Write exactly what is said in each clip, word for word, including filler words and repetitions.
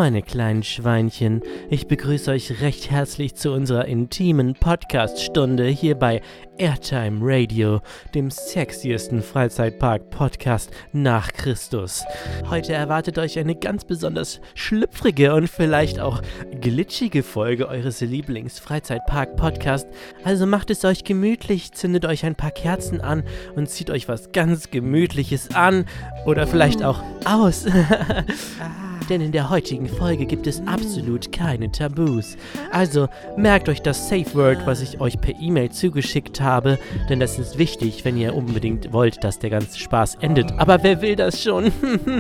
meine kleinen Schweinchen, ich begrüße euch recht herzlich zu unserer intimen Podcast-Stunde hier bei Airtime Radio, dem sexiesten Freizeitpark-Podcast nach Christus. Heute erwartet euch eine ganz besonders schlüpfrige und vielleicht auch glitschige Folge eures Lieblings-Freizeitpark-Podcasts. Also macht es euch gemütlich, zündet euch ein paar Kerzen an und zieht euch was ganz Gemütliches an oder vielleicht auch aus. Denn in der heutigen Folge gibt es absolut keine Tabus. Also merkt euch das Safe Word, was ich euch per E-Mail zugeschickt habe, denn das ist wichtig, wenn ihr unbedingt wollt, dass der ganze Spaß endet. Aber wer will das schon?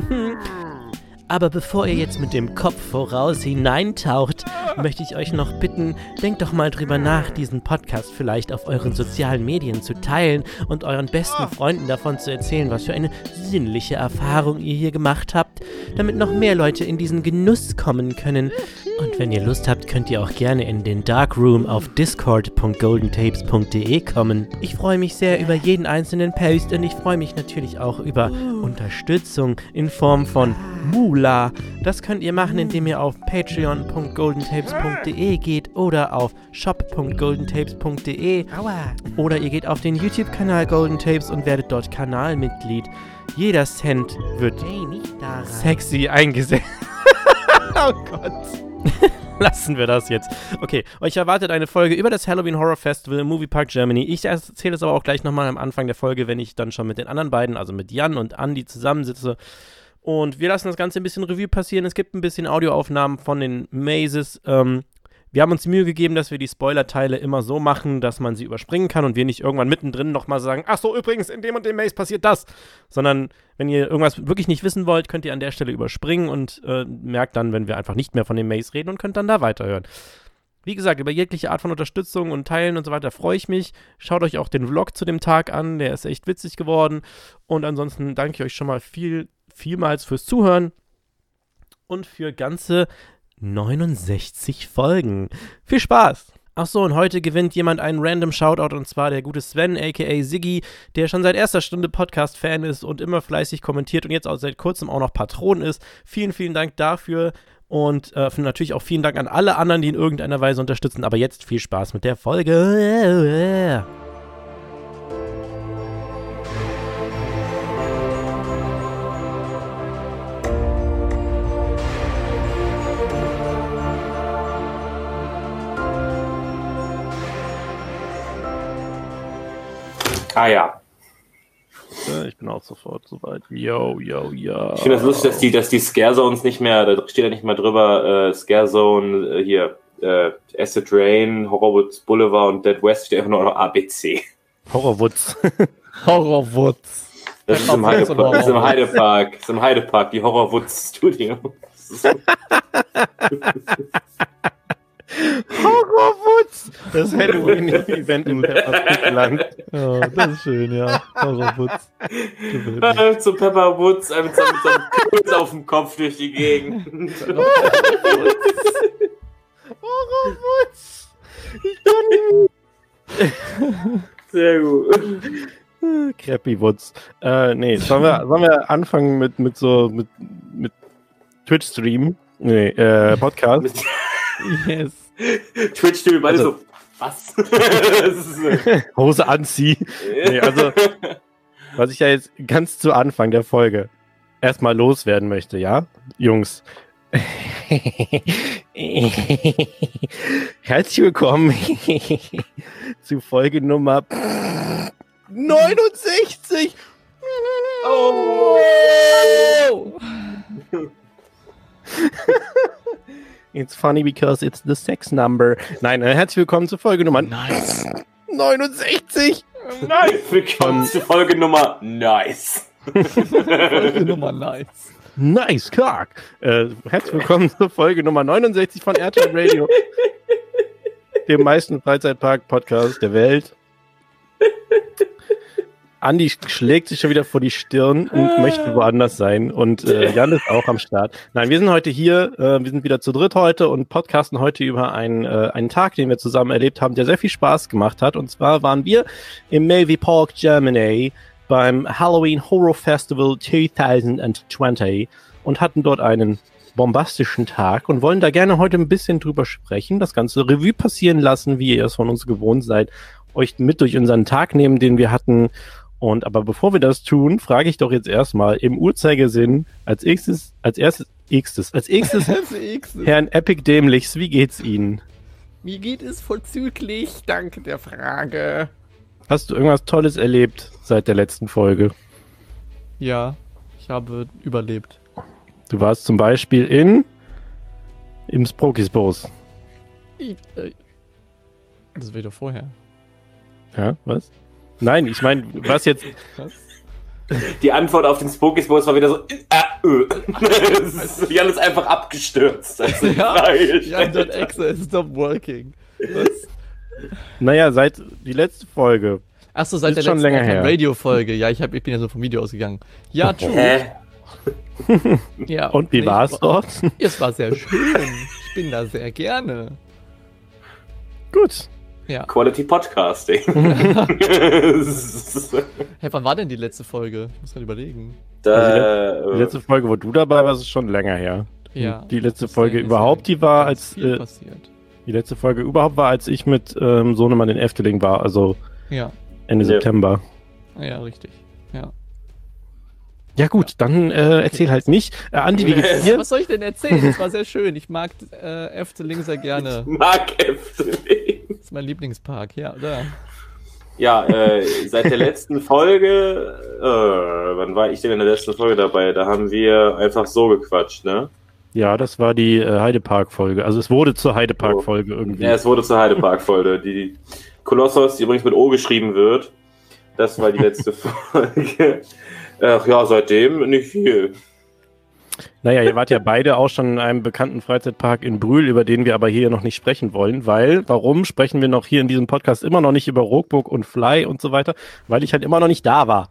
Aber bevor ihr jetzt mit dem Kopf voraus hineintaucht, möchte ich euch noch bitten, denkt doch mal drüber nach, diesen Podcast vielleicht auf euren sozialen Medien zu teilen und euren besten Freunden davon zu erzählen, was für eine sinnliche Erfahrung ihr hier gemacht habt, damit noch mehr Leute in diesen Genuss kommen können. Und wenn ihr Lust habt, könnt ihr auch gerne in den Darkroom auf discord punkt goldentapes punkt de kommen. Ich freue mich sehr über jeden einzelnen Post und ich freue mich natürlich auch über Unterstützung in Form von Moolah. Das könnt ihr machen, indem ihr auf patreon punkt goldentapes punkt de geht oder auf shop punkt goldentapes punkt de oder ihr geht auf den YouTube-Kanal Golden Tapes und werdet dort Kanalmitglied. Jeder Cent wird hey, sexy eingesetzt. Oh Gott. Lassen wir das jetzt. Okay, euch erwartet eine Folge über das Halloween Horror Festival im Moviepark Germany. Ich erzähle es aber auch gleich nochmal am Anfang der Folge, wenn ich dann schon mit den anderen beiden, also mit Jan und Andi zusammensitze. Und wir lassen das Ganze ein bisschen Revue passieren. Es gibt ein bisschen Audioaufnahmen von den Mazes. Ähm, wir haben uns die Mühe gegeben, dass wir die Spoiler-Teile immer so machen, dass man sie überspringen kann und wir nicht irgendwann mittendrin nochmal sagen, ach so, übrigens, in dem und dem Maze passiert das. Sondern wenn ihr irgendwas wirklich nicht wissen wollt, könnt ihr an der Stelle überspringen und äh, merkt dann, wenn wir einfach nicht mehr von dem Maze reden und könnt dann da weiterhören. Wie gesagt, über jegliche Art von Unterstützung und Teilen und so weiter freue ich mich. Schaut euch auch den Vlog zu dem Tag an, der ist echt witzig geworden. Und ansonsten danke ich euch schon mal viel, vielmals fürs Zuhören und für ganze neunundsechzig Folgen. Viel Spaß! Achso, und heute gewinnt jemand einen random Shoutout, und zwar der gute Sven, aka Siggi, der schon seit erster Stunde Podcast-Fan ist und immer fleißig kommentiert und jetzt auch seit kurzem auch noch Patron ist. Vielen, vielen Dank dafür und äh, natürlich auch vielen Dank an alle anderen, die in irgendeiner Weise unterstützen. Aber jetzt viel Spaß mit der Folge. Ah ja. ja. Ich bin auch sofort soweit. Yo, yo, yo. Ich finde das lustig, dass die, dass die Scare Zones nicht mehr, da steht ja nicht mal drüber, äh, Scare Zone, äh, hier, äh, Acid Rain, Horrorwoods Boulevard und Dead West, steht einfach nur noch A B C. Horrorwoods. Horrorwoods. Das ist im Heidepark, das ist im Heidepark, das ist im Heidepark, die Horrorwoods Studio. Horrorwoods! Das Halloween-Event im Pepperwoods-Land. Oh, das ist schön, ja. Horrorwoods. Äh, zu Pepperwoods, äh, mit so einem Kürbis auf dem Kopf durch die Gegend. Horrorwoods! Ich kann nicht. Sehr gut. Crappy Woods. Äh, nee, sollen wir, sollen wir anfangen mit, mit so, mit, mit Twitch-Stream? Nee, äh, Podcast. Yes. Twitch-Stream, beide also, so, was? Hose anziehen. Nee, also, was ich ja jetzt ganz zu Anfang der Folge erstmal loswerden möchte, ja, Jungs. Herzlich willkommen zu Folge Nummer neunundsechzig. Oh! It's funny because it's the sex number. Nein, äh, herzlich willkommen zu Folge Nummer nice. neunundsechzig. Nice. Willkommen zu Folge Nummer nice. Folge Nummer nice. Nice, Cock. Äh, herzlich willkommen zur Folge Nummer neunundsechzig von Airtime Radio, dem meisten Freizeitpark-Podcast der Welt. Andi schlägt sich schon wieder vor die Stirn und möchte woanders sein. Und äh, Jan ist auch am Start. Nein, wir sind heute hier, äh, wir sind wieder zu dritt heute und podcasten heute über einen, äh, einen Tag, den wir zusammen erlebt haben, der sehr viel Spaß gemacht hat. Und zwar waren wir im Moviepark Germany beim Halloween Horror Festival zwanzig zwanzig und hatten dort einen bombastischen Tag und wollen da gerne heute ein bisschen drüber sprechen, das ganze Revue passieren lassen, wie ihr es von uns gewohnt seid, euch mit durch unseren Tag nehmen, den wir hatten. Und aber bevor wir das tun, frage ich doch jetzt erstmal im Uhrzeigersinn als erstes, als erstes, erstes, als erstes Herrn Epic Dämlichs, wie geht's Ihnen? Mir geht es vorzüglich, danke der Frage. Hast du irgendwas Tolles erlebt seit der letzten Folge? Ja, ich habe überlebt. Du warst zum Beispiel in im Sprokisbos. Ich, äh, das war wieder vorher. Ja, was? Nein, ich meine, was jetzt... Was? Die Antwort auf den Spokesbos war wieder so, äh, ö. Jan ist einfach abgestürzt. Also Ja, ja, that access stop working. Was? Naja, seit die letzte Folge. Achso, seit Ist der schon letzten länger her. Radio-Folge. Ja, ich, hab, ich bin ja so vom Video ausgegangen. Ja, true. Hä? Ja, Und wie nee, war es ich- dort? Es war sehr schön. Ich bin da sehr gerne. Gut. Ja. Quality Podcasting. Hey, wann war denn die letzte Folge? Ich muss gerade überlegen. da, Die letzte Folge, wo du dabei warst, ist schon länger her. Ja. Und die letzte Das Folge ist überhaupt, die war ganz als viel äh, passiert. die letzte Folge überhaupt war, als ich mit ähm, Sohnemann in Efteling war, also Ja. Ende Ja. September. Ja, richtig. Ja. Ja gut, dann äh, erzähl halt nicht. Äh, Andi, wie geht's dir? Was soll ich denn erzählen? Das war sehr schön. Ich mag äh, Efteling sehr gerne. Mark Efteling. Das ist mein Lieblingspark, ja, oder? Ja, äh, seit der letzten Folge, äh, wann war ich denn in der letzten Folge dabei? Da haben wir einfach so gequatscht, ne? Ja, das war die äh, Heidepark-Folge. Also es wurde zur Heidepark-Folge irgendwie. Ja, es wurde zur Heidepark-Folge. Die Kolossos, die übrigens mit O geschrieben wird. Das war die letzte Folge. Ach ja, seitdem nicht viel. Naja, ihr wart ja beide auch schon in einem bekannten Freizeitpark in Brühl, über den wir aber hier noch nicht sprechen wollen, weil, warum sprechen wir noch hier in diesem Podcast immer noch nicht über Rockburg und Fly und so weiter? Weil ich halt immer noch nicht da war.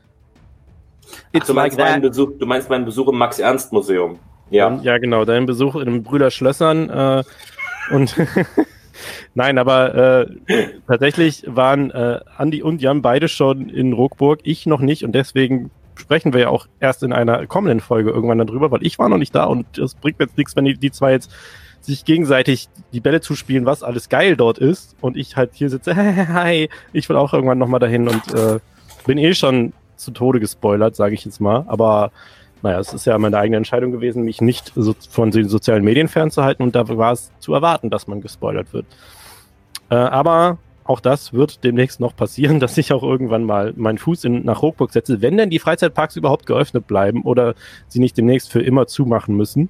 Ach, du, meinst meinen Besuch, du meinst meinen Besuch im Max-Ernst-Museum. Ja. Ja, genau, dein Besuch in den Brüder Schlössern äh, und nein, aber äh, tatsächlich waren äh, Andi und Jan beide schon in Rockburg, ich noch nicht und deswegen sprechen wir ja auch erst in einer kommenden Folge irgendwann darüber, weil ich war noch nicht da und es bringt mir jetzt nichts, wenn die, die zwei jetzt sich gegenseitig die Bälle zuspielen, was alles geil dort ist und ich halt hier sitze, hi, ich will auch irgendwann nochmal dahin und äh, bin eh schon zu Tode gespoilert, sage ich jetzt mal, aber naja, es ist ja meine eigene Entscheidung gewesen, mich nicht so von den sozialen Medien fernzuhalten und da war es zu erwarten, dass man gespoilert wird. Äh, aber auch das wird demnächst noch passieren, dass ich auch irgendwann mal meinen Fuß in, nach Rockburg setze, wenn denn die Freizeitparks überhaupt geöffnet bleiben oder sie nicht demnächst für immer zumachen müssen.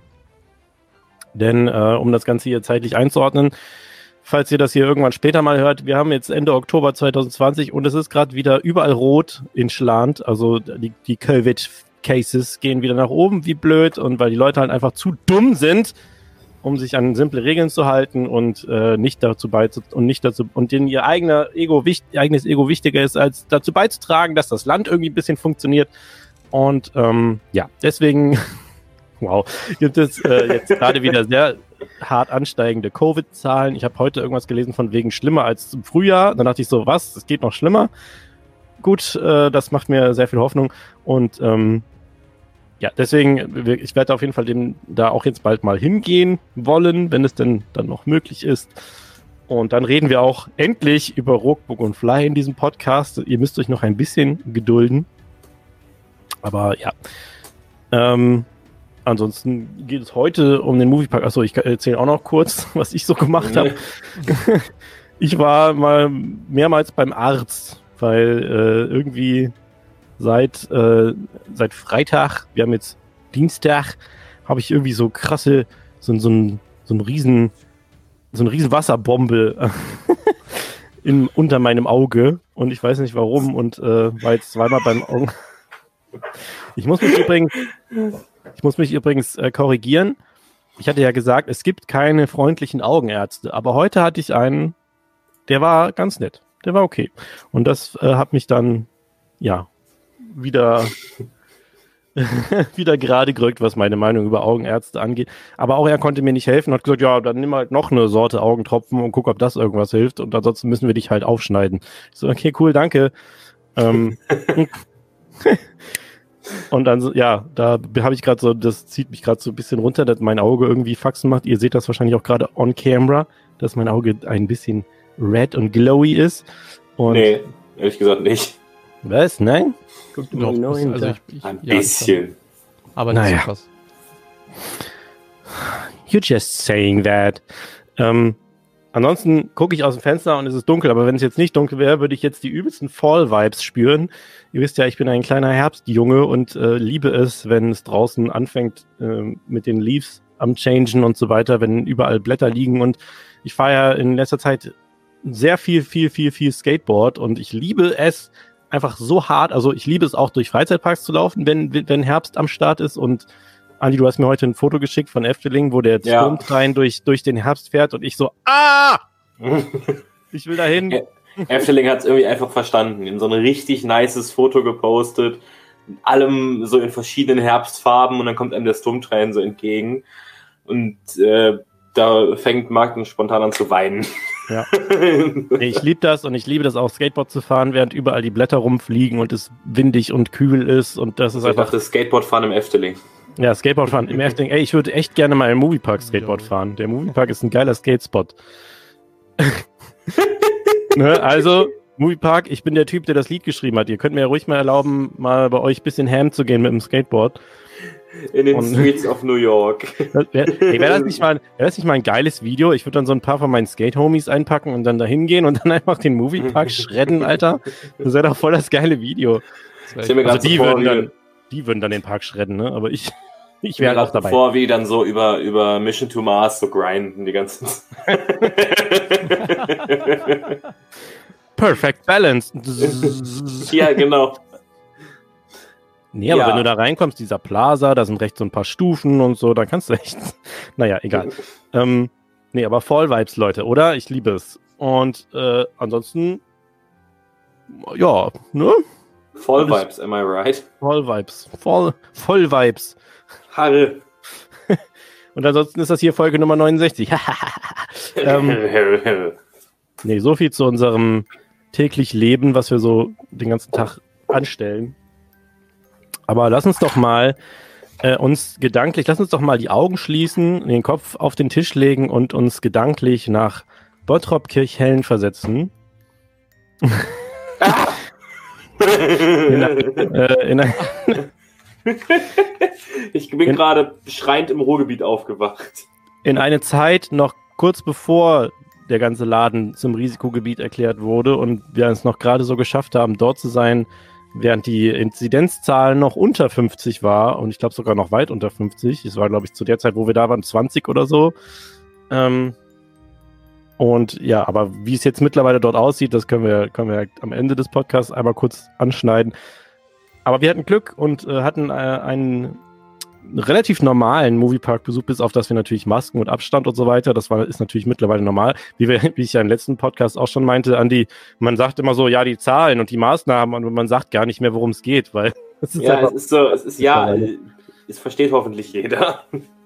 Denn äh, um das Ganze hier zeitlich einzuordnen, falls ihr das hier irgendwann später mal hört, wir haben jetzt Ende Oktober zwanzig zwanzig und es ist gerade wieder überall rot in Schland, also die, die Covid-Cases gehen wieder nach oben wie blöd und weil die Leute halt einfach zu dumm sind, um sich an simple Regeln zu halten und äh, nicht dazu beizu und nicht dazu und denen ihr eigener Ego wichtig, ihr eigenes Ego wichtiger ist, als dazu beizutragen, dass das Land irgendwie ein bisschen funktioniert. Und ähm, ja, deswegen wow, gibt es äh, jetzt gerade wieder sehr hart ansteigende Covid-Zahlen. Ich habe heute irgendwas gelesen von wegen schlimmer als im Frühjahr. Dann dachte ich so, was? Es geht noch schlimmer. Gut, äh, das macht mir sehr viel Hoffnung und ähm, ja, deswegen, ich werde auf jeden Fall dem da auch jetzt bald mal hingehen wollen, wenn es denn dann noch möglich ist. Und dann reden wir auch endlich über Rockburg und Fly in diesem Podcast. Ihr müsst euch noch ein bisschen gedulden. Aber ja. Ähm, ansonsten geht es heute um den Moviepark. Achso, ich erzähle auch noch kurz, was ich so gemacht habe. Ich war mal mehrmals beim Arzt, weil äh, irgendwie Seit, äh, seit Freitag, wir haben jetzt Dienstag, habe ich irgendwie so krasse, so, so, ein, so ein riesen, so eine riesen Wasserbombe in, unter meinem Auge und ich weiß nicht warum und äh, war jetzt zweimal beim Augen. Ich muss mich übrigens, ich muss mich übrigens äh, korrigieren. Ich hatte ja gesagt, es gibt keine freundlichen Augenärzte, aber heute hatte ich einen, der war ganz nett, der war okay und das äh, hat mich dann, ja, wieder wieder gerade gerückt, was meine Meinung über Augenärzte angeht. Aber auch er konnte mir nicht helfen, hat gesagt, ja, dann nimm halt noch eine Sorte Augentropfen und guck, ob das irgendwas hilft und ansonsten müssen wir dich halt aufschneiden. Ich so, okay, cool, danke. Ähm, Und dann, so- ja, da habe ich gerade so, das zieht mich gerade so ein bisschen runter, dass mein Auge irgendwie Faxen macht. Ihr seht das wahrscheinlich auch gerade on camera, dass mein Auge ein bisschen red und glowy ist. Und Nee, ehrlich gesagt nicht. was? Nein? Guck dir Doch, mal genau ist- hinter. also ich, ich, Ein ja, bisschen. Schon, aber nicht Naja. so krass. You're just saying that. Ähm, ansonsten gucke ich aus dem Fenster und es ist dunkel, aber wenn es jetzt nicht dunkel wäre, würde ich jetzt die übelsten Fall-Vibes spüren. Ihr wisst ja, ich bin ein kleiner Herbstjunge und äh, liebe es, wenn es draußen anfängt äh, mit den Leaves am Changen und so weiter, wenn überall Blätter liegen. Und ich fahre ja in letzter Zeit sehr viel, viel, viel, viel Skateboard und ich liebe es einfach so hart. Also ich liebe es auch durch Freizeitparks zu laufen, wenn, wenn Herbst am Start ist. Und Andi, du hast mir heute ein Foto geschickt von Efteling, wo der Ja. Sturmtrein durch, durch den Herbst fährt und ich so, ah, ich will dahin. Ja. Efteling hat es irgendwie einfach verstanden. In so ein richtig nices Foto gepostet. Mit allem so in verschiedenen Herbstfarben und dann kommt einem der Sturmtrein so entgegen. Und äh, da fängt Marc dann spontan an zu weinen. Ja. Nee, ich liebe das und ich liebe das auch, Skateboard zu fahren, während überall die Blätter rumfliegen und es windig und kühl ist und das ist Ich einfach, dachte, Skateboardfahren im Efteling. ja, Skateboard fahren im Efteling. Ey, ich würde echt gerne mal im Moviepark Skateboard Ja. fahren. Der Moviepark ist ein geiler Skatespot. Ne, also, Moviepark, ich bin der Typ, der das Lied geschrieben hat. Ihr könnt mir ja ruhig mal erlauben, mal bei euch ein bisschen ham zu gehen mit dem Skateboard. In den Und- Streets of New York. Wäre wär das, nicht mal- wär das nicht mal ein geiles Video? Ich würde dann so ein paar von meinen Skate-Homies einpacken und dann da hingehen und dann einfach den Moviepark schredden, Alter. Das wäre doch voll das geile Video. Das wär Ich stell mir Also gerade die so vor, würden wie, dann, die würden dann den Park schredden, ne? Aber ich, ich ich mir wäre auch gerade dabei. vor, wie dann so über, über Mission to Mars so grinden die ganze Zeit. Perfect Balance. Ja, genau. Nee, aber Ja. wenn du da reinkommst, dieser Plaza, da sind rechts so ein paar Stufen und so, dann kannst du echt. Naja, egal. ähm, nee, aber Fall Vibes, Leute, oder? Ich liebe es. Und äh, ansonsten, ja, ne? Voll Alles- Vibes, am I right? Fall Vibes. Voll, voll Vibes. Harre. Und ansonsten ist das hier Folge Nummer neunundsechzig. ähm, nee, so viel zu unserem täglich Leben, was wir so den ganzen Tag anstellen. Aber lass uns doch mal äh, uns gedanklich, lass uns doch mal die Augen schließen, den Kopf auf den Tisch legen und uns gedanklich nach Bottrop-Kirchhellen versetzen. in, ein- äh, in, ein- Ich bin In- gerade schreiend im Ruhrgebiet aufgewacht. in eine Zeit noch kurz bevor der ganze Laden zum Risikogebiet erklärt wurde und wir es noch gerade so geschafft haben, dort zu sein, während die Inzidenzzahl noch unter fünfzig war und ich glaube sogar noch weit unter fünfzig. Es war, glaube ich, zu der Zeit, wo wir da waren, zwanzig oder so. Ähm, und ja, aber wie es jetzt mittlerweile dort aussieht, das können wir, können wir am Ende des Podcasts einmal kurz anschneiden. Aber wir hatten Glück und äh, hatten äh, einen relativ normalen Moviepark-Besuch, bis auf dass wir natürlich Masken und Abstand und so weiter, das war, ist natürlich mittlerweile normal. Wie, wir, wie ich ja im letzten Podcast auch schon meinte, Andi, man sagt immer so, ja, die Zahlen und die Maßnahmen, und man sagt gar nicht mehr, worum es geht, weil es ist Ja, einfach, es ist so, es ist ja, mittlerweile. äh, es versteht hoffentlich jeder.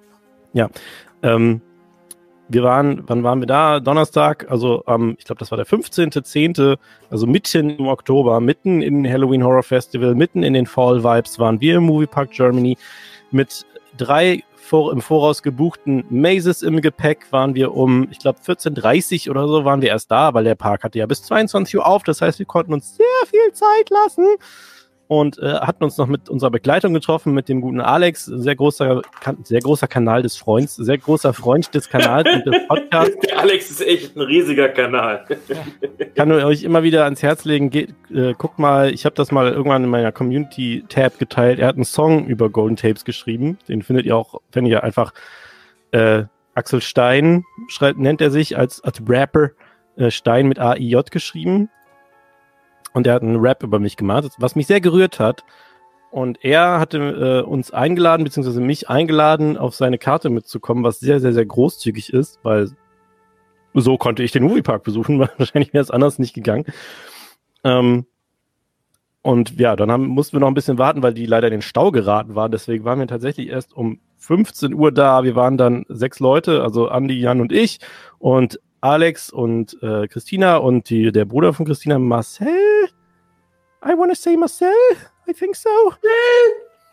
ähm, wir waren, wann waren wir da? Donnerstag, also ähm, ich glaube, das war der fünfzehnten zehnten also mitten im Oktober, mitten in Halloween Horror Festival, mitten in den Fall Vibes waren wir im Moviepark Germany. Mit drei vor, im Voraus gebuchten Mazes im Gepäck waren wir um, ich glaube, vierzehn Uhr dreißig oder so waren wir erst da, weil der Park hatte ja bis zweiundzwanzig Uhr auf. Das heißt, wir konnten uns sehr viel Zeit lassen und äh, hatten uns noch mit unserer Begleitung getroffen, mit dem guten Alex, sehr großer, kan sehr großer Kanal des Freunds, sehr großer Freund des Kanals und des Podcasts. Der Alex ist echt ein riesiger Kanal. Kann nur euch immer wieder ans Herz legen, geht, äh, guckt mal, ich habe das mal irgendwann in meiner Community-Tab geteilt. Er hat einen Song über Golden Tapes geschrieben. Den findet ihr auch, wenn ihr einfach äh, Axel Stein schreibt, nennt er sich als, als Rapper, äh, Stein mit A I J geschrieben. Und er hat einen Rap über mich gemacht, was mich sehr gerührt hat. Und er hatte äh, uns eingeladen, beziehungsweise mich eingeladen, auf seine Karte mitzukommen, was sehr, sehr, sehr großzügig ist, weil so konnte ich den Moviepark besuchen, weil wahrscheinlich wäre es anders nicht gegangen. Ähm, und ja, dann haben, mussten wir noch ein bisschen warten, weil die leider in den Stau geraten waren. Deswegen waren wir tatsächlich erst um fünfzeen Uhr da. Wir waren dann sechs Leute, also Andi, Jan und ich und Alex und äh, Christina und die, der Bruder von Christina, Marcel. I wanna say Marcel. I think so.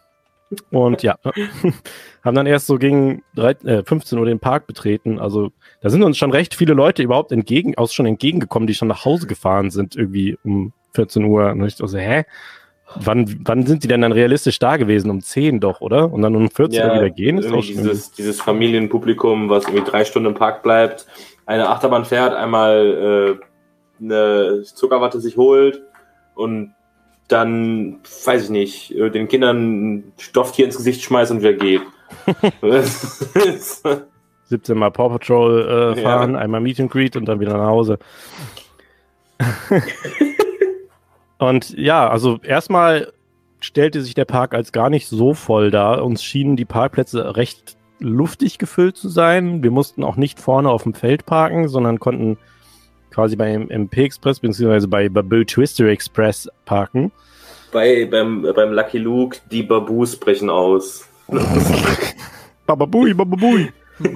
Und ja, haben dann erst so gegen drei, äh, fünfzehn Uhr den Park betreten. Also da sind uns schon recht viele Leute überhaupt entgegen, aus schon entgegengekommen, die schon nach Hause gefahren sind, irgendwie um vierzehn Uhr. Und ich so, hä? Wann, wann sind die denn dann realistisch da gewesen? Um zehn doch, oder? Und dann um vierzehn Uhr wieder gehen? Ist auch dieses, dieses Familienpublikum, was irgendwie drei Stunden im Park bleibt, eine Achterbahn fährt, einmal äh, eine Zuckerwatte sich holt und dann, weiß ich nicht, den Kindern ein Stofftier ins Gesicht schmeißt und wieder geht. siebzehn Mal Paw Patrol äh, fahren, ja. einmal Meet and Greet und dann wieder nach Hause. Und ja, also erstmal stellte sich der Park als gar nicht so voll dar. Uns schienen die Parkplätze recht luftig gefüllt zu sein. Wir mussten auch nicht vorne auf dem Feld parken, sondern konnten quasi beim M P Express bzw. bei Baboo Twister Express parken. Bei, beim, beim Lucky Luke, die Babus brechen aus. Bababui, bababui.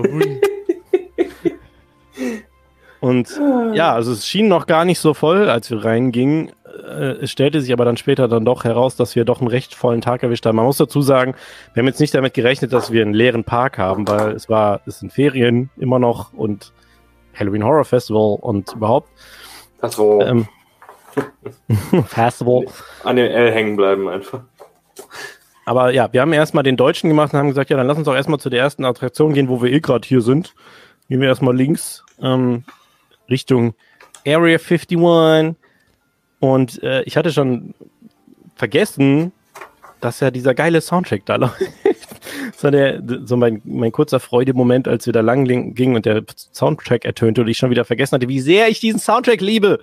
Und ja, also es schien noch gar nicht so voll, als wir reingingen. Es stellte sich aber dann später dann doch heraus, dass wir doch einen recht vollen Tag erwischt haben. Man muss dazu sagen, wir haben jetzt nicht damit gerechnet, dass wir einen leeren Park haben, weil es war, es sind Ferien immer noch und Halloween Horror Festival und überhaupt. Festival. Ähm, Festival. An den L hängen bleiben einfach. Aber ja, wir haben erstmal den Deutschen gemacht und haben gesagt, ja, dann lass uns doch erstmal zu der ersten Attraktion gehen, wo wir eh gerade hier sind. Gehen wir erstmal links ähm, Richtung Area fifty-one. Und äh, ich hatte schon vergessen, dass ja dieser geile Soundtrack da läuft. Das war der, so mein, mein kurzer Freudemoment, als wir da lang gingen und der Soundtrack ertönte und ich schon wieder vergessen hatte, wie sehr ich diesen Soundtrack liebe.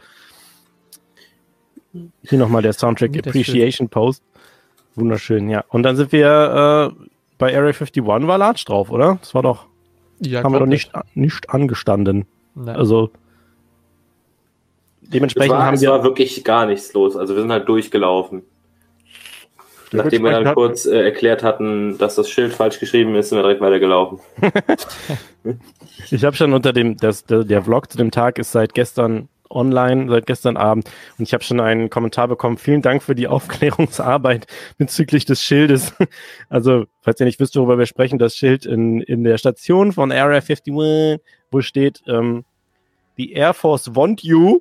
Hier nochmal der Soundtrack Appreciation Post. Wunderschön, ja. Und dann sind wir äh, bei Area fifty-one war Large drauf, oder? Das war doch, Ja, haben wir doch nicht, nicht angestanden. Nein. Also dementsprechend es war, haben es wir... war wirklich gar nichts los. Also wir sind halt durchgelaufen. Nachdem wir dann hat- kurz äh, erklärt hatten, dass das Schild falsch geschrieben ist, sind wir direkt weitergelaufen. Ich habe schon unter dem, das, der, der Vlog zu dem Tag ist seit gestern online, seit gestern Abend und ich habe schon einen Kommentar bekommen, vielen Dank für die Aufklärungsarbeit bezüglich des Schildes. Also, falls ihr nicht wisst, worüber wir sprechen, das Schild in, in der Station von Area fifty-one, wo steht, ähm, die Air Force want you.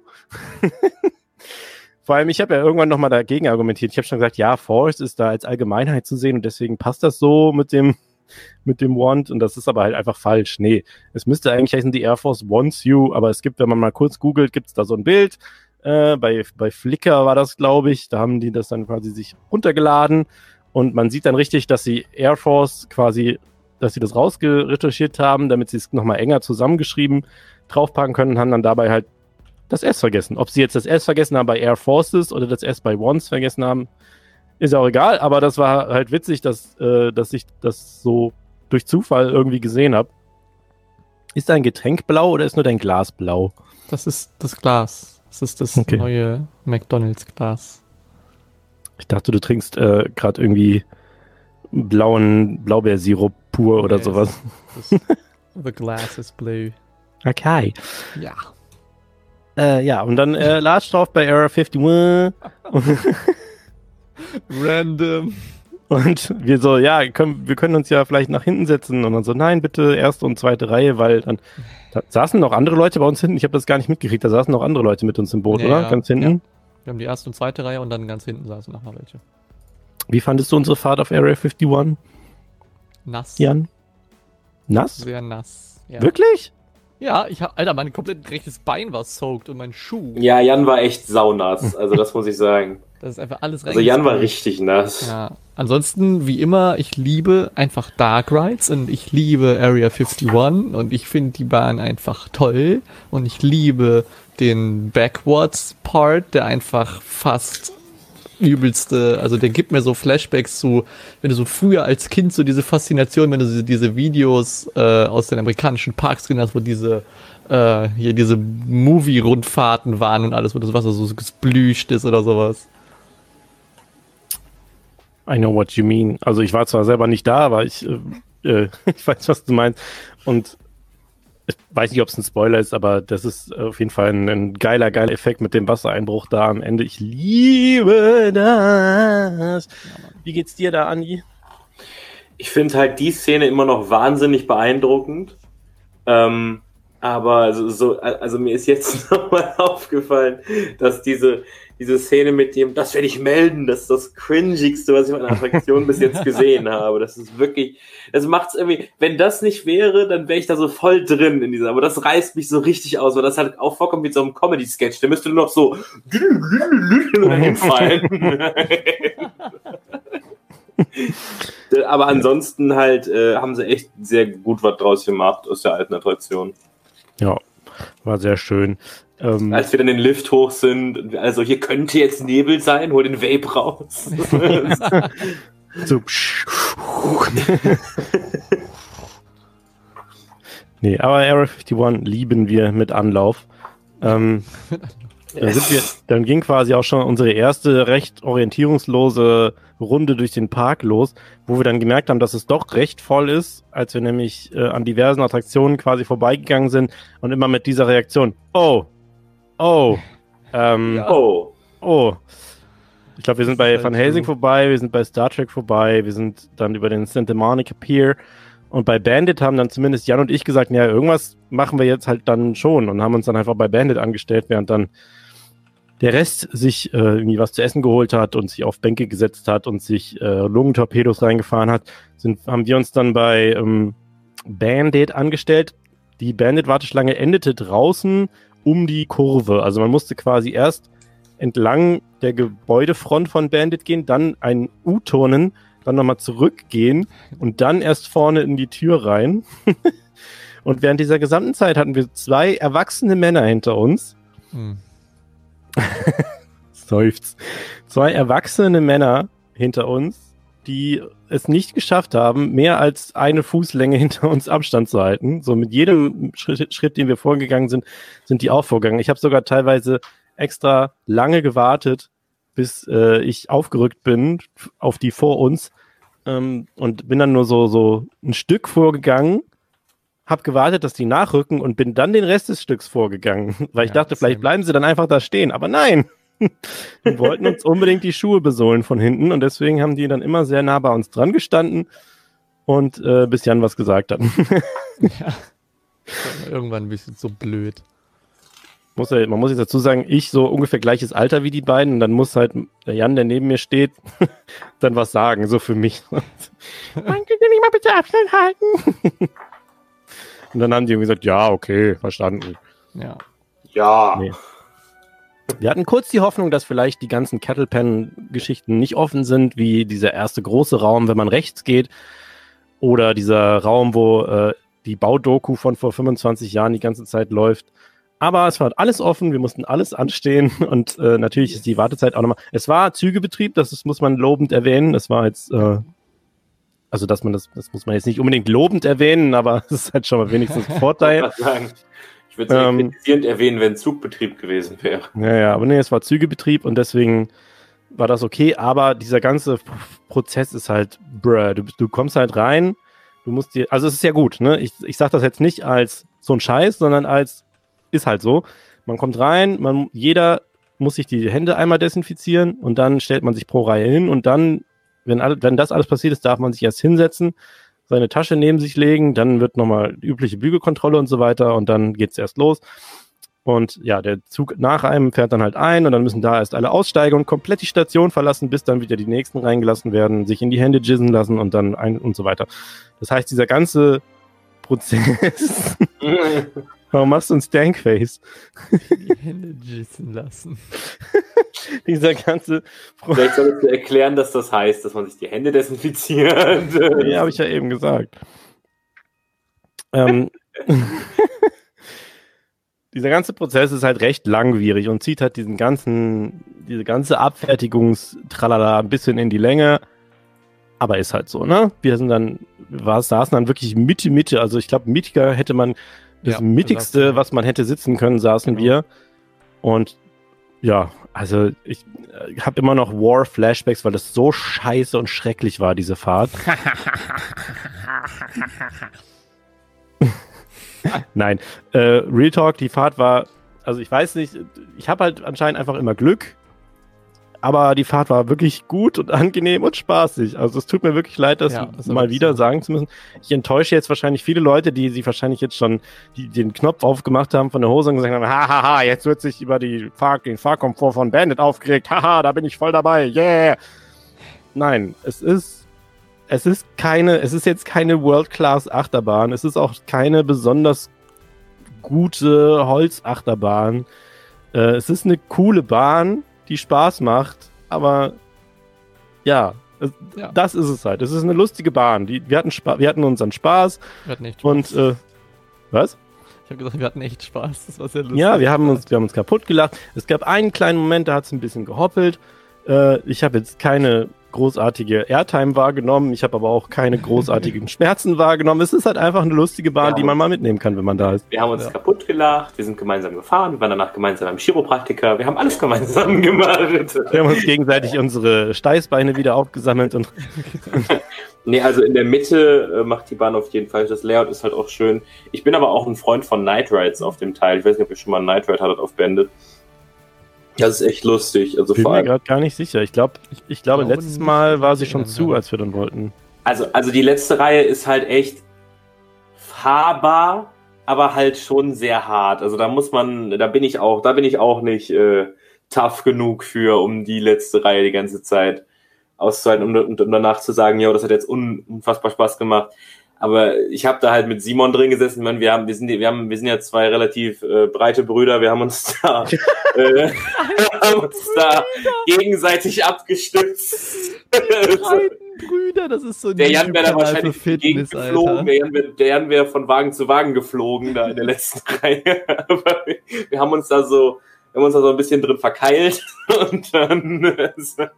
Vor allem, ich habe ja irgendwann nochmal dagegen argumentiert. Ich habe schon gesagt, ja, Force ist da als Allgemeinheit zu sehen und deswegen passt das so mit dem mit dem Want und das ist aber halt einfach falsch. Nee, es müsste eigentlich heißen, die Air Force wants you, aber es gibt, wenn man mal kurz googelt, gibt es da so ein Bild. Äh, bei, bei Flickr war das, glaube ich. Da haben die das dann quasi sich runtergeladen und man sieht dann richtig, dass die Air Force quasi, dass sie das rausgeretuschiert haben, damit sie es nochmal enger zusammengeschrieben draufpacken können und haben dann dabei halt das S vergessen. Ob sie jetzt das S vergessen haben bei Air Forces oder das S bei Wants vergessen haben, ist auch egal, aber das war halt witzig, dass, äh, dass ich das so durch Zufall irgendwie gesehen habe. Ist dein Getränk blau oder ist nur dein Glas blau? Das ist das Glas. Das ist das Okay. neue McDonald's-Glas. Ich dachte, du trinkst äh, gerade irgendwie blauen Blaubeersirup pur oder Nee, sowas. Das, the glass is blue. Okay. Ja. Äh, ja, und dann äh, Large drauf bei Area fifty-one. Random. Und wir so, ja, können, wir können uns ja vielleicht nach hinten setzen. Und dann so, nein, bitte erste und zweite Reihe, weil dann da saßen noch andere Leute bei uns hinten. Ich habe das gar nicht mitgekriegt. Da saßen noch andere Leute mit uns im Boot, Ja, oder? ja. Ganz hinten. Wir haben die erste und zweite Reihe und dann ganz hinten saßen nochmal welche. Wie fandest du unsere Fahrt auf Area fifty-one, Nass. Jan? Nass? Sehr nass. Ja. Wirklich? Ja, ich hab, Alter, mein komplett rechtes Bein war soaked und mein Schuh. Ja, Jan war echt saunass. Also das muss ich sagen. Das ist einfach alles Also Jan war reingespült. richtig nass. Ja. Ansonsten, wie immer, ich liebe einfach Dark Rides und ich liebe Area fifty-one und ich finde die Bahn einfach toll und ich liebe den Backwards-Part, der einfach fast übelste, also der gibt mir so Flashbacks zu, wenn du so früher als Kind so diese Faszination, wenn du so diese Videos äh, aus den amerikanischen Parks gesehen hast, wo diese äh, hier diese Movie-Rundfahrten waren und alles, wo das Wasser so gesplüscht ist oder sowas. I know what you mean. Also ich war zwar selber nicht da, aber ich, äh, äh, ich weiß, was du meinst. Und ich weiß nicht, ob es ein Spoiler ist, aber das ist auf jeden Fall ein, ein geiler, geiler Effekt mit dem Wassereinbruch da am Ende. Ich liebe das. Wie geht's dir da, Andi? Ich finde halt die Szene immer noch wahnsinnig beeindruckend. Ähm, aber also, so, also mir ist jetzt nochmal aufgefallen, dass diese, diese Szene mit dem, das werde ich melden, das ist das Cringigste, was ich in einer Attraktion bis jetzt gesehen habe. Das ist wirklich, das macht's irgendwie, wenn das nicht wäre, dann wäre ich da so voll drin in dieser, aber das reißt mich so richtig aus, weil das halt auch vorkommt wie so einem Comedy-Sketch. Der müsste nur noch so oder hinfallen. Aber ansonsten halt äh, haben sie echt sehr gut was draus gemacht aus der alten Attraktion. Ja, war sehr schön. Ähm, Als wir dann den Lift hoch sind, also hier könnte jetzt Nebel sein, hol den Vape raus. so, nee, aber Area einundfünfzig lieben wir mit Anlauf. Ähm, dann, sind wir, dann ging quasi auch schon unsere erste recht orientierungslose Runde durch den Park los, wo wir dann gemerkt haben, dass es doch recht voll ist, als wir nämlich äh, an diversen Attraktionen quasi vorbeigegangen sind und immer mit dieser Reaktion, oh, oh, ähm, ja. oh, oh. Ich glaube, wir sind bei Van Helsing vorbei, wir sind bei Star Trek vorbei, wir sind dann über den Santa Monica Pier und bei Bandit haben dann zumindest Jan und ich gesagt, ja, irgendwas machen wir jetzt halt dann schon und haben uns dann einfach bei Bandit angestellt, während dann der Rest sich äh, irgendwie was zu essen geholt hat und sich auf Bänke gesetzt hat und sich äh, Lungentorpedos reingefahren hat, sind, haben wir uns dann bei ähm, Bandit angestellt. Die Bandit-Warteschlange endete draußen um die Kurve. Also man musste quasi erst entlang der Gebäudefront von Bandit gehen, dann einen U-turnen, dann nochmal zurückgehen und dann erst vorne in die Tür rein. Und während dieser gesamten Zeit hatten wir zwei erwachsene Männer hinter uns. Hm. Seufzt. Zwei erwachsene Männer hinter uns, die es nicht geschafft haben, mehr als eine Fußlänge hinter uns Abstand zu halten. So mit jedem Schritt, Schritt den wir vorgegangen sind, sind die auch vorgegangen. Ich habe sogar teilweise extra lange gewartet, bis äh, ich aufgerückt bin auf die vor uns ähm, und bin dann nur so, so ein Stück vorgegangen, hab gewartet, dass die nachrücken und bin dann den Rest des Stücks vorgegangen, weil ich ja, dachte, vielleicht bleiben sie dann einfach da stehen, aber nein, die wollten uns unbedingt die Schuhe besohlen von hinten und deswegen haben die dann immer sehr nah bei uns dran gestanden und äh, bis Jan was gesagt hat. Ja, irgendwann ein bisschen so blöd. Muss ja, man muss jetzt dazu sagen, ich so ungefähr gleiches Alter wie die beiden und dann muss halt der Jan, der neben mir steht, dann was sagen, so für mich. Man kann nicht mal bitte Abstand halten. Und dann haben die irgendwie gesagt, ja, okay, verstanden. Ja. Ja. Nee. Wir hatten kurz die Hoffnung, dass vielleicht die ganzen Kettlepan-Geschichten nicht offen sind, wie dieser erste große Raum, wenn man rechts geht. Oder dieser Raum, wo äh, die Baudoku von vor fünfundzwanzig Jahren die ganze Zeit läuft. Aber es war alles offen, wir mussten alles anstehen und äh, natürlich ist die Wartezeit auch nochmal. Es war Zügebetrieb, das ist, muss man lobend erwähnen. Es war jetzt... Äh, Also, dass man das, das muss man jetzt nicht unbedingt lobend erwähnen, aber es ist halt schon mal wenigstens ein Vorteil. Ich, sagen, ich würde es ähm, kritisierend erwähnen, wenn Zugbetrieb gewesen wäre. Ja, ja, aber nee, es war Zügebetrieb und deswegen war das okay, aber dieser ganze Prozess ist halt, bruh, du, du kommst halt rein, du musst dir, also es ist ja gut, ne? Ich, ich sag das jetzt nicht als so ein Scheiß, sondern als, ist halt so. Man kommt rein, man, jeder muss sich die Hände einmal desinfizieren und dann stellt man sich pro Reihe hin und dann Wenn, all, wenn das alles passiert ist, darf man sich erst hinsetzen, seine Tasche neben sich legen, dann wird nochmal übliche Bügelkontrolle und so weiter und dann geht's erst los. Und ja, der Zug nach einem fährt dann halt ein und dann müssen da erst alle aussteigen und komplett die Station verlassen, bis dann wieder die nächsten reingelassen werden, sich in die Hände jizzen lassen und dann ein und so weiter. Das heißt, dieser ganze Prozess... Warum machst du ein Stankface? Die Hände jizzen lassen. Dieser ganze... Pro- Vielleicht solltest du erklären, dass das heißt, dass man sich die Hände desinfiziert. Ja, habe ich ja eben gesagt. ähm... Dieser ganze Prozess ist halt recht langwierig und zieht halt diesen ganzen, diese ganze Abfertigungs-Tralala ein bisschen in die Länge. Aber ist halt so, ne? Wir sind dann, wir saßen dann wirklich Mitte, Mitte. Also ich glaube, mittiger hätte man, das ja, Mittigste, das was man hätte sitzen können, saßen genau. wir. Und ja, also ich äh, habe immer noch War-Flashbacks, weil das so scheiße und schrecklich war, diese Fahrt. Nein, äh, Real Talk, die Fahrt war, also ich weiß nicht, ich habe halt anscheinend einfach immer Glück, aber die Fahrt war wirklich gut und angenehm und spaßig. Also es tut mir wirklich leid, das, Ja, das ist mal wirklich wieder so. sagen zu müssen. Ich enttäusche jetzt wahrscheinlich viele Leute, die sich wahrscheinlich jetzt schon die, den Knopf aufgemacht haben von der Hose und gesagt haben, hahaha, jetzt wird sich über die Fahr den Fahrkomfort von Bandit aufgeregt. Haha, da bin ich voll dabei. Yeah. Nein, es ist es ist keine, es ist jetzt keine World-Class-Achterbahn. Es ist auch keine besonders gute Holzachterbahn. Äh, es ist eine coole Bahn, die Spaß macht, aber ja, es, Ja. das ist es halt. Es ist eine lustige Bahn. Die, wir, hatten Spa- wir hatten unseren Spaß Wir hatten echt und Spaß. äh, was? Ich habe gesagt, wir hatten echt Spaß. Das war sehr lustig. Ja, wir haben uns, wir haben uns kaputt gelacht. Es gab einen kleinen Moment, da hat es ein bisschen gehoppelt. Äh, ich habe jetzt keine großartige Airtime wahrgenommen. Ich habe aber auch keine großartigen Schmerzen wahrgenommen. Es ist halt einfach eine lustige Bahn, Ja. die man mal mitnehmen kann, wenn man da ist. Wir haben uns Ja. kaputt gelacht, wir sind gemeinsam gefahren, wir waren danach gemeinsam beim Chiropraktiker, wir haben alles gemeinsam gemacht. Wir haben uns gegenseitig unsere Steißbeine wieder aufgesammelt und Nee, also in der Mitte äh, macht die Bahn auf jeden Fall. Das Layout ist halt auch schön. Ich bin aber auch ein Freund von Night Rides auf dem Teil. Ich weiß nicht, ob ihr schon mal einen Night Ride hattet auf Bandit. Das ist echt lustig. Also bin vor mir allem, gerade gar nicht sicher. Ich, glaub, ich, ich glaube, glaube letztes nicht, Mal dass war ich sie schon erinnern zu, kann. als wir dann wollten. also, also die letzte Reihe ist halt echt fahrbar, aber halt schon sehr hart. Also da muss man, da bin ich auch, da bin ich auch nicht äh, tough genug für, um die letzte Reihe die ganze Zeit auszuhalten und, und, und danach zu sagen, ja, das hat jetzt un, unfassbar Spaß gemacht. Aber ich habe da halt mit Simon drin gesessen. Ich meine, wir haben, wir sind, wir haben, wir sind ja zwei relativ äh, breite Brüder. Wir haben uns da, äh, haben uns da gegenseitig abgestützt. Brüder, das ist so ein Der Jan wäre da YouTube-Kanal wahrscheinlich für durch die Gegend Fitness, geflogen. Alter. Der Jan wäre der Jan wär von Wagen zu Wagen geflogen da in der letzten Reihe. Aber wir haben uns da so, wir haben uns da so ein bisschen drin verkeilt und dann. Äh,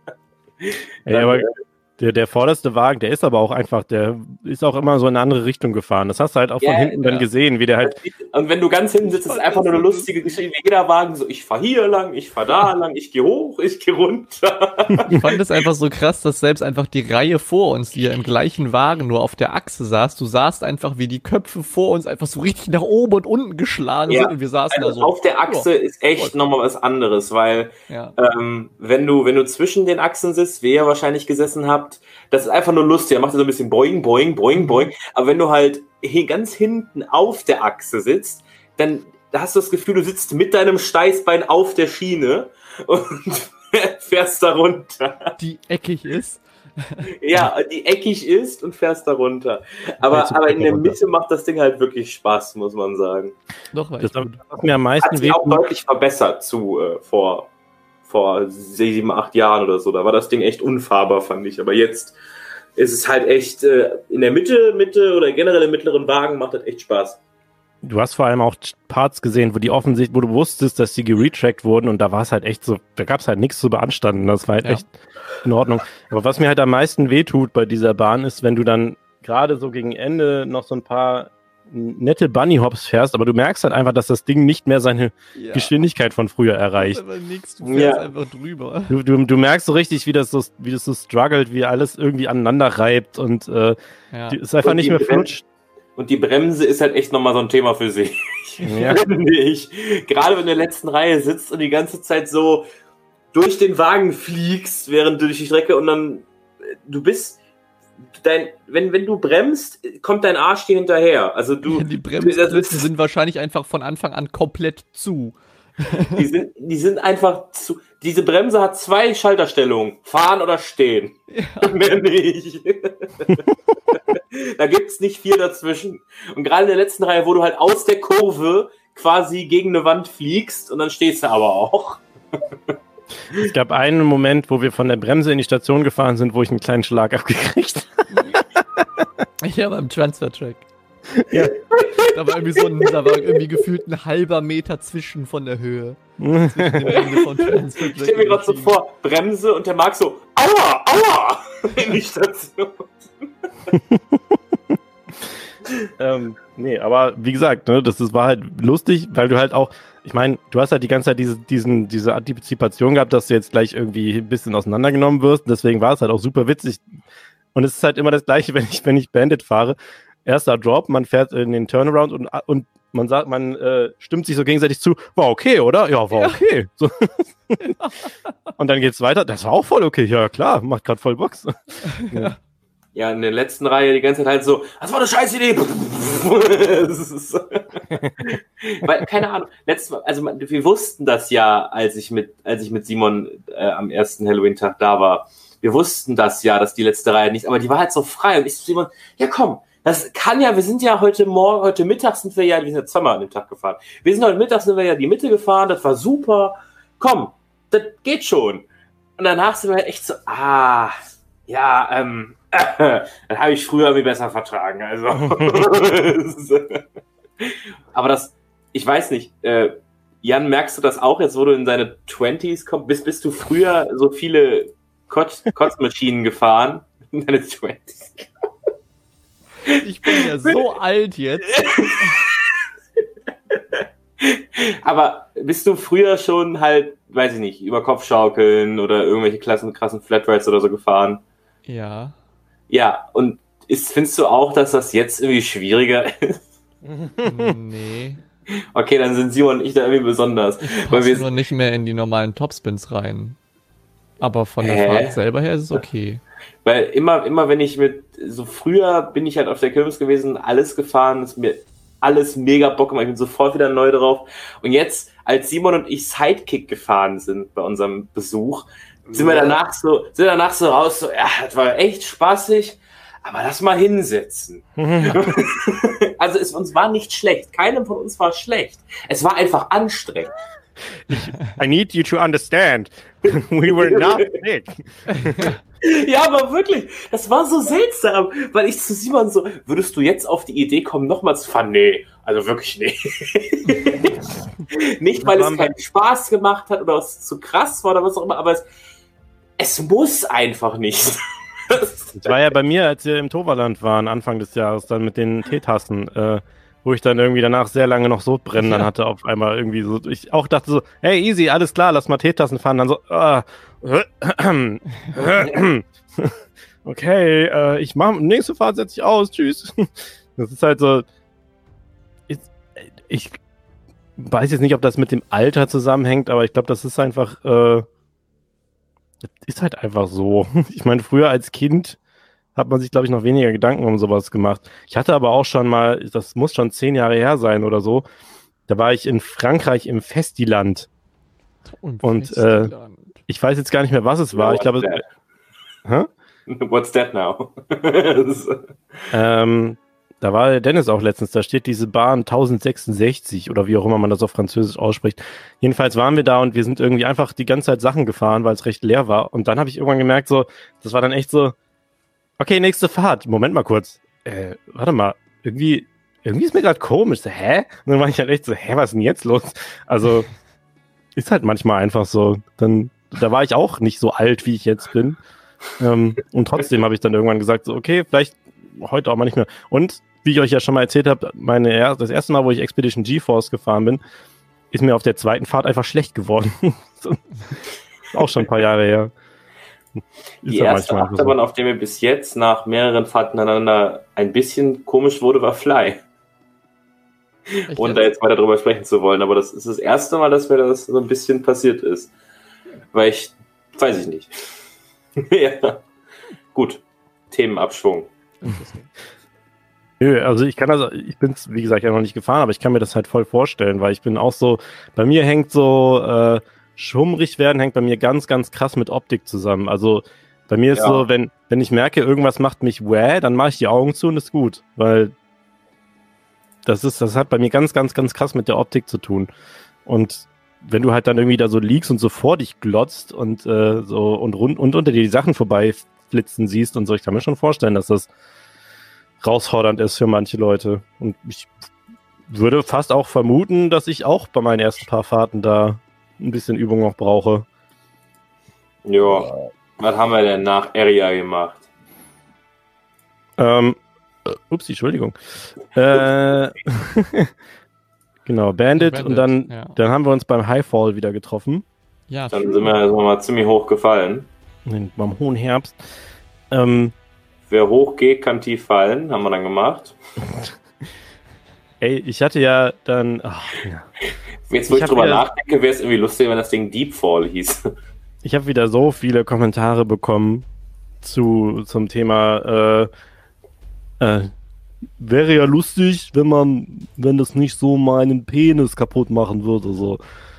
Ey, aber der, der vorderste Wagen, der ist aber auch einfach, der ist auch immer so in eine andere Richtung gefahren. Das hast du halt auch von Ja, hinten ja. dann gesehen, wie der halt. Und wenn du ganz hinten sitzt, ist es einfach nur eine lustige Geschichte. Wie jeder Wagen so, ich fahr hier lang, ich fahr da lang, ich gehe hoch, ich gehe runter. Ich fand es einfach so krass, dass selbst einfach die Reihe vor uns, die ja im gleichen Wagen nur auf der Achse saß, du sahst einfach, wie die Köpfe vor uns einfach so richtig nach oben und unten geschlagen Ja, sind und wir saßen Also da so. auf der Achse ist echt nochmal was anderes, weil Ja. ähm, wenn du wenn du zwischen den Achsen sitzt, wie ihr wahrscheinlich gesessen habt, das ist einfach nur lustig. Da macht er so ein bisschen boing, boing, boing, boing. Aber wenn du halt hier ganz hinten auf der Achse sitzt, dann da hast du das Gefühl, du sitzt mit deinem Steißbein auf der Schiene und fährst da runter. Die eckig ist. Ja, die eckig ist und fährst da runter. Aber, Fällst du aber in der runter. Mitte macht das Ding halt wirklich Spaß, muss man sagen. Doch, war Das, echt gut. was mir am Hat meisten sich auch wehtut, deutlich verbessert zu äh, vor, vor sieben, acht Jahren oder so. Da war das Ding echt unfahrbar, fand ich. Aber jetzt ist es halt echt äh, in der Mitte, Mitte oder generell im mittleren Wagen macht das echt Spaß. du hast vor allem auch Parts gesehen, wo die offensichtlich, wo du wusstest, dass die geretrackt wurden und da war es halt echt so, da gab es halt nichts zu beanstanden. Das war halt Ja. echt in Ordnung. Aber was mir halt am meisten wehtut bei dieser Bahn ist, wenn du dann gerade so gegen Ende noch so ein paar nette Bunny-Hops fährst, aber du merkst halt einfach, dass das Ding nicht mehr seine Ja. Geschwindigkeit von früher erreicht. Aber nix, du fährst Ja. einfach drüber. Du, du, du merkst so richtig, wie das so, wie das so struggelt, wie alles irgendwie aneinander reibt und äh, Ja. die, ist einfach Und nicht die mehr Brem- flutsch. Und die Bremse ist halt echt nochmal so ein Thema für sich. Ja. Finde ich. Gerade wenn du in der letzten Reihe sitzt und die ganze Zeit so durch den Wagen fliegst, während du durch die Strecke und dann du bist dein, wenn, wenn du bremst, kommt dein Arsch dir hinterher. Also du, Die das Bremsklötze ist- sind wahrscheinlich einfach von Anfang an komplett zu. die sind, die sind einfach zu, diese Bremse hat zwei Schalterstellungen. Fahren oder stehen. Mehr nicht. Da gibt's nicht viel dazwischen. Und gerade in der letzten Reihe, wo du halt aus der Kurve quasi gegen eine Wand fliegst und dann stehst du aber auch. Es gab einen Moment, wo wir von der Bremse in die Station gefahren sind, wo ich einen kleinen Schlag abgekriegt habe. Ja, beim Transfer-Track. Ja. Da war irgendwie so ein, da war irgendwie gefühlt ein halber Meter zwischen von der Höhe. Zwischen dem Ende von Transfer-Track. Ich stell mir gerade so und vor, Bremse und der Marc so, aua, aua, in die Station. ähm, nee, aber wie gesagt, ne, das, das war halt lustig, weil du halt auch, ich meine, du hast halt die ganze Zeit diese, diesen, diese Antizipation gehabt, dass du jetzt gleich irgendwie ein bisschen auseinandergenommen wirst. Deswegen war es halt auch super witzig. Und es ist halt immer das Gleiche, wenn ich, wenn ich Bandit fahre. Erster Drop, man fährt in den Turnaround und, und man sagt, man äh, stimmt sich so gegenseitig zu, war okay, oder? Ja, war okay. So. Und dann geht's weiter, das war auch voll okay, ja klar, macht gerade voll Box. Ja. Ja, in der letzten Reihe die ganze Zeit halt so, das war eine scheiß Idee. Weil, keine Ahnung, letztes Mal, also wir wussten das ja, als ich mit, als ich mit Simon äh, am ersten Halloween-Tag da war. Wir wussten das ja, dass die letzte Reihe nicht, aber die war halt so frei. Und ich zu Simon, ja komm, das kann ja, wir sind ja heute Morgen, heute Mittag sind wir ja, wir sind ja zweimal an dem Tag gefahren. Wir sind heute Mittag, sind wir ja die Mitte gefahren, das war super. Komm, das geht schon. Und danach sind wir halt echt so, ah, ja, ähm, das habe ich früher irgendwie besser vertragen. Also. Aber das, ich weiß nicht, äh, Jan, merkst du das auch jetzt, wo du in deine Twenties kommst? Bist, bist du früher so viele Kotz, Kotzmaschinen gefahren? In deine Twenties? Ich bin ja so alt jetzt. Aber bist du früher schon halt, weiß ich nicht, über Kopfschaukeln oder irgendwelche klassen, krassen Flatrides oder so gefahren? Ja. Ja, und ist, findest du auch, dass das jetzt irgendwie schwieriger ist? Nee. Okay, dann sind Simon und ich da irgendwie besonders. Ich weil passe wir nur nicht mehr in die normalen Topspins rein. Aber von der Hä? Fahrt selber her ist es okay. Weil immer, immer wenn ich mit, so früher bin ich halt auf der Kirmes gewesen, alles gefahren, ist mir alles mega Bock gemacht, ich bin sofort wieder neu drauf. Und jetzt, als Simon und ich Sidekick gefahren sind bei unserem Besuch, sind wir danach so, sind danach so raus, so, ja, das war echt spaßig, aber lass mal hinsetzen. Also es uns war nicht schlecht, keinem von uns war schlecht. Es war einfach anstrengend. I need you to understand. We were not sick. Ja, aber wirklich, das war so seltsam, weil ich zu Simon so, würdest du jetzt auf die Idee kommen, nochmal zu fahren? Nee, also wirklich nicht. Nicht, weil es keinen Spaß gemacht hat oder es zu krass war oder was auch immer, aber es, es muss einfach nicht. Das war ja bei mir, als wir im Toverland waren, Anfang des Jahres, dann mit den Teetassen, äh, wo ich dann irgendwie danach sehr lange noch so brennen dann hatte, auf einmal irgendwie so, ich auch dachte so, hey, easy, alles klar, lass mal Teetassen fahren, dann so, ah, okay, äh, ich mach, nächste Fahrt setze ich aus, tschüss. Das ist halt so, ich, ich weiß jetzt nicht, ob das mit dem Alter zusammenhängt, aber ich glaube, das ist einfach, äh, das ist halt einfach so. Ich meine, früher als Kind hat man sich, glaube ich, noch weniger Gedanken um sowas gemacht. Ich hatte aber auch schon mal, das muss schon zehn Jahre her sein oder so, da war ich in Frankreich im Festiland. Und, Und Festiland. Äh, ich weiß jetzt gar nicht mehr, was es war. No, ich glaube, Hä? What's that now? ähm, da war der Dennis auch letztens, da steht diese Bahn tausendsechsundsechzig oder wie auch immer man das auf Französisch ausspricht. Jedenfalls waren wir da und wir sind irgendwie einfach die ganze Zeit Sachen gefahren, weil es recht leer war. Und dann habe ich irgendwann gemerkt, so, das war dann echt so, okay, nächste Fahrt. Moment mal kurz. Äh, warte mal, irgendwie, irgendwie ist mir gerade komisch. So, hä? Und dann war ich halt echt so, hä, was ist denn jetzt los? Also, ist halt manchmal einfach so. Dann, da war ich auch nicht so alt, wie ich jetzt bin. Ähm, und trotzdem habe ich dann irgendwann gesagt, so, okay, vielleicht heute auch mal nicht mehr. Und wie ich euch ja schon mal erzählt habe, meine, das erste Mal, wo ich Expedition GeForce gefahren bin, ist mir auf der zweiten Fahrt einfach schlecht geworden. Auch schon ein paar Jahre her. Die erste Achterbahn, auf der mir bis jetzt nach mehreren Fahrten aneinander ein bisschen komisch wurde, war Fly. Ich Ohne da jetzt weiter drüber sprechen zu wollen, aber das ist das erste Mal, dass mir das so ein bisschen passiert ist. Weil ich, weiß ich nicht. Ja. Gut. Themenabschwung. Nö, also ich kann das, ich bin wie gesagt ja noch nicht gefahren, aber ich kann mir das halt voll vorstellen, weil ich bin auch so, bei mir hängt so, äh, schummrig werden hängt bei mir ganz, ganz krass mit Optik zusammen. Also bei mir ist ja. so, wenn, wenn ich merke, irgendwas macht mich wäh, dann mache ich die Augen zu und ist gut, weil das ist, das hat bei mir ganz, ganz, ganz krass mit der Optik zu tun. Und wenn du halt dann irgendwie da so liegst und so vor dich glotzt und äh, so und rund und unter dir die Sachen vorbeiflitzen siehst und so, ich kann mir schon vorstellen, dass das herausfordernd ist für manche Leute. Und ich würde fast auch vermuten, dass ich auch bei meinen ersten paar Fahrten da ein bisschen Übung noch brauche. Ja, was haben wir denn nach Area gemacht? Ähm, ups, Entschuldigung. Äh, genau, Bandit, Bandit und dann, ja. dann haben wir uns beim Highfall wieder getroffen. Ja, dann sind wir also mal ziemlich hoch gefallen. Beim hohen Herbst. Ähm, Wer hoch geht, kann tief fallen, haben wir dann gemacht. Ey, ich hatte ja dann... Ach, ja. Jetzt, wo ich, ich drüber wieder, nachdenke, wäre es irgendwie lustig, wenn das Ding Deepfall hieß. Ich habe wieder so viele Kommentare bekommen zu zum Thema äh, äh, wäre ja lustig, wenn man, wenn das nicht so meinen Penis kaputt machen würde, so.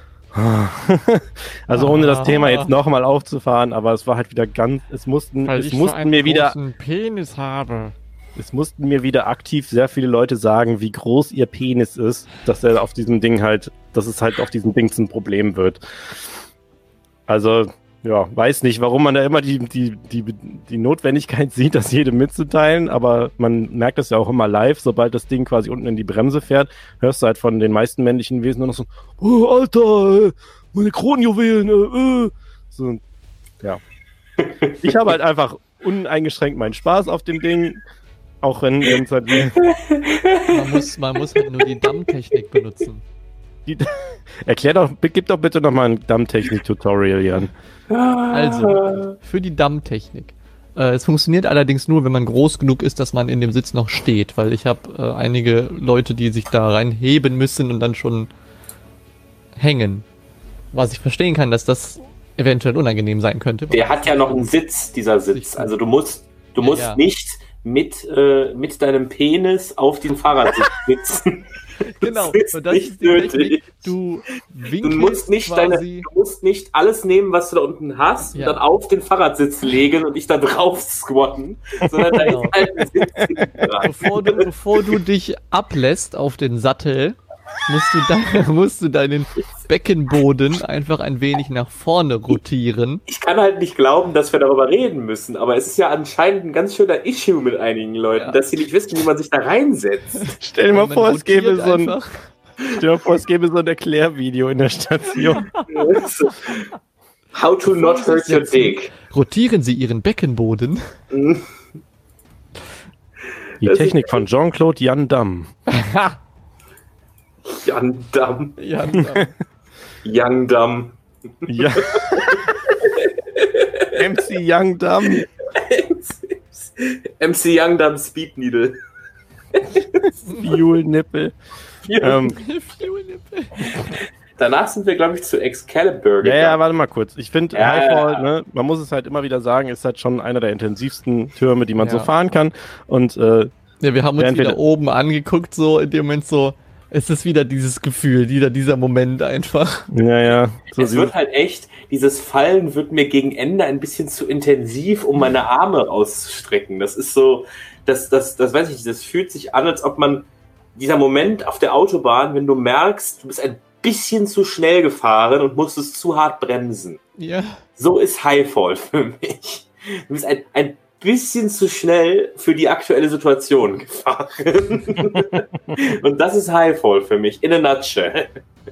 Also ohne das Thema jetzt nochmal aufzufahren, aber es war halt wieder ganz, es mussten, Weil es ich so mussten einen mir wieder, großen Penis habe. es mussten mir wieder aktiv sehr viele Leute sagen, wie groß ihr Penis ist, dass er auf diesem Ding halt, dass es halt auf diesem Ding zum Problem wird. Also, ja, weiß nicht, warum man da immer die, die, die, die Notwendigkeit sieht, das jedem mitzuteilen, aber man merkt das ja auch immer live, sobald das Ding quasi unten in die Bremse fährt, hörst du halt von den meisten männlichen Wesen nur noch so, oh, Alter, meine Kronjuwelen, äh, äh. So, ja. Ich habe halt einfach uneingeschränkt meinen Spaß auf dem Ding, auch wenn es halt wie... Man muss, man muss halt nur die Dammtechnik benutzen. Die, erklär doch, gib doch bitte nochmal ein Dammtechnik-Tutorial, Jan. Also, für die Dammtechnik. Äh, es funktioniert allerdings nur, wenn man groß genug ist, dass man in dem Sitz noch steht, weil ich habe äh, einige Leute, die sich da reinheben müssen und dann schon hängen. Was ich verstehen kann, dass das eventuell unangenehm sein könnte. Der hat ja noch einen Sitz, dieser Sitz. Also du musst, du musst ja, ja. nicht mit, äh, mit deinem Penis auf den Fahrradsitz sitzen. Genau, das ist, und das nicht ist die nötig. Technik. Du winkelst Du musst, nicht quasi... deine, du musst nicht alles nehmen, was du da unten hast, Ja. und dann auf den Fahrradsitz legen und dich da drauf squatten, sondern da Genau. ist halt ein Sitz hinten dran. Bevor du, bevor du dich ablässt auf den Sattel, musst du, de- musst du deinen Beckenboden einfach ein wenig nach vorne rotieren. Ich kann halt nicht glauben, dass wir darüber reden müssen, aber es ist ja anscheinend ein ganz schöner Issue mit einigen Leuten, Ja. dass sie nicht wissen, wie man sich da reinsetzt. Stell dir mal Man vor, es gäbe rotiert so ein, einfach. stell dir mal vor, es gäbe so ein Erklärvideo in der Station. How to not hurt your dick. Rotieren Sie Ihren Beckenboden. Die Das Technik von Jean-Claude Jan Damm. Jan Damm. Ja, Young Damm. Ja. M C Young Damm. M C Young Damm Speed Needle. Fuel-Nippel. Ähm, Danach sind wir, glaube ich, zu Excalibur ja, gegangen. ja, warte mal kurz. Ich finde, Ja, Highfall, ja. ne, man muss es halt immer wieder sagen, ist halt schon einer der intensivsten Türme, die man Ja. so fahren kann. Und äh, ja, wir haben uns Während wir wieder da- oben angeguckt, so in dem Moment so, es ist wieder dieses Gefühl, wieder dieser Moment einfach. ja, ja. So Es wird halt echt, dieses Fallen wird mir gegen Ende ein bisschen zu intensiv, um meine Arme auszustrecken. Das ist so, das, das, das weiß ich nicht, das fühlt sich an, als ob man, dieser Moment auf der Autobahn, wenn du merkst, du bist ein bisschen zu schnell gefahren und musstest zu hart bremsen. Ja. So ist Highfall für mich. Du bist ein, ein bisschen zu schnell für die aktuelle Situation gefahren. Und das ist Highfall für mich, in a nutshell.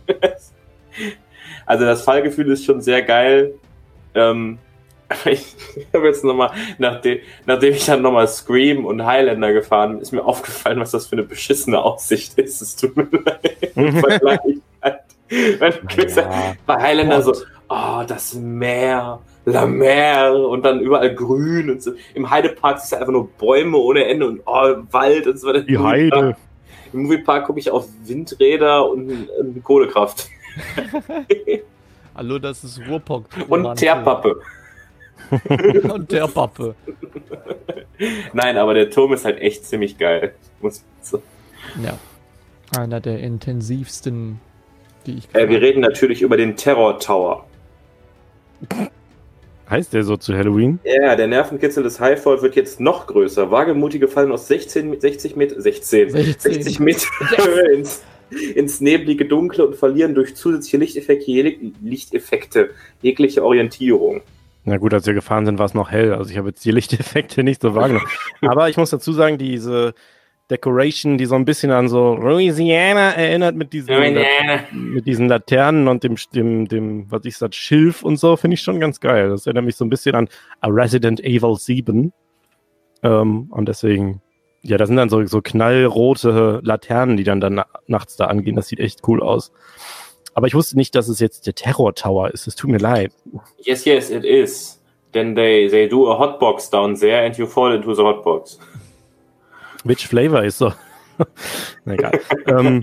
Also das Fallgefühl ist schon sehr geil. Ähm, aber ich habe jetzt nochmal, nachdem, nachdem ich dann nochmal Scream und Highlander gefahren bin, ist mir aufgefallen, was das für eine beschissene Aussicht ist. Es tut mir leid. Im Vergleich halt. Wenn du Ja. bei Highlander Gott. so, oh, das Meer, La Mer und dann überall grün und so. Im Heidepark ist es einfach nur Bäume ohne Ende und oh, Wald und so weiter. Die Heide. Im Moviepark gucke ich auf Windräder und, und Kohlekraft. Hallo, das ist Ruhrpott. Und Teerpappe. Und Teerpappe. Nein, aber der Turm ist halt echt ziemlich geil. Muss so. Ja. Einer der intensivsten, die ich äh, Wir reden natürlich über den Terror Tower. Heißt der so zu Halloween? Ja, der Nervenkitzel des Highfall wird jetzt noch größer. Wagemutige fallen aus sechzehn, sechzig Meter, sechzehn, sechzehn. sechzig Meter ins, ins neblige Dunkle und verlieren durch zusätzliche Lichteffekte, jeg- Lichteffekte jegliche Orientierung. Na gut, als wir gefahren sind, war es noch hell. Also ich habe jetzt die Lichteffekte nicht so wahrgenommen. Aber ich muss dazu sagen, diese Decoration, die so ein bisschen an so Louisiana erinnert mit diesen, mit diesen Laternen und dem, dem, dem, was ich sag, Schilf und so, finde ich schon ganz geil. Das erinnert mich so ein bisschen an A Resident Evil sieben. Ähm, und deswegen, ja, das sind dann so, so knallrote Laternen, die dann, dann na- nachts da angehen. Das sieht echt cool aus. Aber ich wusste nicht, dass es jetzt der Terror Tower ist. Es tut mir leid. Yes, yes, it is. Then they, they do a hotbox down there and you fall into the hotbox. Which flavor ist so? Na egal. ähm,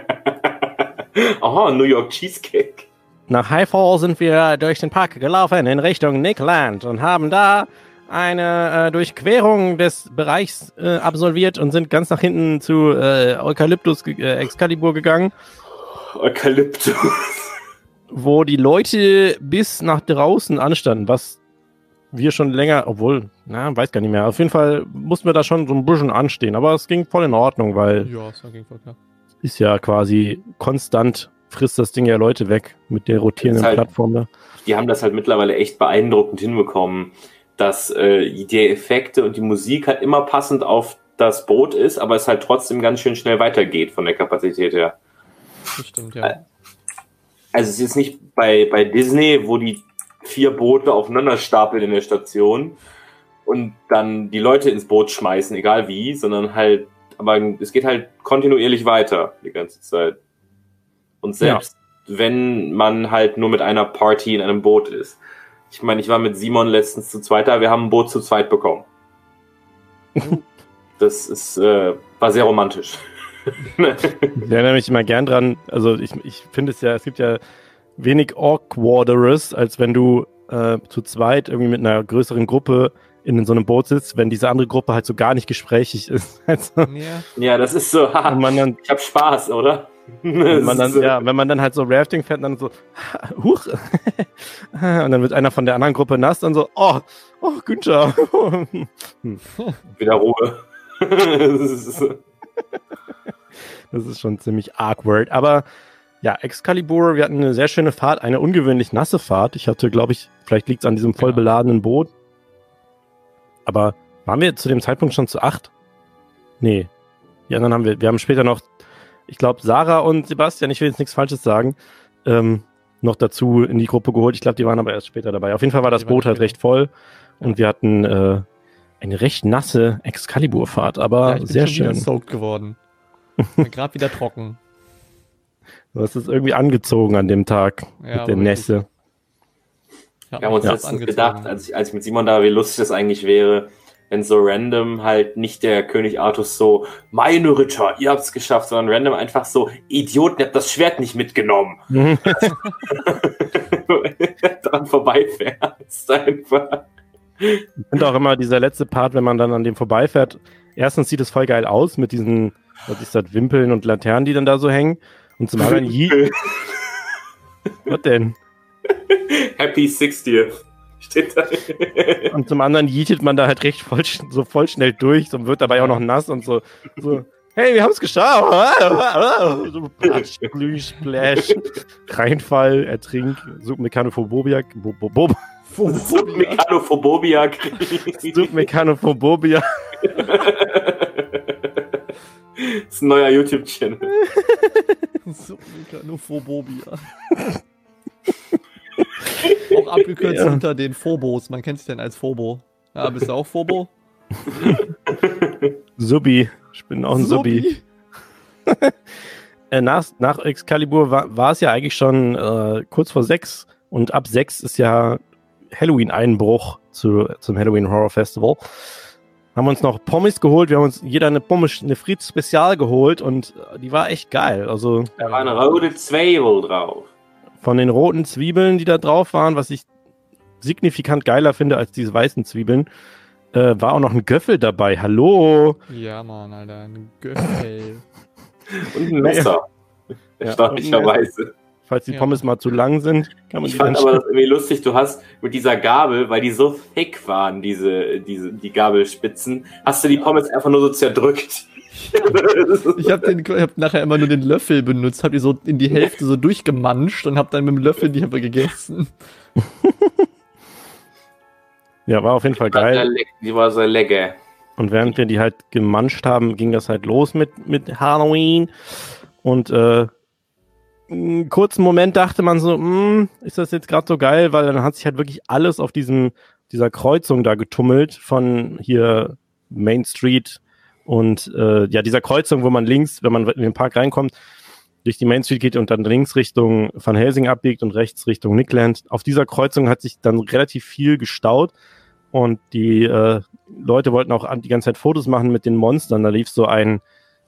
Aha, New York Cheesecake. Nach High Fall sind wir durch den Park gelaufen in Richtung Nickland und haben da eine äh, Durchquerung des Bereichs äh, absolviert und sind ganz nach hinten zu äh, Eukalyptus äh, Excalibur gegangen. Eukalyptus. Wo die Leute bis nach draußen anstanden, was wir schon länger, obwohl, na, weiß gar nicht mehr. Auf jeden Fall mussten wir da schon so ein bisschen anstehen, aber es ging voll in Ordnung, weil Ja, es ging voll klar. ist ja quasi konstant, frisst das Ding ja Leute weg mit der rotierenden halt, Plattform da. Die haben das halt mittlerweile echt beeindruckend hinbekommen, dass äh, die Effekte und die Musik halt immer passend auf das Boot ist, aber es halt trotzdem ganz schön schnell weitergeht von der Kapazität her. Das stimmt, ja. Also es ist jetzt nicht bei, bei Disney, wo die vier Boote aufeinander stapeln in der Station und dann die Leute ins Boot schmeißen, egal wie, sondern halt, aber es geht halt kontinuierlich weiter die ganze Zeit. Und selbst ja. wenn man halt nur mit einer Party in einem Boot ist. Ich meine, ich war mit Simon letztens zu zweit da, wir haben ein Boot zu zweit bekommen. Das ist, äh, war sehr romantisch. Ich erinnere mich immer gern dran, also ich, ich finde es ja, es gibt ja wenig awkwarderes, als wenn du äh, zu zweit irgendwie mit einer größeren Gruppe in so einem Boot sitzt, wenn diese andere Gruppe halt so gar nicht gesprächig ist. Also, ja. ja, das ist so, haha, man dann, ich hab Spaß, oder? Wenn man, dann, so. ja, wenn man dann halt so Rafting fährt, dann so, huch, und dann wird einer von der anderen Gruppe nass, dann so, oh, oh, Günther. Wieder Ruhe. Das ist, so. Das ist schon ziemlich awkward, aber ja, Excalibur, wir hatten eine sehr schöne Fahrt, eine ungewöhnlich nasse Fahrt. Ich hatte, glaube ich, vielleicht liegt es an diesem voll beladenen Boot. Aber waren wir zu dem Zeitpunkt schon zu acht? Nee. Die anderen haben wir, wir haben später noch, ich glaube, Sarah und Sebastian, ich will jetzt nichts Falsches sagen, ähm, noch dazu in die Gruppe geholt. Ich glaube, die waren aber erst später dabei. Auf jeden Fall war das Boot halt recht voll und wir hatten äh, eine recht nasse Excalibur-Fahrt, aber ja, ich sehr bin schon schön. Wieder soaked geworden. Gerade wieder trocken. Du hast es irgendwie angezogen an dem Tag ja, mit der Nässe. Wir haben uns ja. letztens gedacht, als ich, als ich mit Simon da war, wie lustig das eigentlich wäre, wenn so random halt nicht der König Artus so, meine Ritter, ihr habt's geschafft, sondern random einfach so, Idioten, ihr habt das Schwert nicht mitgenommen. Dran vorbeifährst einfach. Ich finde auch immer dieser letzte Part, wenn man dann an dem vorbeifährt, erstens sieht es voll geil aus mit diesen, was ist das, Wimpeln und Laternen, die dann da so hängen. Und zum anderen je- Was denn? Happy sixtieth steht da. Und zum anderen jietet man da halt recht voll, so voll schnell durch und wird dabei auch noch nass und so, so hey, wir haben es geschafft. So Platsch, Glüh, Splash, Reinfall, Ertrink, Submechanophobia, Submechanophobia. Submechanophobia. Das ist ein neuer YouTube-Channel. Submechanophobia. Auch abgekürzt ja. unter den Phobos. Man kennt sich denn als Phobo. Ja, bist du auch Phobo? Subi. Ich bin auch ein Subi. Subi. nach, nach Excalibur war, war es ja eigentlich schon äh, kurz vor sechs. Und ab sechs ist ja Halloween-Einbruch zu, zum Halloween Horror Festival. Haben uns noch Pommes geholt. Wir haben uns jeder eine Pommes, eine Fritz Spezial geholt und die war echt geil. Also, da war eine rote Zwiebel drauf. Von den roten Zwiebeln, die da drauf waren, was ich signifikant geiler finde als diese weißen Zwiebeln, äh, war auch noch ein Göffel dabei. Hallo! Ja, Mann, Alter, ein Göffel. Und ein Messer. Erstaunlicherweise. Falls die Pommes ja. mal zu lang sind, kann man ich die fand aber das irgendwie lustig, du hast mit dieser Gabel, weil die so thick waren, diese, diese, die Gabelspitzen, hast du die Pommes einfach nur so zerdrückt. Ich habe hab nachher immer nur den Löffel benutzt, hab die so in die Hälfte so durchgemanscht und hab dann mit dem Löffel die aber gegessen. Ja, war auf jeden Fall geil. Die war sehr lecker. Und während wir die halt gemanscht haben, ging das halt los mit, mit Halloween. Und äh, einen kurzen Moment dachte man so, mh, ist das jetzt gerade so geil, weil dann hat sich halt wirklich alles auf diesem dieser Kreuzung da getummelt von hier Main Street und äh, ja, dieser Kreuzung, wo man links, wenn man in den Park reinkommt, durch die Main Street geht und dann links Richtung Van Helsing abbiegt und rechts Richtung Nickland. Auf dieser Kreuzung hat sich dann relativ viel gestaut und die äh, Leute wollten auch die ganze Zeit Fotos machen mit den Monstern. Da lief so ein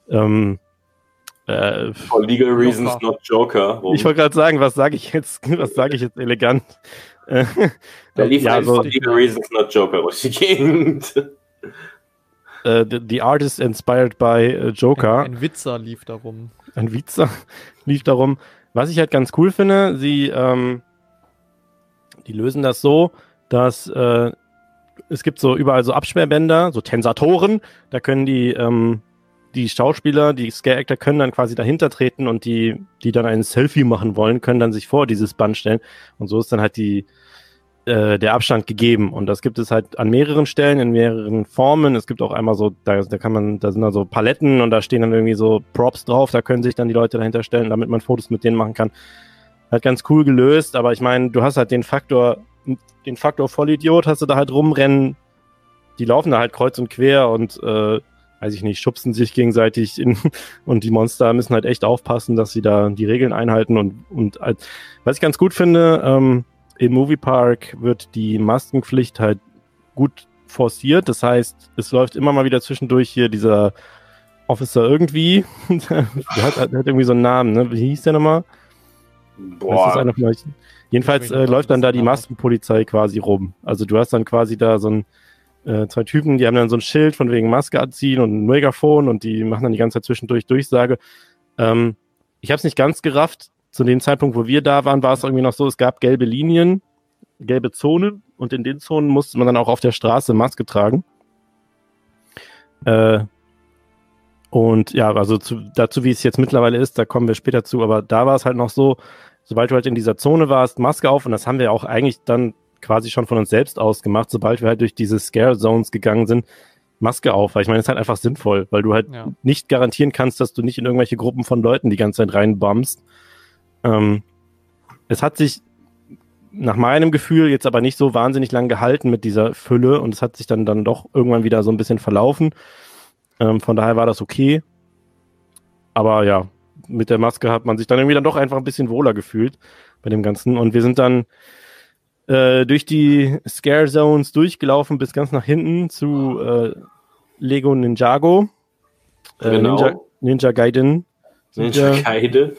ähm, äh, For legal reasons, Joker. not Joker. Warum? ich wollte gerade sagen, was sage ich jetzt, was sage ich jetzt elegant? Äh, Der lief ja, einfach so, For legal reasons, not Joker durch die Gegend. äh, the, the artist inspired by äh, Joker. Ein, ein Witzer lief darum. Ein Witzer lief darum. Was ich halt ganz cool finde, sie, ähm, die lösen das so, dass äh, es gibt so überall so Absperrbänder, so Tensatoren, da können die, ähm, die Schauspieler, die Scare-Actor können dann quasi dahinter treten und die, die dann ein Selfie machen wollen, können dann sich vor dieses Band stellen und so ist dann halt die, äh, der Abstand gegeben und das gibt es halt an mehreren Stellen, in mehreren Formen. Es gibt auch einmal so, da, da kann man, da sind dann so Paletten und da stehen dann irgendwie so Props drauf, da können sich dann die Leute dahinter stellen, damit man Fotos mit denen machen kann. Halt ganz cool gelöst, aber ich meine, du hast halt den Faktor, den Faktor Vollidiot hast du da halt rumrennen, die laufen da halt kreuz und quer und, äh, weiß ich nicht, schubsen sich gegenseitig in, und die Monster müssen halt echt aufpassen, dass sie da die Regeln einhalten und, und halt, was ich ganz gut finde, ähm, im Moviepark wird die Maskenpflicht halt gut forciert, das heißt, es läuft immer mal wieder zwischendurch hier dieser Officer irgendwie, der hat, hat irgendwie so einen Namen, ne? Wie hieß der nochmal? Boah. Ist das einer von euch? Jedenfalls äh, läuft dann da die Maskenpolizei quasi rum. Also du hast dann quasi da so ein, äh, zwei Typen, die haben dann so ein Schild von wegen Maske anziehen und ein Megafon und die machen dann die ganze Zeit zwischendurch Durchsage. Ähm, ich habe es nicht ganz gerafft. Zu dem Zeitpunkt, wo wir da waren, war es irgendwie noch so, es gab gelbe Linien, gelbe Zonen und in den Zonen musste man dann auch auf der Straße Maske tragen. Äh, und ja, also zu, dazu, wie es jetzt mittlerweile ist, da kommen wir später zu, aber da war es halt noch so, sobald du halt in dieser Zone warst, Maske auf und das haben wir auch eigentlich dann quasi schon von uns selbst aus gemacht, sobald wir halt durch diese Scare Zones gegangen sind, Maske auf, weil ich meine, es ist halt einfach sinnvoll, weil du halt Ja. nicht garantieren kannst, dass du nicht in irgendwelche Gruppen von Leuten die ganze Zeit reinbombst. Ähm, es hat sich nach meinem Gefühl jetzt aber nicht so wahnsinnig lang gehalten mit dieser Fülle und es hat sich dann, dann doch irgendwann wieder so ein bisschen verlaufen. Ähm, von daher war das okay. Aber ja, mit der Maske hat man sich dann irgendwie dann doch einfach ein bisschen wohler gefühlt bei dem Ganzen. Und wir sind dann äh, durch die Scare Zones durchgelaufen bis ganz nach hinten zu äh, Lego Ninjago. Äh, Genau. Ninja, Ninja Gaiden. Sind Ninja wir- Gaiden.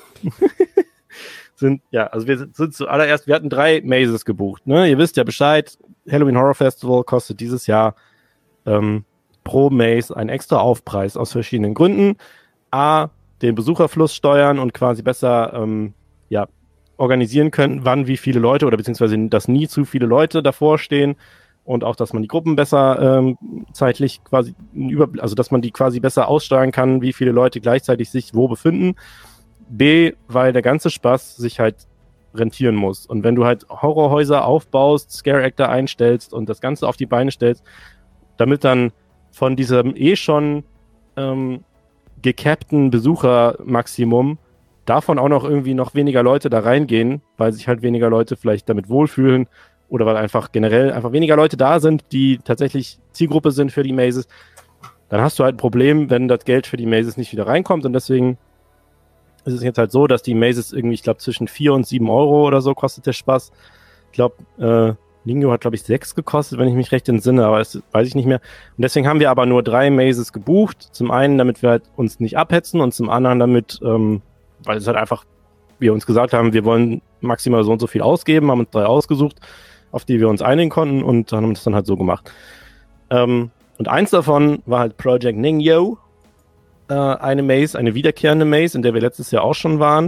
sind, ja, also wir sind, sind zuallererst, wir hatten drei Mazes gebucht, ne? Ihr wisst ja Bescheid, Halloween Horror Festival kostet dieses Jahr ähm, pro Maze einen extra Aufpreis aus verschiedenen Gründen. A, den Besucherfluss steuern und quasi besser ähm, ja, organisieren können, wann wie viele Leute oder beziehungsweise, dass nie zu viele Leute davor stehen und auch, dass man die Gruppen besser ähm, zeitlich quasi über, also dass man die quasi besser aussteuern kann, wie viele Leute gleichzeitig sich wo befinden. B, weil der ganze Spaß sich halt rentieren muss. Und wenn du halt Horrorhäuser aufbaust, Scare-Actor einstellst und das Ganze auf die Beine stellst, damit dann von diesem eh schon ähm, gecappten Besuchermaximum davon auch noch irgendwie noch weniger Leute da reingehen, weil sich halt weniger Leute vielleicht damit wohlfühlen oder weil einfach generell einfach weniger Leute da sind, die tatsächlich Zielgruppe sind für die Mazes, dann hast du halt ein Problem, wenn das Geld für die Mazes nicht wieder reinkommt und deswegen ist es jetzt halt so, dass die Mazes irgendwie, ich glaube, zwischen vier und sieben Euro oder so kostet der Spaß. Ich glaube, äh, Ningo hat, glaube ich, sechs gekostet, wenn ich mich recht entsinne, aber das weiß ich nicht mehr. Und deswegen haben wir aber nur drei Mazes gebucht. Zum einen, damit wir halt uns nicht abhetzen und zum anderen damit, ähm, weil es halt einfach, wir uns gesagt haben, wir wollen maximal so und so viel ausgeben, haben uns drei ausgesucht, auf die wir uns einigen konnten und haben das dann halt so gemacht. Ähm, und eins davon war halt Project Ningyo. Äh, eine Maze, eine wiederkehrende Maze, in der wir letztes Jahr auch schon waren.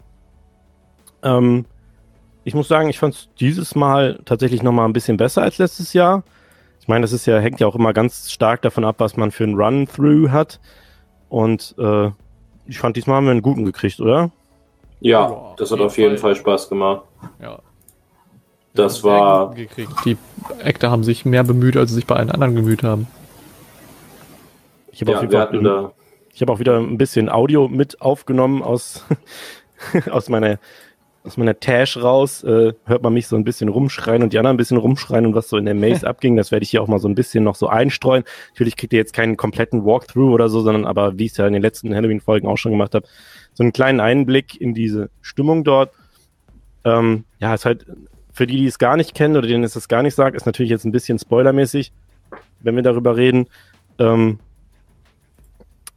Ähm, ich muss sagen, ich fand es dieses Mal tatsächlich nochmal ein bisschen besser als letztes Jahr. Ich meine, das ist ja, hängt ja auch immer ganz stark davon ab, was man für einen Run-Through hat. Und äh, ich fand, diesmal haben wir einen guten gekriegt, oder? Ja, Ja, das auf hat auf jeden jeden Fall. Fall Spaß gemacht. Ja. Das Sehr war, guten gekriegt. Die Actor haben sich mehr bemüht, als sie sich bei allen anderen bemüht haben. Ich habe auf ja, jeden wir Fall hatten da, Ich habe auch wieder ein bisschen Audio mit aufgenommen aus, aus meiner, aus meiner Tash raus. Äh, hört man mich so ein bisschen rumschreien und die anderen ein bisschen rumschreien und was so in der Maze abging. Das werde ich hier auch mal so ein bisschen noch so einstreuen. Natürlich kriegt ihr jetzt keinen kompletten Walkthrough oder so, sondern aber, wie ich es ja in den letzten Halloween-Folgen auch schon gemacht habe, so einen kleinen Einblick in diese Stimmung dort. Ähm, ja, ist halt für die, die es gar nicht kennen oder denen es das gar nicht sagt, ist natürlich jetzt ein bisschen spoilermäßig, wenn wir darüber reden. Ähm,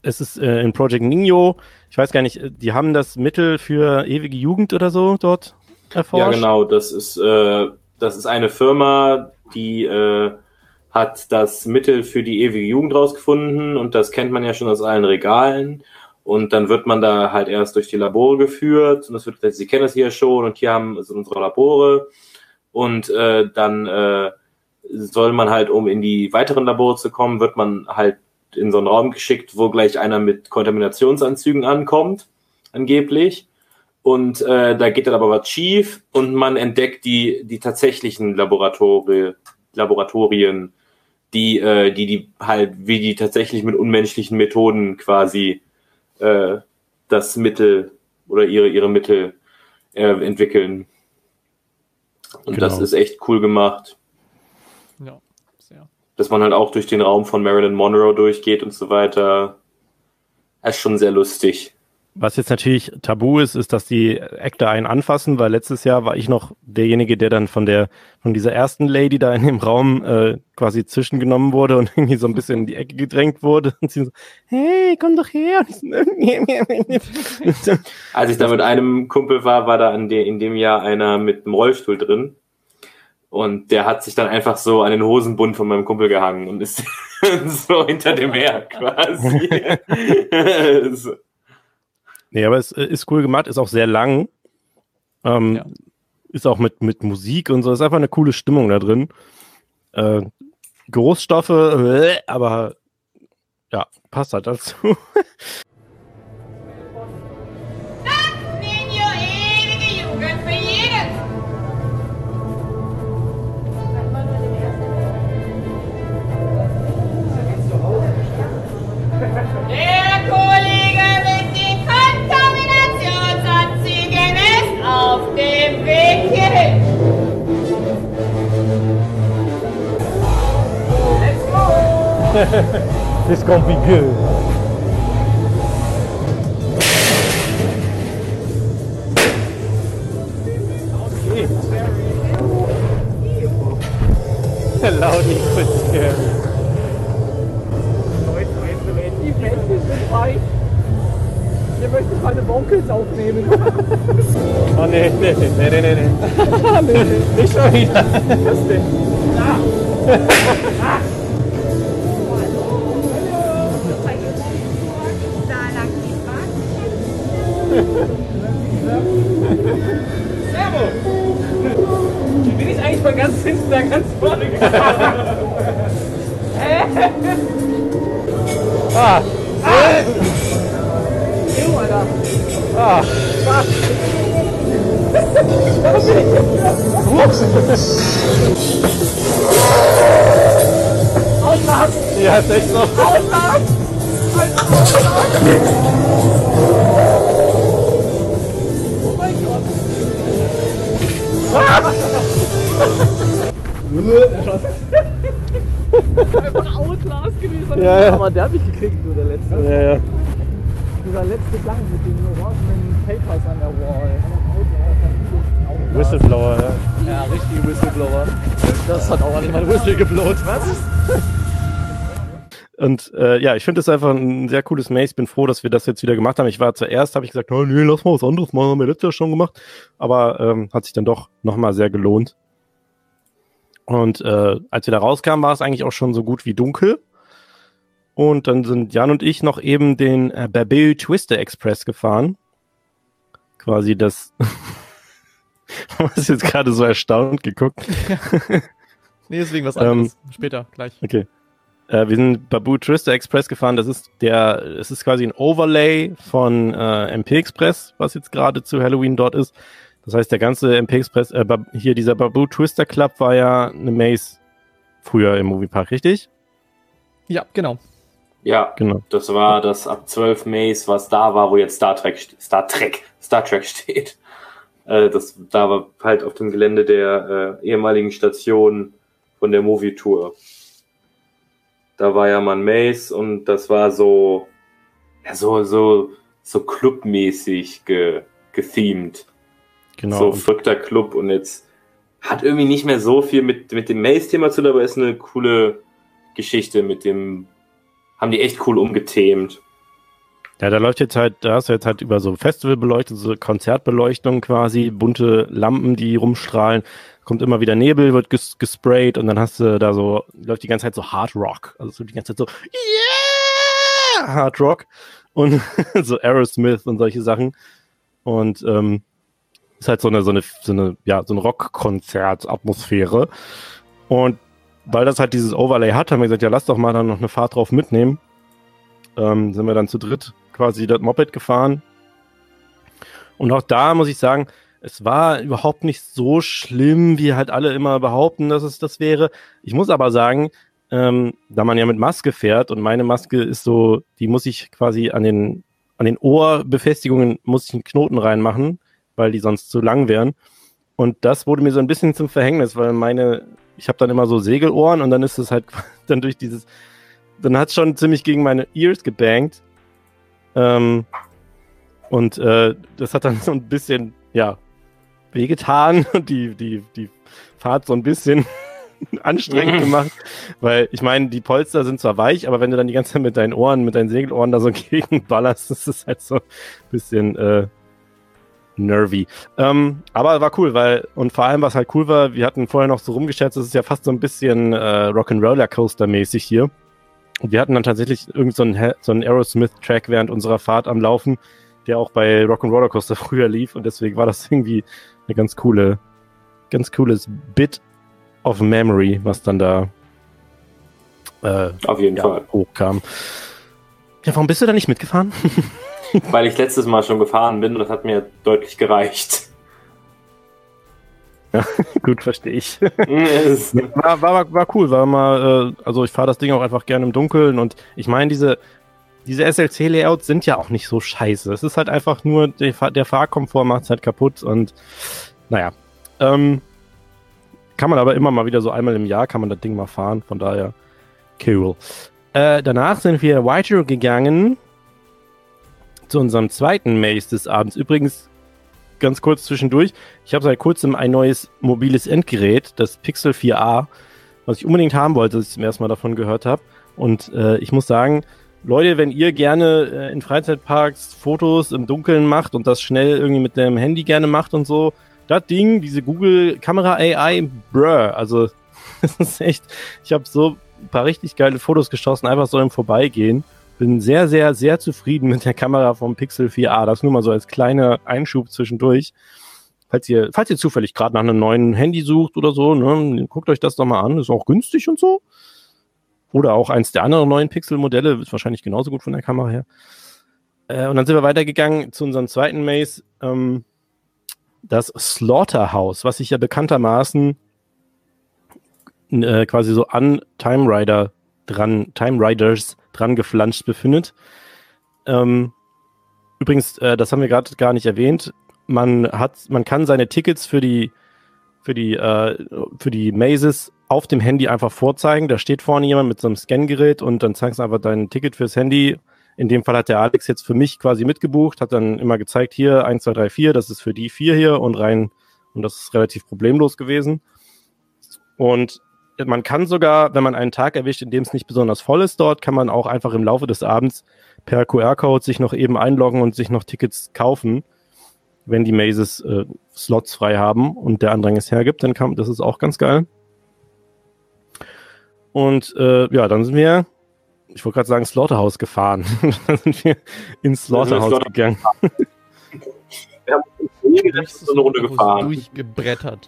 es ist äh, in Project Nino, ich weiß gar nicht, die haben das Mittel für ewige Jugend oder so dort erforscht? Ja, genau, das ist, äh, das ist eine Firma, die äh, hat das Mittel für die ewige Jugend rausgefunden und das kennt man ja schon aus allen Regalen. Und dann wird man da halt erst durch die Labore geführt und das wird, Sie kennen das hier schon und hier haben also unsere Labore und äh, dann äh, soll man halt, um in die weiteren Labore zu kommen, wird man halt in so einen Raum geschickt, wo gleich einer mit Kontaminationsanzügen ankommt, angeblich. Und äh, da geht dann aber was schief und man entdeckt die die tatsächlichen Laboratorien, Laboratorien, die äh, die die halt wie die tatsächlich mit unmenschlichen Methoden quasi äh, das Mittel oder ihre ihre Mittel äh, entwickeln. Und Genau. das ist echt cool gemacht. Ja, sehr. Dass man halt auch durch den Raum von Marilyn Monroe durchgeht und so weiter. Das ist schon sehr lustig. Was jetzt natürlich tabu ist, ist, dass die Actor einen anfassen, weil letztes Jahr war ich noch derjenige, der dann von der von dieser ersten Lady da in dem Raum äh, quasi zwischengenommen wurde und irgendwie so ein bisschen in die Ecke gedrängt wurde und sie so, hey, komm doch her. Als ich da mit einem Kumpel war, war da in, de- in dem Jahr einer mit einem Rollstuhl drin und der hat sich dann einfach so an den Hosenbund von meinem Kumpel gehangen und ist so hinter dem her quasi. so. Nee, aber es äh, ist cool gemacht, ist auch sehr lang. Ähm, Ja. Ist auch mit, mit Musik und so. Ist einfach eine coole Stimmung da drin. Äh, Geruchsstoffe, äh, aber ja, passt halt dazu. Ninja, ewige Jugend für jeden! Der Kollege mit den Kontaminationsanzügen ist auf dem Weg hierhin. Let's go! This gonna be good. Loudly but scary. Die Menschen sind reich. Ihr möchtet meine Vocals aufnehmen. Oh nee, nee, nee, nee, nee, nee. nee, nee, nicht schon wieder. Was denn? Wie bin ich eigentlich von ganz hinten nach ganz vorne gegangen? ah! Ew, Alter! Ah! Was? Auslachen! Ja, ist echt so. Auslachen! Oh mein Gott! Einfach Outlast gewesen. Ja, ja. Aber der hat mich gekriegt, du, der letzte. Ja, ja. Dieser letzte Gang mit den orangenen Papers an der Wall. Whistleblower, ja. Ja, richtig Whistleblower. Das hat auch nicht mal Whistle geblowt, was? Und äh, ja, ich finde es einfach ein sehr cooles Maze. Ich bin froh, dass wir das jetzt wieder gemacht haben. Ich war zuerst, habe ich gesagt, oh, nee, lass mal was anderes machen, haben wir letztes Jahr schon gemacht. Aber ähm, hat sich dann doch nochmal sehr gelohnt. Und äh, als wir da rauskamen, war es eigentlich auch schon so gut wie dunkel. Und dann sind Jan und ich noch eben den äh, Babel Twister Express gefahren. Quasi das... Du hast jetzt gerade so erstaunt geguckt. Nee, deswegen was anderes. Später, gleich. Okay. Äh, wir sind Baboo Twister Express gefahren. Das ist der, es ist quasi ein Overlay von äh, M P Express, was jetzt gerade zu Halloween dort ist. Das heißt, der ganze M P Express, äh, Bab- hier dieser Baboo Twister Club war ja eine Maze früher im Moviepark, richtig? Ja, genau. Ja, Genau. das war das ab zwölf Maze, was da war, wo jetzt Star Trek, st- Star Trek, Star Trek steht. Äh, das, da war halt auf dem Gelände der äh, ehemaligen Station von der Movie Tour. Da war ja mal ein Maze und das war so, ja, so, so, so clubmäßig ge, gethemed. Genau. So Und verrückter Club und jetzt hat irgendwie nicht mehr so viel mit, mit dem Maze-Thema zu tun, aber ist eine coole Geschichte mit dem, haben die echt cool umgethemt. Ja, da läuft jetzt halt, da hast du jetzt halt über so Festivalbeleuchtung, so Konzertbeleuchtung quasi, bunte Lampen, die rumstrahlen, kommt immer wieder Nebel, wird ges- gesprayt und dann hast du da so, läuft die ganze Zeit so Hard Rock, also so die ganze Zeit so, yeah, Hard Rock und so Aerosmith und solche Sachen und ähm, ist halt so eine, so eine, so eine, ja, so eine Rock-Konzert-Atmosphäre und weil das halt dieses Overlay hat, haben wir gesagt, ja, lass doch mal dann noch eine Fahrt drauf mitnehmen. Ähm, sind wir dann zu dritt quasi das Moped gefahren. Und auch da muss ich sagen, es war überhaupt nicht so schlimm, wie halt alle immer behaupten, dass es das wäre. Ich muss aber sagen, ähm, da man ja mit Maske fährt und meine Maske ist so, die muss ich quasi an den, an den Ohrbefestigungen muss ich einen Knoten reinmachen, weil die sonst zu lang wären. Und das wurde mir so ein bisschen zum Verhängnis, weil meine, ich habe dann immer so Segelohren und dann ist es halt dann durch dieses, dann hat es schon ziemlich gegen meine Ears gebankt. Ähm, und äh, das hat dann so ein bisschen, ja, wehgetan und die, die, die Fahrt so ein bisschen anstrengend gemacht, weil ich meine, die Polster sind zwar weich, aber wenn du dann die ganze Zeit mit deinen Ohren, mit deinen Segelohren da so gegenballerst, das ist halt so ein bisschen äh, nervy. Ähm, aber war cool, weil, und vor allem, was halt cool war, wir hatten vorher noch so rumgeschätzt, das ist ja fast so ein bisschen äh, Rock'n'Roller Coaster mäßig hier. Und wir hatten dann tatsächlich irgend so einen, so einen Aerosmith-Track während unserer Fahrt am Laufen, der auch bei Rock'n'Roller Coaster früher lief und deswegen war das irgendwie eine ganz coole, ganz cooles Bit of Memory, was dann da äh, Auf jeden ja, Fall. hochkam. Ja, warum bist du da nicht mitgefahren? Weil ich letztes Mal schon gefahren bin und das hat mir deutlich gereicht. Ja, gut, verstehe ich. Es- War, war, war cool, war mal, äh, also ich fahre das Ding auch einfach gerne im Dunkeln und ich meine, diese, diese S L C-Layouts sind ja auch nicht so scheiße. Es ist halt einfach nur, der, Fahr- der Fahrkomfort macht es halt kaputt und naja. Ähm, kann man aber immer mal wieder so einmal im Jahr kann man das Ding mal fahren, von daher cool. Äh, danach sind wir weitergegangen zu unserem zweiten Maze des Abends. Übrigens, ganz kurz zwischendurch, ich habe seit kurzem ein neues mobiles Endgerät, das Pixel vier a, was ich unbedingt haben wollte, als ich zum ersten Mal davon gehört habe. Und äh, ich muss sagen, Leute, wenn ihr gerne äh, in Freizeitparks Fotos im Dunkeln macht und das schnell irgendwie mit dem Handy gerne macht und so, das Ding, diese Google Kamera A I, bruh, also das ist echt, ich habe so ein paar richtig geile Fotos geschossen, einfach so im Vorbeigehen. Bin sehr, sehr, sehr zufrieden mit der Kamera vom Pixel vier a. Das nur mal so als kleiner Einschub zwischendurch. Falls ihr, falls ihr zufällig gerade nach einem neuen Handy sucht oder so, ne, guckt euch das doch mal an. Ist auch günstig und so. Oder auch eins der anderen neuen Pixel-Modelle. Ist wahrscheinlich genauso gut von der Kamera her. Äh, und dann sind wir weitergegangen zu unserem zweiten Maze. Ähm, das Slaughterhouse, was sich ja bekanntermaßen äh, quasi so an Time Rider dran, Time Riders dran geflanscht befindet. Ähm, übrigens, äh, das haben wir gerade gar nicht erwähnt. Man hat, man kann seine Tickets für die, für die, äh, für die Mazes auf dem Handy einfach vorzeigen. Da steht vorne jemand mit so einem Scangerät und dann zeigst du einfach dein Ticket fürs Handy. In dem Fall hat der Alex jetzt für mich quasi mitgebucht, hat dann immer gezeigt, hier eins, zwei, drei, vier, das ist für die vier hier und rein, und das ist relativ problemlos gewesen. Und man kann sogar, wenn man einen Tag erwischt, in dem es nicht besonders voll ist dort, kann man auch einfach im Laufe des Abends per Q R-Code sich noch eben einloggen und sich noch Tickets kaufen, wenn die Mazes äh, Slots frei haben und der Andrang es hergibt, dann kann, das ist auch ganz geil. Und äh, ja, dann sind wir, ich wollte gerade sagen, Slaughterhouse gefahren. Dann sind wir ins Slaughterhouse Slaughter- gegangen. Wir haben uns so eine Runde gefahren. Durchgebrettert.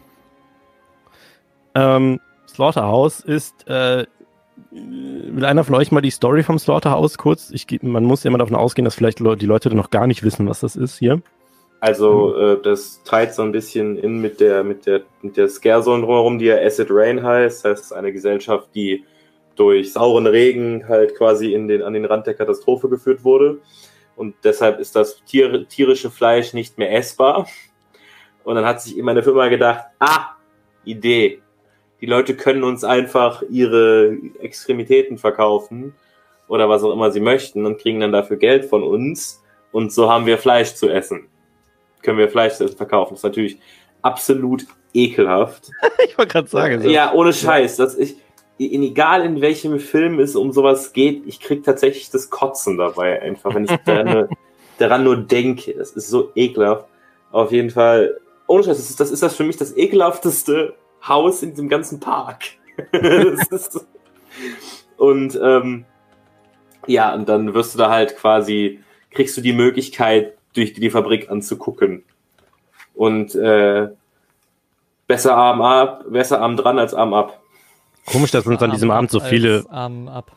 Ähm, Slaughterhouse ist, äh, will einer von euch mal die Story vom Slaughterhouse kurz? Ich, geh- man muss ja immer davon ausgehen, dass vielleicht Leu- die Leute noch gar nicht wissen, was das ist hier. Also äh, das teilt so ein bisschen in mit der mit der mit der Scare Zone drumherum, die ja Acid Rain heißt. Das heißt, eine Gesellschaft, die durch sauren Regen halt quasi in den an den Rand der Katastrophe geführt wurde. Und deshalb ist das Tier, tierische Fleisch nicht mehr essbar. Und dann hat sich immer eine Firma gedacht, ah, Idee. Die Leute können uns einfach ihre Extremitäten verkaufen oder was auch immer sie möchten und kriegen dann dafür Geld von uns. Und so haben wir Fleisch zu essen. Können wir Fleisch zu essen verkaufen. Das ist natürlich absolut ekelhaft. Ich wollte gerade sagen. So. Ja, ohne Scheiß. Das ich, in, egal in welchem Film es um sowas geht, ich krieg tatsächlich das Kotzen dabei einfach, wenn ich daran nur, daran nur denke. Das ist so ekelhaft. Auf jeden Fall, ohne Scheiß, das ist, das ist das für mich das ekelhafteste Haus in diesem ganzen Park. Das ist, und ähm, ja, und dann wirst du da halt quasi, kriegst du die Möglichkeit, durch die Fabrik anzugucken. Und äh, besser Arm ab, besser Arm dran als Arm ab. Komisch, dass uns an diesem Abend so viele... Arm ab.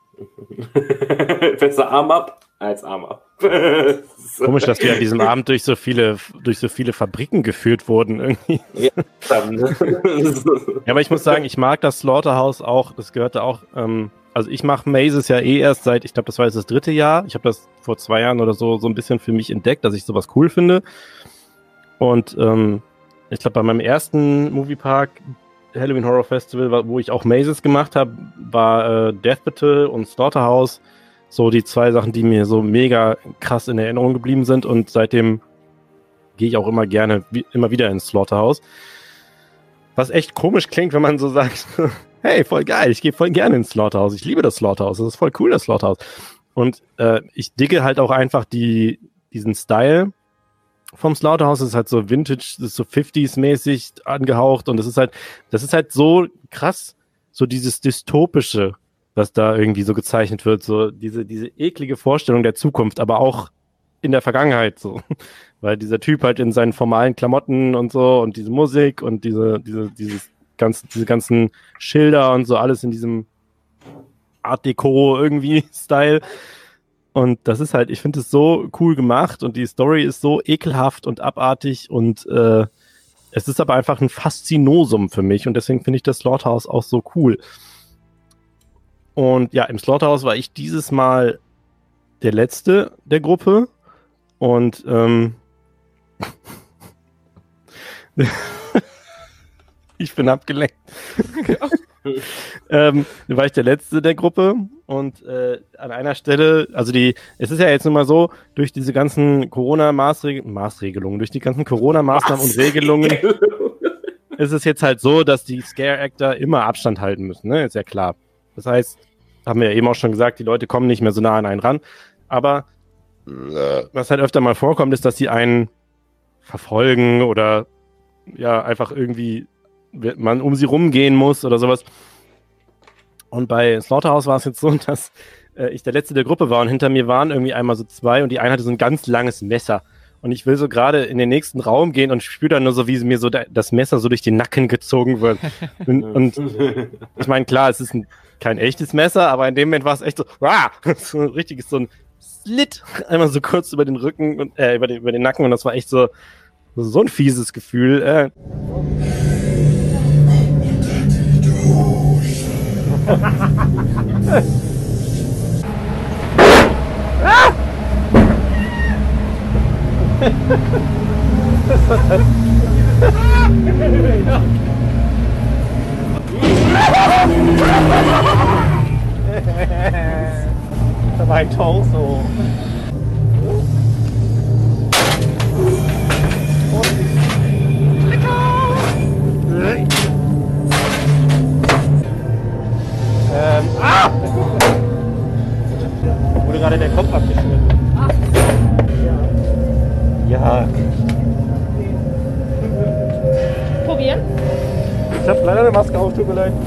Besser Arm ab als Arm ab. Komisch, dass wir an diesem Abend durch so viele, durch so viele Fabriken geführt wurden irgendwie. Ja, ja, aber ich muss sagen, ich mag das Slaughterhouse auch, das gehörte auch, ähm, also ich mache Mazes ja eh erst seit, ich glaube, das war jetzt das dritte Jahr. Ich habe das vor zwei Jahren oder so so ein bisschen für mich entdeckt, dass ich sowas cool finde. Und ähm, ich glaube, bei meinem ersten Moviepark Halloween Horror Festival, wo ich auch Mazes gemacht habe, war äh, Death Battle und Slaughterhouse so die zwei Sachen, die mir so mega krass in Erinnerung geblieben sind, und seitdem gehe ich auch immer gerne, wie, immer wieder ins Slaughterhouse. Was echt komisch klingt, wenn man so sagt, hey, voll geil, ich gehe voll gerne ins Slaughterhouse, ich liebe das Slaughterhouse, das ist voll cool, das Slaughterhouse. Und äh, ich digge halt auch einfach die, diesen Style vom Slaughterhouse. Das ist halt so Vintage, das ist so fünfziger-mäßig angehaucht, und das ist halt, das ist halt so krass, so dieses Dystopische, was da irgendwie so gezeichnet wird, so diese, diese eklige Vorstellung der Zukunft, aber auch in der Vergangenheit, so. Weil dieser Typ halt in seinen formalen Klamotten und so und diese Musik und diese, diese, dieses ganze, diese ganzen Schilder und so, alles in diesem Art Deco irgendwie Style. Und das ist halt, ich finde es so cool gemacht, und die Story ist so ekelhaft und abartig, und äh, es ist aber einfach ein Faszinosum für mich, und deswegen finde ich das Slaughterhouse auch so cool. Und ja, im Slaughterhouse war ich dieses Mal der Letzte der Gruppe, und ähm, ich bin abgelenkt. ähm, da war ich der Letzte der Gruppe, und äh, an einer Stelle, also die, es ist ja jetzt nun mal so, durch diese ganzen Corona-Maßregelungen, Maßregelungen, durch die ganzen Corona-Maßnahmen und Regelungen ist es jetzt halt so, dass die Scare-Actor immer Abstand halten müssen, ne? Ist ja klar. Das heißt, haben wir ja eben auch schon gesagt, die Leute kommen nicht mehr so nah an einen ran, aber äh, was halt öfter mal vorkommt, ist, dass sie einen verfolgen oder ja, einfach irgendwie man um sie rumgehen muss oder sowas. Und bei Slaughterhouse war es jetzt so, dass äh, ich der Letzte der Gruppe war, und hinter mir waren irgendwie einmal so zwei, und die eine hatte so ein ganz langes Messer. Und ich will so gerade in den nächsten Raum gehen und spüre dann nur so, wie mir so da, das Messer so durch den Nacken gezogen wird. Und, und ich meine, klar, es ist ein, kein echtes Messer, aber in dem Moment war es echt so, ah, so ein richtiges, so ein Slit, einmal so kurz über den Rücken und äh, über den, über den Nacken, und das war echt so, so ein fieses Gefühl. Äh. Das war ein Torso. Ähm, ah! Wurde gerade der Kopf abgeschnitten. Ja. Probieren. Ich hab leider eine Maske auf, tut mir leid.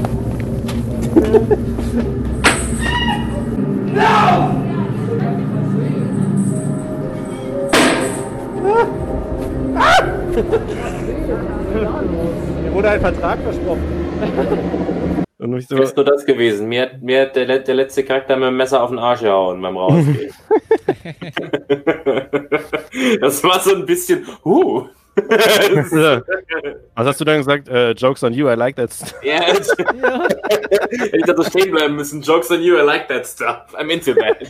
Mir wurde ein Vertrag versprochen. Und nicht so. Das ist nur das gewesen. Mir hat, mir hat der, der letzte Charakter mit dem Messer auf den Arsch gehauen beim Rausgehen. Das war so ein bisschen, huh. Was hast du dann gesagt? Uh, jokes on you, I like that stuff. Ja, ja. Hätte ich da so stehen bleiben müssen. Jokes on you, I like that stuff. I'm into that.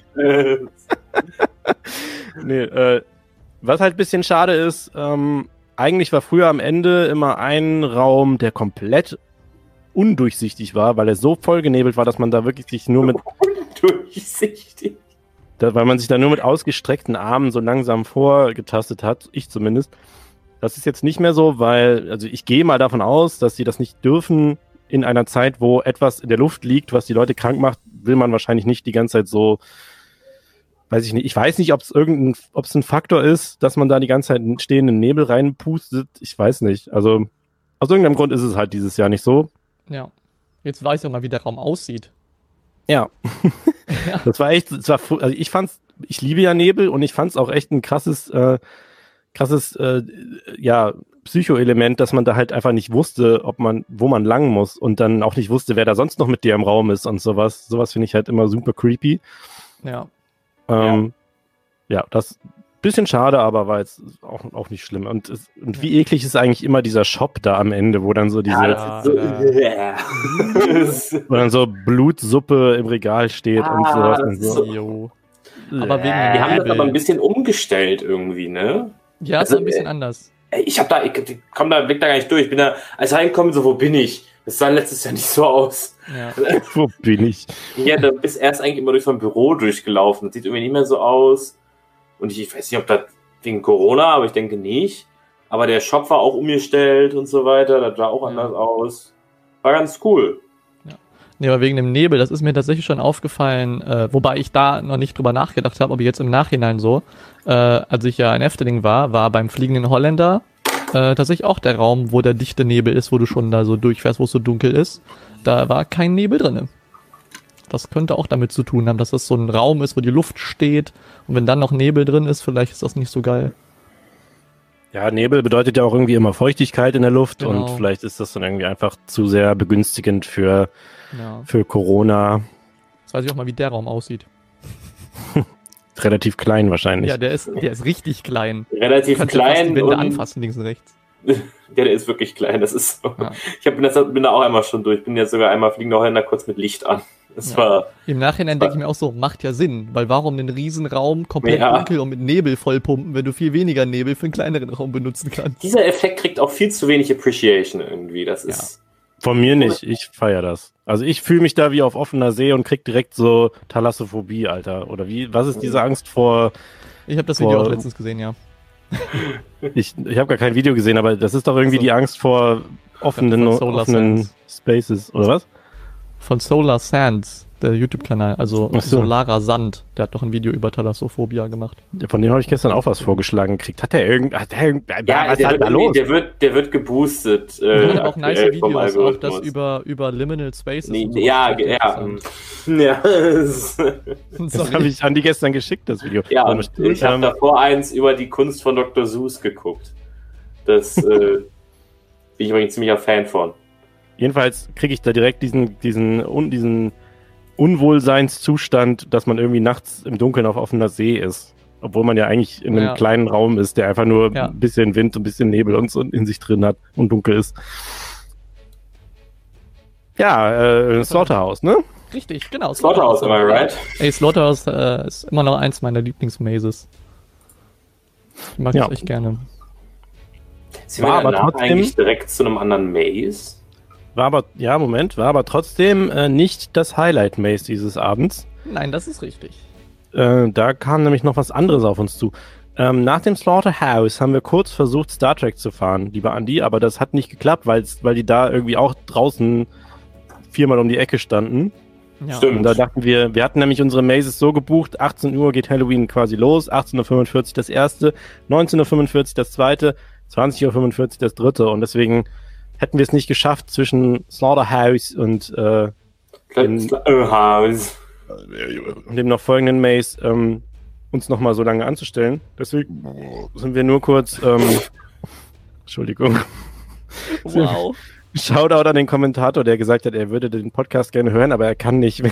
Nee, äh, was halt ein bisschen schade ist, ähm, eigentlich war früher am Ende immer ein Raum, der komplett undurchsichtig war, weil er so voll genebelt war, dass man da wirklich sich nur mit undurchsichtig, da, weil man sich da nur mit ausgestreckten Armen so langsam vorgetastet hat, ich zumindest. Das ist jetzt nicht mehr so, weil, also ich gehe mal davon aus, dass sie das nicht dürfen, in einer Zeit, wo etwas in der Luft liegt, was die Leute krank macht, will man wahrscheinlich nicht die ganze Zeit so, weiß ich nicht, ich weiß nicht, ob es irgendein, ob es ein Faktor ist, dass man da die ganze Zeit einen stehenden Nebel reinpustet, ich weiß nicht, also aus irgendeinem Grund ist es halt dieses Jahr nicht so. Ja, jetzt weiß ich auch mal, wie der Raum aussieht. Ja, Ja. das war echt, das war, fu- also ich fand's, ich liebe ja Nebel und ich fand's auch echt ein krasses, äh, krasses, äh, ja, Psycho-Element, dass man da halt einfach nicht wusste, ob man, wo man lang muss und dann auch nicht wusste, wer da sonst noch mit dir im Raum ist und sowas. Sowas finde ich halt immer super creepy. Ja. Ähm, ja. ja, das bisschen schade, aber war jetzt auch, auch nicht schlimm. Und, es, und wie eklig ist eigentlich immer dieser Shop da am Ende, wo dann so diese, Ja, das ist so, Ja. wo dann so Blutsuppe im Regal steht Ah, und sowas. das Und ist so. so- Jo. Aber wegen Die haben das Nebel. aber ein bisschen umgestellt irgendwie, ne? Ja, ist Also, ein bisschen äh, anders. Ey, Ich hab da, ich, ich komm da, blick da gar nicht durch. Ich bin da, als ich reinkomme, so, wo bin ich? Das sah letztes Jahr nicht so aus. Ja. Wo bin ich? Ja, da bist erst eigentlich immer durch so ein Büro durchgelaufen. Das sieht irgendwie nicht mehr so aus. Und ich, ich weiß nicht, ob das wegen Corona, aber ich denke nicht. Aber der Shop war auch umgestellt und so weiter. Das sah auch Ja. anders aus. War ganz cool. Nee, aber wegen dem Nebel, das ist mir tatsächlich schon aufgefallen, äh, wobei ich da noch nicht drüber nachgedacht habe, aber jetzt im Nachhinein so, äh, als ich ja in Efteling war, war beim Fliegenden Holländer äh, tatsächlich auch der Raum, wo der dichte Nebel ist, wo du schon da so durchfährst, wo es so dunkel ist. Da war kein Nebel drinne. Das könnte auch damit zu tun haben, dass das so ein Raum ist, wo die Luft steht und wenn dann noch Nebel drin ist, vielleicht ist das nicht so geil. Ja, Nebel bedeutet ja auch irgendwie immer Feuchtigkeit in der Luft Genau. und vielleicht ist das dann irgendwie einfach zu sehr begünstigend für, Ja. für Corona. Jetzt weiß ich auch mal, wie der Raum aussieht. Relativ klein wahrscheinlich. Ja, der ist, der ist richtig klein. Relativ Du kannst ja fast klein. die Wände und, anfassen, links und rechts. Ja, der ist wirklich klein. Das ist so. Ja. Ich hab, bin, das, bin da auch einmal schon durch. Bin jetzt sogar einmal Fliegender Holländer kurz mit Licht an. Das Ja. war. Im Nachhinein denke ich mir auch so, macht ja Sinn, weil warum den Riesenraum komplett Ja. dunkel und mit Nebel vollpumpen, wenn du viel weniger Nebel für einen kleineren Raum benutzen kannst? Dieser Effekt kriegt auch viel zu wenig Appreciation irgendwie. Das ist. Von mir nicht, ich feiere das. Also ich fühle mich da wie auf offener See und krieg direkt so Thalassophobie, Alter. Oder wie, was ist diese Angst vor, Ich habe das Boah. Video auch letztens gesehen, ja. ich, ich habe gar kein Video gesehen, aber das ist doch irgendwie So. die Angst vor offenen, Von Solar offenen Sands. Spaces, oder was? Von Solar Sands, der YouTube-Kanal, also Ach so. Solarer Sand. Der hat doch ein Video über Thalassophobia gemacht. Von dem habe ich gestern auch was vorgeschlagen gekriegt. Hat der irgend, hat der irgend, Ja, was ist der, halt wird da los? der wird, der wird geboostet. Wir Äh, haben auch nice aktuell vom Videos, auch das Algorithmus. über, über Liminal Spaces. Nee, und so. ja, Das ist ja. interessant. Ja, Das Sorry. habe ich Andi gestern geschickt, das Video. ja Ähm, und ich habe ähm, davor eins über die Kunst von Doktor Seuss geguckt. Das äh, bin ich übrigens ziemlicher Fan von. Jedenfalls kriege ich da direkt diesen, diesen, un, diesen Unwohlseinszustand, dass man irgendwie nachts im Dunkeln auf offener See ist. Obwohl man ja eigentlich in einem Ja. kleinen Raum ist, der einfach nur Ja. ein bisschen Wind, ein bisschen Nebel und so in sich drin hat und dunkel ist. Ja, äh, Slaughterhouse, ne? Richtig, genau. Slaughterhouse, am I right? Ey, Slaughterhouse äh, ist immer noch eins meiner Lieblingsmazes. Ich mag Ja. das echt gerne. Sind War wir aber danach trotzdem- eigentlich direkt zu einem anderen Maze? War aber, ja, Moment, war aber trotzdem äh, nicht das Highlight-Maze dieses Abends. Nein, das ist richtig. Äh, da kam nämlich noch was anderes auf uns zu. Ähm, nach dem Slaughterhouse haben wir kurz versucht, Star Trek zu fahren, lieber Andi, aber das hat nicht geklappt, weil's, weil die da irgendwie auch draußen viermal um die Ecke standen. Ja. Stimmt. Und da dachten wir, wir hatten nämlich unsere Mazes so gebucht, achtzehn Uhr geht Halloween quasi los, achtzehn Uhr fünfundvierzig das erste, neunzehn Uhr fünfundvierzig das zweite, zwanzig Uhr fünfundvierzig das dritte und deswegen hätten wir es nicht geschafft, zwischen Slaughterhouse und äh, in- Äh, House. dem noch folgenden Maze ähm, uns nochmal so lange anzustellen. Deswegen sind wir nur kurz, ähm, Entschuldigung, Wow. Shoutout an den Kommentator, der gesagt hat, er würde den Podcast gerne hören, aber er kann nicht.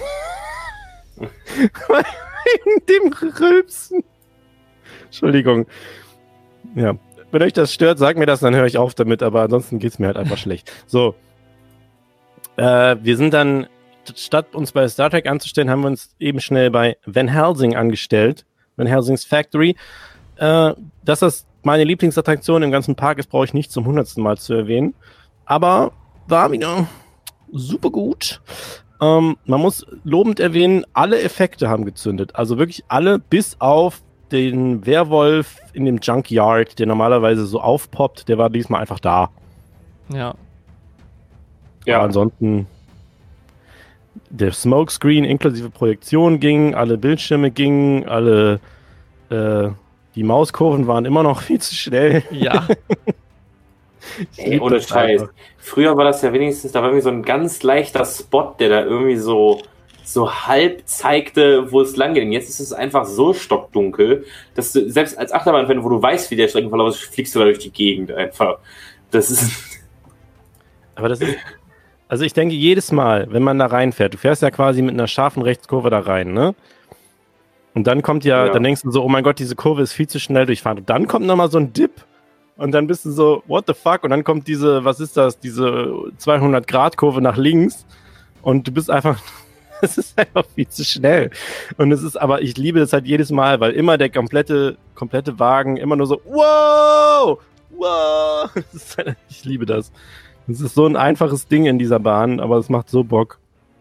Wegen dem Rülpsen. Entschuldigung. Ja. Wenn euch das stört, sagt mir das, dann höre ich auf damit, aber ansonsten geht's mir halt einfach schlecht. So. Äh, wir sind dann, statt uns bei Star Trek anzustellen, haben wir uns eben schnell bei Van Helsing angestellt. Van Helsing's Factory. Äh, dass das meine Lieblingsattraktion im ganzen Park ist, brauche ich nicht zum hundertsten Mal zu erwähnen. Aber war wieder super gut. Ähm, man muss lobend erwähnen, alle Effekte haben gezündet. Also wirklich alle, bis auf den Werwolf in dem Junkyard, der normalerweise so aufpoppt, der war diesmal einfach da. Ja. Ja. Aber ansonsten der Smokescreen inklusive Projektion ging, alle Bildschirme gingen, alle äh, die Mauskurven waren immer noch viel zu schnell. Ja. Ey, ohne Scheiß. Früher war das ja wenigstens, da war irgendwie so ein ganz leichter Spot, der da irgendwie so, so halb zeigte, wo es lang geht. Und jetzt ist es einfach so stockdunkel, dass du selbst als Achterbahn-Fan, wo du weißt, wie der Streckenverlauf ist, fliegst du da durch die Gegend einfach. Das ist... Aber das ist... Also ich denke, jedes Mal, wenn man da reinfährt, du fährst ja quasi mit einer scharfen Rechtskurve da rein, ne? Und dann kommt ja, ja. dann denkst du so, oh mein Gott, diese Kurve ist viel zu schnell durchfahren. Und dann kommt nochmal so ein Dip und dann bist du so, what the fuck? Und dann kommt diese, was ist das, diese zweihundert Grad Kurve nach links und du bist einfach, es ist einfach viel zu schnell. Und es ist, aber ich liebe das halt jedes Mal, weil immer der komplette, komplette Wagen immer nur so, wow, wow. Das ist halt, ich liebe das. Es ist so ein einfaches Ding in dieser Bahn, aber es macht so Bock.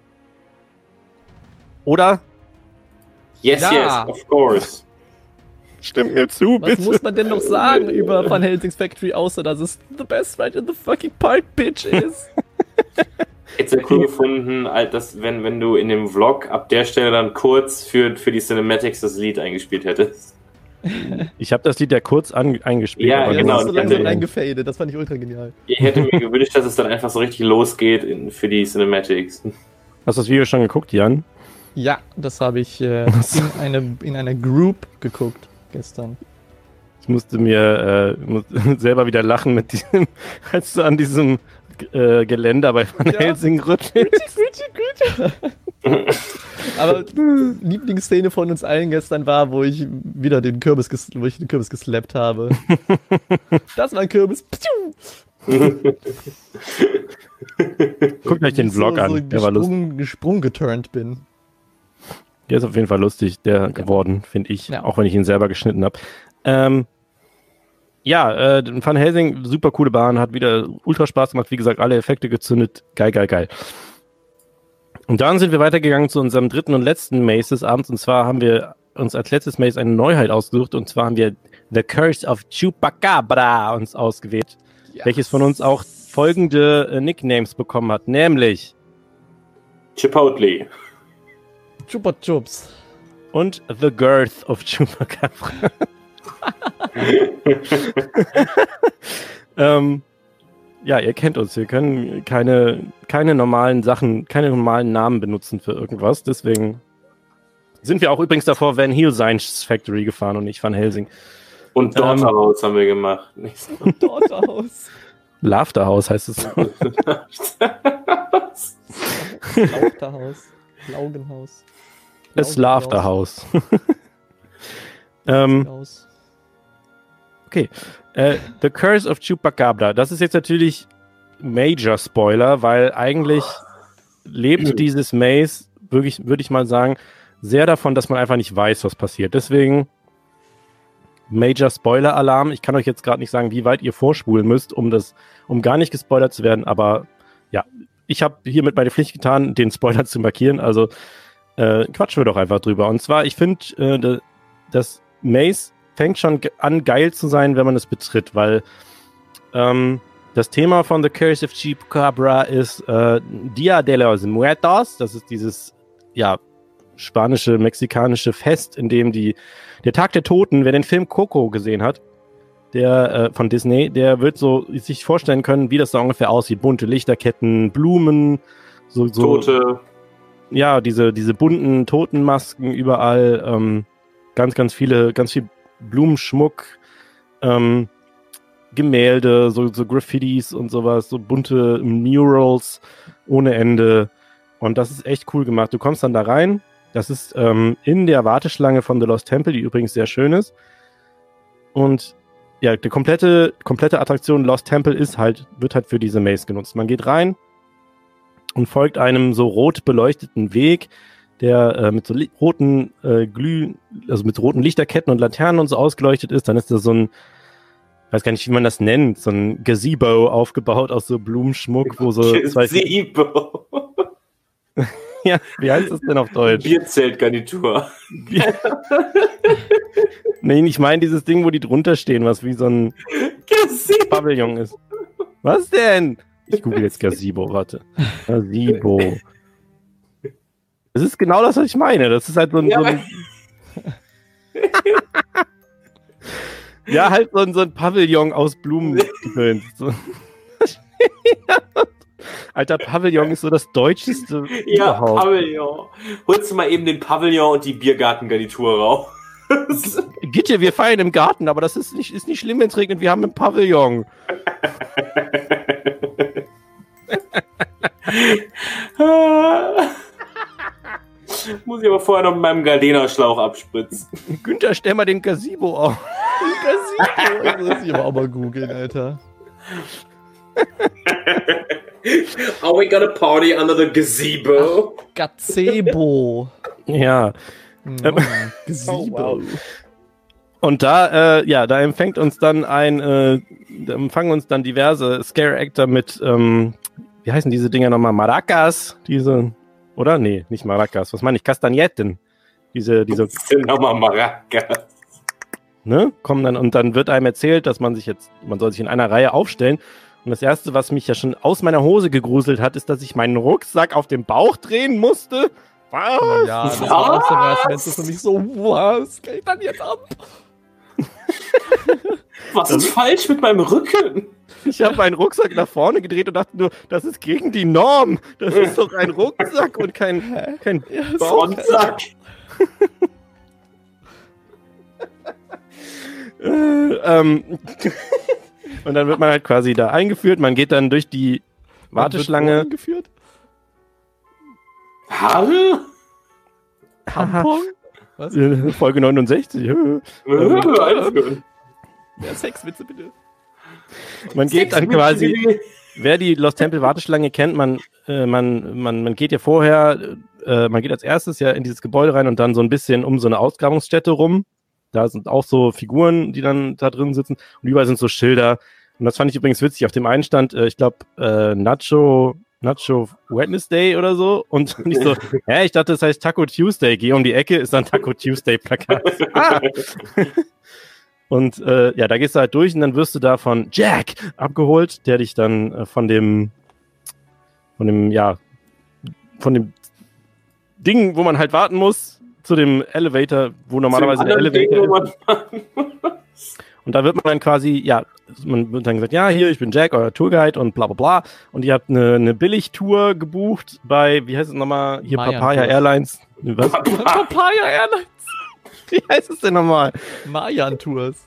Oder? Yes, Ja. yes, of course. Stimmt mir zu, Was bitte. muss man denn noch sagen über Van Helsing's Factory, außer dass es the best ride in the fucking park, bitch, ist? Jetzt sehr cool gefunden, halt, dass, wenn, wenn du in dem Vlog ab der Stelle dann kurz für, für die Cinematics das Lied eingespielt hättest. Ich habe das Lied ja kurz an, eingespielt. Ja, aber genau. Das ist so langsam hätte- reingefadet, das fand ich ultra genial. Ich hätte mir gewünscht, dass es dann einfach so richtig losgeht in, für die Cinematics. Hast du das Video schon geguckt, Jan? Ja, das habe ich äh, in, eine, in einer Group geguckt gestern. Ich musste mir äh, muss selber wieder lachen mit diesem, als du an diesem äh, Geländer bei Van Ja. Helsing rüttelst. Gucci, Gucci. Aber Lieblingsszene von uns allen gestern war, wo ich wieder den Kürbis, ges wo ich den Kürbis geslappt habe. Das war ein Kürbis. Guckt euch den Ich Vlog so, an, so der war lustig. gesprungen, gesprungen geturnt bin. Der ist auf jeden Fall lustig, der geworden, finde ich, Ja. auch wenn ich ihn selber geschnitten habe. Ähm, ja, äh, Van Helsing, super coole Bahn, hat wieder ultra Spaß gemacht, wie gesagt, alle Effekte gezündet, geil, geil, geil. Und dann sind wir weitergegangen zu unserem dritten und letzten Maze des Abends, und zwar haben wir uns als letztes Maze eine Neuheit ausgesucht, und zwar haben wir The Curse of Chupacabra uns ausgewählt, Ja. welches von uns auch folgende äh, Nicknames bekommen hat, nämlich Chipotle. Chupa Chups. und The Girth of Chupacabra. ähm, ja, ihr kennt uns. Wir können keine, keine normalen Sachen, keine normalen Namen benutzen für irgendwas. Deswegen sind wir auch übrigens davor Van Helsing's Factory gefahren und nicht Van Helsing. Und Ähm. Daughterhouse haben wir gemacht. Nicht so. Und dort aus. Laughter House heißt es. Lauchterhaus. Laugenhaus. Es Laughter House. ähm, Haus. Äh, The Curse of Chupacabra. Das ist jetzt natürlich Major Spoiler, weil eigentlich lebt dieses Maze, wirklich, würde ich mal sagen, sehr davon, dass man einfach nicht weiß, was passiert. Deswegen Major Spoiler Alarm. Ich kann euch jetzt gerade nicht sagen, wie weit ihr vorspulen müsst, um das, um gar nicht gespoilert zu werden, aber ja, ich habe hiermit meine Pflicht getan, den Spoiler zu markieren, also äh, quatschen wir doch einfach drüber. Und zwar, ich finde, äh, de, das Maze fängt schon ge- an, geil zu sein, wenn man es betritt, weil ähm, das Thema von The Curse of Chupacabra ist äh, Dia de los Muertos. Das ist dieses, ja, spanische, mexikanische Fest, in dem die, der Tag der Toten, wer den Film Coco gesehen hat, der äh, von Disney, der wird so sich vorstellen können, wie das da ungefähr aussieht. Bunte Lichterketten, Blumen, so, so Tote. ja, diese, diese bunten Totenmasken überall, ähm, ganz, ganz viele, ganz viel Blumenschmuck, ähm, Gemälde, so, so Graffitis und sowas, so bunte Murals ohne Ende. Und das ist echt cool gemacht. Du kommst dann da rein. Das ist ähm, in der Warteschlange von The Lost Temple, die übrigens sehr schön ist. Und ja, die komplette, komplette Attraktion Lost Temple ist halt, wird halt für diese Maze genutzt. Man geht rein und folgt einem so rot beleuchteten Weg, der äh, mit so li- roten äh, Glüh, also mit roten Lichterketten und Laternen und so ausgeleuchtet ist. Dann ist da so ein, weiß gar nicht, wie man das nennt, so ein Gazebo aufgebaut aus so Blumenschmuck, wo so zwei... Gazebo. Ja, wie heißt das denn auf Deutsch? Bierzeltgarnitur. Nee, ich meine dieses Ding, wo die drunter stehen, was wie so ein Gazebo. Pavillon ist. Was denn? Ich google jetzt Gazebo, warte. Gazebo. Das ist genau das, was ich meine. Das ist halt so ein... Ja, so ein ja halt so ein, so ein Pavillon aus Blumen. So. Alter, Pavillon ist so das Deutscheste Ja, überhaupt. Pavillon. Holst du mal eben den Pavillon und die Biergartengarnitur raus. Gitte, wir feiern im Garten, aber das ist nicht, ist nicht schlimm, wenn es regnet. Wir haben einen Pavillon. Muss ich aber vorher noch mit meinem Gardena-Schlauch abspritzen. Günther, stell mal den Gazebo auf. Gazebo. Das muss ich aber auch mal googeln, Alter. Are we gonna party under the gazebo? Gazebo. Ja. No, Gazebo. Oh, wow. Und da, äh, ja, da empfängt uns dann ein, äh, da empfangen uns dann diverse Scare-Actor mit, ähm, wie heißen diese Dinger nochmal? Maracas? Diese, oder? Nee, nicht Maracas. Was meine ich? Castagnetten. Diese, diese. Was sind nochmal Maracas? Ne? Kommen dann, und dann wird einem erzählt, dass man sich jetzt, man soll sich in einer Reihe aufstellen. Und das Erste, was mich ja schon aus meiner Hose gegruselt hat, ist, dass ich meinen Rucksack auf dem Bauch drehen musste. Was? Ja, das war auch so ein ersten Moment für mich so, was geht dann jetzt ab? Was ist falsch mit meinem Rücken? Ich habe meinen Rucksack nach vorne gedreht und dachte nur, das ist gegen die Norm. Das ist doch ein Rucksack und kein, kein Frontsack. äh, ähm, und dann wird man halt quasi da eingeführt. Man geht dann durch die Warteschlange. Eingeführt? Haare? Tampon? Was? Folge neunundsechzig. ähm, Ja, Sexwitze bitte. Man geht dann quasi, wer die Lost Temple Warteschlange kennt, man, äh, man, man, man geht ja vorher, äh, man geht als erstes ja in dieses Gebäude rein und dann so ein bisschen um so eine Ausgrabungsstätte rum. Da sind auch so Figuren, die dann da drin sitzen und überall sind so Schilder. Und das fand ich übrigens witzig. Auf dem einen stand, äh, ich glaube, äh, Nacho, Nacho Wednesday oder so. Und nicht so, hä, ich dachte, das heißt Taco Tuesday. Geh um die Ecke, ist dann Taco Tuesday Plakat. Ah! Und äh, ja, da gehst du halt durch und dann wirst du da von Jack abgeholt, der dich dann äh, von dem, von dem, ja, von dem Ding, wo man halt warten muss, zu dem Elevator, wo normalerweise der Elevator ist. Und da wird man dann quasi, ja, man wird dann gesagt, ja, hier, ich bin Jack, euer Tourguide und bla bla bla. Und ihr habt eine, eine Billigtour gebucht bei, wie heißt es nochmal? Hier, Mayan Papaya Tours. Airlines. Was? Papaya Airlines. Wie heißt es denn nochmal? Mayan Tours.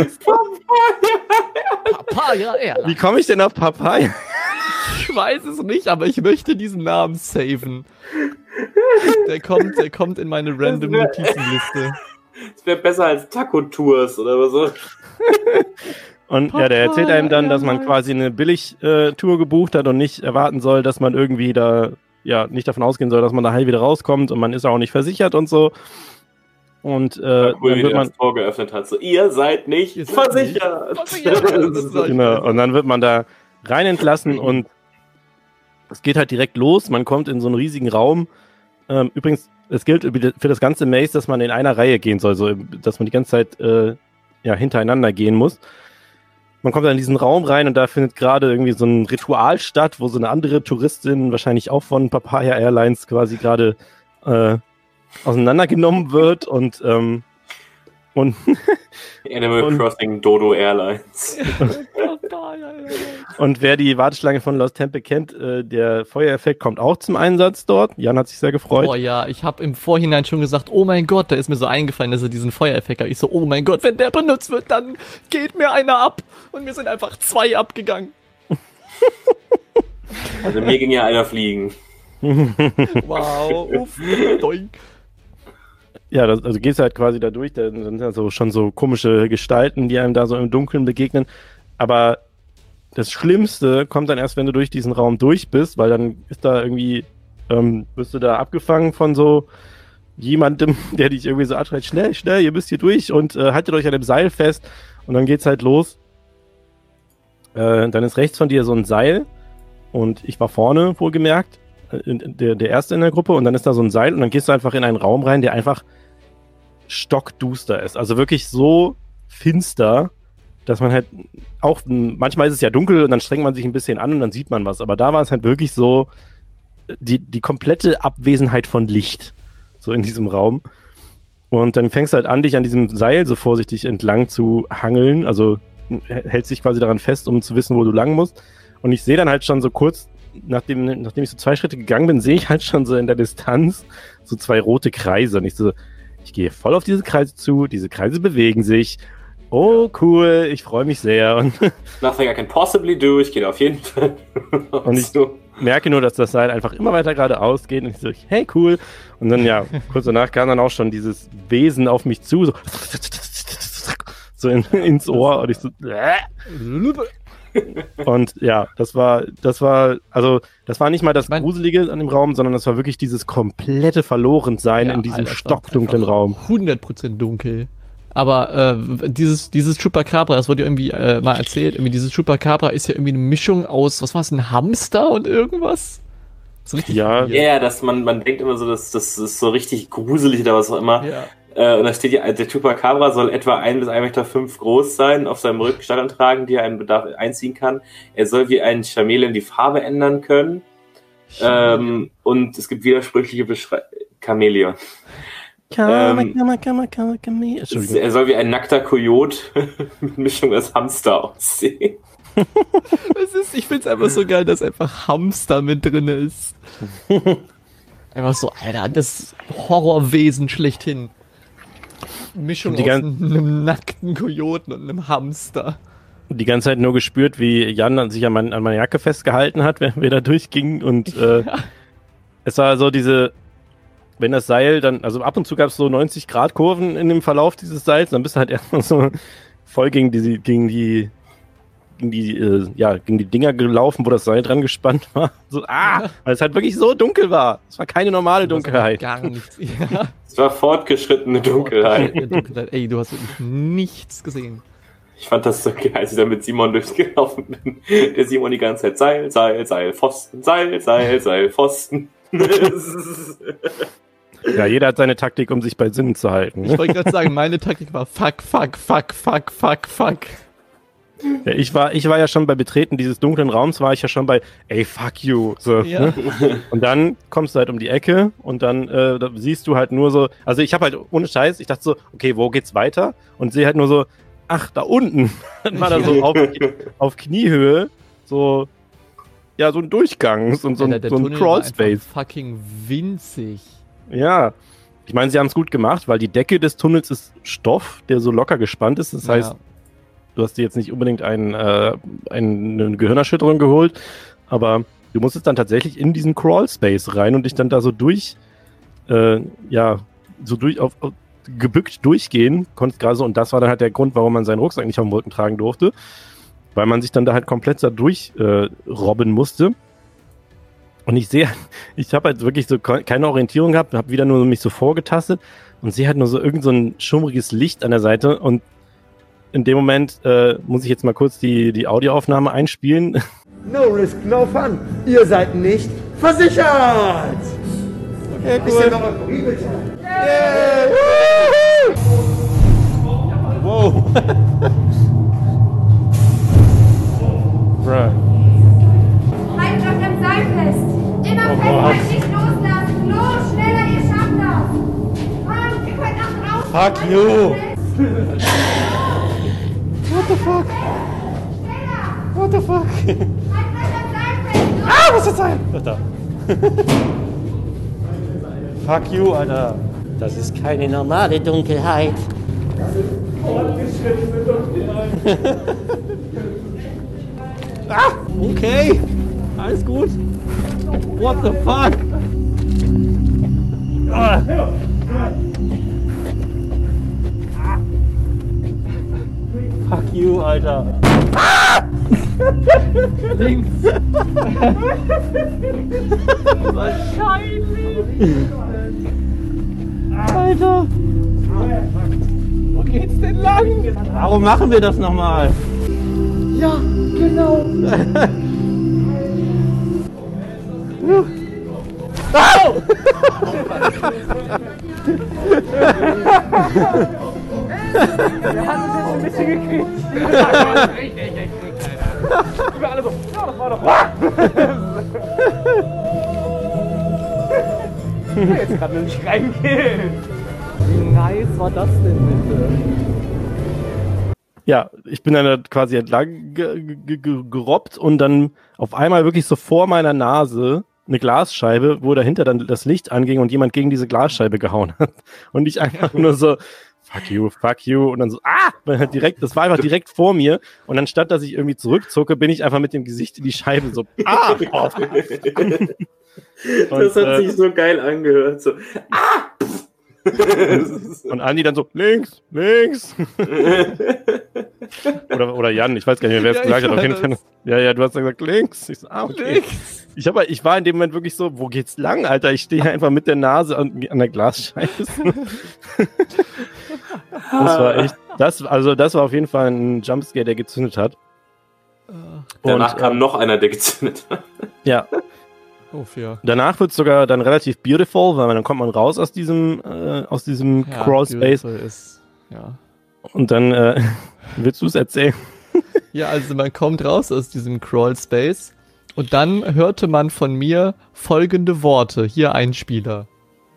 Papaya Airlines. Wie komme ich denn auf Papaya? Ich weiß es nicht, aber ich möchte diesen Namen saven. Der kommt, der kommt in meine random wär- Notizenliste. Das wäre besser als Taco-Tours oder was. Und ja, der erzählt einem dann, dass man quasi eine Billig-Tour gebucht hat und nicht erwarten soll, dass man irgendwie da, ja, nicht davon ausgehen soll, dass man da heil wieder rauskommt und man ist auch nicht versichert und so. Und äh, Cool, dann wie wird der man, das Tor geöffnet hat. So, ihr seid nicht Ihr seid versichert. nicht versichert. Das ist halt- genau, und dann wird man da rein entlassen und es geht halt direkt los. Man kommt in so einen riesigen Raum. Ähm, übrigens, es gilt für das ganze Maze, dass man in einer Reihe gehen soll, so, dass man die ganze Zeit äh, ja, hintereinander gehen muss. Man kommt dann in diesen Raum rein und da findet gerade irgendwie so ein Ritual statt, wo so eine andere Touristin, wahrscheinlich auch von Papaya Airlines, quasi gerade äh, auseinandergenommen wird und ähm, und, Animal Und- Crossing Dodo Airlines. Papaya Airlines. und wer die Warteschlange von Lost Temple kennt, äh, der Feuereffekt kommt auch zum Einsatz dort. Jan hat sich sehr gefreut. Oh ja, ich habe im Vorhinein schon gesagt, oh mein Gott, da ist mir so eingefallen, dass er diesen Feuereffekt hat. Ich so, oh mein Gott, wenn der benutzt wird, dann geht mir einer ab. Und mir sind einfach zwei abgegangen. Also mir ging ja einer fliegen. Wow, uff, doink. Ja, das, also gehst halt quasi da durch, da sind ja so, schon so komische Gestalten, die einem da so im Dunkeln begegnen. Aber das Schlimmste kommt dann erst, wenn du durch diesen Raum durch bist, weil dann ist da irgendwie, ähm, wirst du da abgefangen von so jemandem, der dich irgendwie so anschreit, schnell, schnell, ihr müsst hier durch und äh, haltet euch an dem Seil fest und dann geht's halt los. Äh, dann ist rechts von dir so ein Seil und ich war vorne, wohlgemerkt, äh, in- der, der Erste in der Gruppe und dann ist da so ein Seil und dann gehst du einfach in einen Raum rein, der einfach stockduster ist. Also wirklich so finster, dass man halt auch, manchmal ist es ja dunkel und dann strengt man sich ein bisschen an und dann sieht man was. Aber da war es halt wirklich so, die, die komplette Abwesenheit von Licht, so in diesem Raum. Und dann fängst du halt an, dich an diesem Seil so vorsichtig entlang zu hangeln, also hältst dich quasi daran fest, um zu wissen, wo du lang musst. Und ich sehe dann halt schon so kurz, nachdem, nachdem ich so zwei Schritte gegangen bin, sehe ich halt schon so in der Distanz so zwei rote Kreise. Und ich so, ich gehe voll auf diese Kreise zu, diese Kreise bewegen sich. Oh, cool, ich freue mich sehr. Und Nothing I can possibly do, ich gehe auf jeden Fall. Und ich so. merke nur, dass das Seil einfach immer weiter geradeaus geht. Und ich so, hey, cool. Und dann, ja, kurz danach kam dann auch schon dieses Wesen auf mich zu, so, so in, ins Ohr. Und ich so, und ja, das war, das war, also, das war nicht mal das Gruselige an dem Raum, sondern das war wirklich dieses komplette Verlorensein Ja, in diesem Alter, stockdunklen einfach Raum. hundert Prozent dunkel. Aber äh, dieses, dieses Chupacabra, das wurde ja irgendwie äh, mal erzählt, irgendwie dieses Chupacabra ist ja irgendwie eine Mischung aus, was war es, ein Hamster und irgendwas? So richtig Ja. weird. Ja, yeah, dass man, man denkt immer so, dass das ist so richtig gruselig oder was auch immer. Ja. Äh, und da steht ja, der Chupacabra soll etwa ein bis ein Meter fünf groß sein, auf seinem Rücken Stacheln tragen, die er einen Bedarf einziehen kann. Er soll wie ein Chamäleon die Farbe ändern können. Ähm, und es gibt widersprüchliche Beschreibungen. Chamäleon. Ähm, er soll wie ein nackter Kojote mit Mischung aus Hamster aussehen. Es ist, ich find's einfach so geil, dass einfach Hamster mit drin ist. Einfach so, Alter, das Horrorwesen schlechthin. Mischung Die aus gan- einem nackten Kojoten und einem Hamster. Die ganze Zeit nur gespürt, wie Jan sich an, mein, an meiner Jacke festgehalten hat, während wir da durchgingen. Und äh, es war so diese, wenn das Seil dann, also ab und zu gab es so neunzig Grad Kurven in dem Verlauf dieses Seils, dann bist du halt erstmal so voll gegen die, gegen die, gegen die, äh, ja, gegen die Dinger gelaufen, wo das Seil dran gespannt war. So, ah, weil es halt wirklich so dunkel war. Es war keine normale Dunkelheit. Gar nichts. Ja. Es war fortgeschrittene Dunkelheit. Dunkelheit. Ey, du hast wirklich nichts gesehen. Ich fand das so geil, als ich da mit Simon durchgelaufen bin. Der Simon die ganze Zeit Seil, Seil, Seil, Pfosten, Seil, Seil, Seil, Pfosten. Ja, jeder hat seine Taktik, um sich bei Sinnen zu halten. Ich wollte gerade sagen, meine Taktik war fuck, fuck, fuck, fuck, fuck, fuck. Ja, ich war, ich war ja schon bei Betreten dieses dunklen Raums, war ich ja schon bei, ey, fuck you. So, Ja. ne? Und dann kommst du halt um die Ecke und dann äh, da siehst du halt nur so, also ich habe halt ohne Scheiß, ich dachte so, okay, wo geht's weiter? Und sehe halt nur so, ach, da unten. Dann war da so auf, auf Kniehöhe so, ja, so ein Durchgang, so, so, Alter, ein- der so ein Tunnel war Crawlspace. einfach fucking winzig. Ja. Ich meine, sie haben es gut gemacht, weil die Decke des Tunnels ist Stoff, der so locker gespannt ist. Das heißt, Ja. du hast dir jetzt nicht unbedingt ein, äh, ein, eine Gehirnerschütterung geholt, aber du musstest dann tatsächlich in diesen Crawlspace rein und dich dann da so durch, äh, ja, so durch, auf, auf, gebückt durchgehen, konntest gerade so, und das war dann halt der Grund, warum man seinen Rucksack nicht auf dem Rücken tragen durfte, weil man sich dann da halt komplett da durch äh, robben musste. Und ich sehe, ich habe halt wirklich so ke- keine Orientierung gehabt, habe wieder nur mich so vorgetastet und sehe halt nur so irgend so ein schummriges Licht an der Seite und in dem Moment äh, muss ich jetzt mal kurz die, die Audioaufnahme einspielen. No risk, no fun. Ihr seid nicht versichert. Okay, cool. Ist ja noch Euphorie, bitte? Yeah. Wow. Bruh. Haltet euch am Seil fest. Immer festhalten, nicht loslassen. Los, schneller, ihr schafft das. Komm, ihr könnt nach draußen. Fuck you. What the fuck? Schneller. What the fuck? Haltet euch am Seil fest. Los. Ah, muss das sein? Da. Fuck you, Alter. Das ist keine normale Dunkelheit. Ah, okay. Alles gut. What the fuck? Ah. Fuck you, Alter. Ah! Links. Wahrscheinlich. Alter. Wo geht's denn lang? Warum machen wir das nochmal? Ja, genau. Au! Der hat uns jetzt ein bisschen gekriegt. Richtig gekriegt, Alter. Und wir alle so, ja, das war doch... Jetzt kann man nicht reingehen. Wie nice war das denn bitte? Ja, ich bin dann quasi entlang ge- ge- ge- gerobbt und dann auf einmal wirklich so vor meiner Nase eine Glasscheibe, wo dahinter dann das Licht anging und jemand gegen diese Glasscheibe gehauen hat. Und ich einfach nur so, fuck you, fuck you. Und dann so, ah, direkt, das war einfach direkt vor mir. Und anstatt, dass ich irgendwie zurückzucke, bin ich einfach mit dem Gesicht in die Scheibe so, ah, oh, und, das hat äh, sich so geil angehört. So, ah! Und Andi dann so, links, links. oder, oder Jan, ich weiß gar nicht mehr, wer es ja, gesagt hat. Auf jeden Fall. Ja, ja, du hast gesagt, links. Ich so, ah, okay. Links. Ich, hab, ich war in dem Moment wirklich so, wo geht's lang, Alter? Ich stehe einfach mit der Nase an, an der Glasscheibe. Das war echt, das, also das war auf jeden Fall ein Jumpscare, der gezündet hat. Danach Und, kam äh, noch einer, der gezündet hat. Ja. Oh, ja. Danach wird es sogar dann relativ beautiful, weil dann kommt man raus aus diesem, äh, aus diesem ja, Crawlspace. Ist, ja. Und dann äh, willst du es erzählen? Ja, also man kommt raus aus diesem Crawlspace und dann hörte man von mir folgende Worte. Hier Einspieler.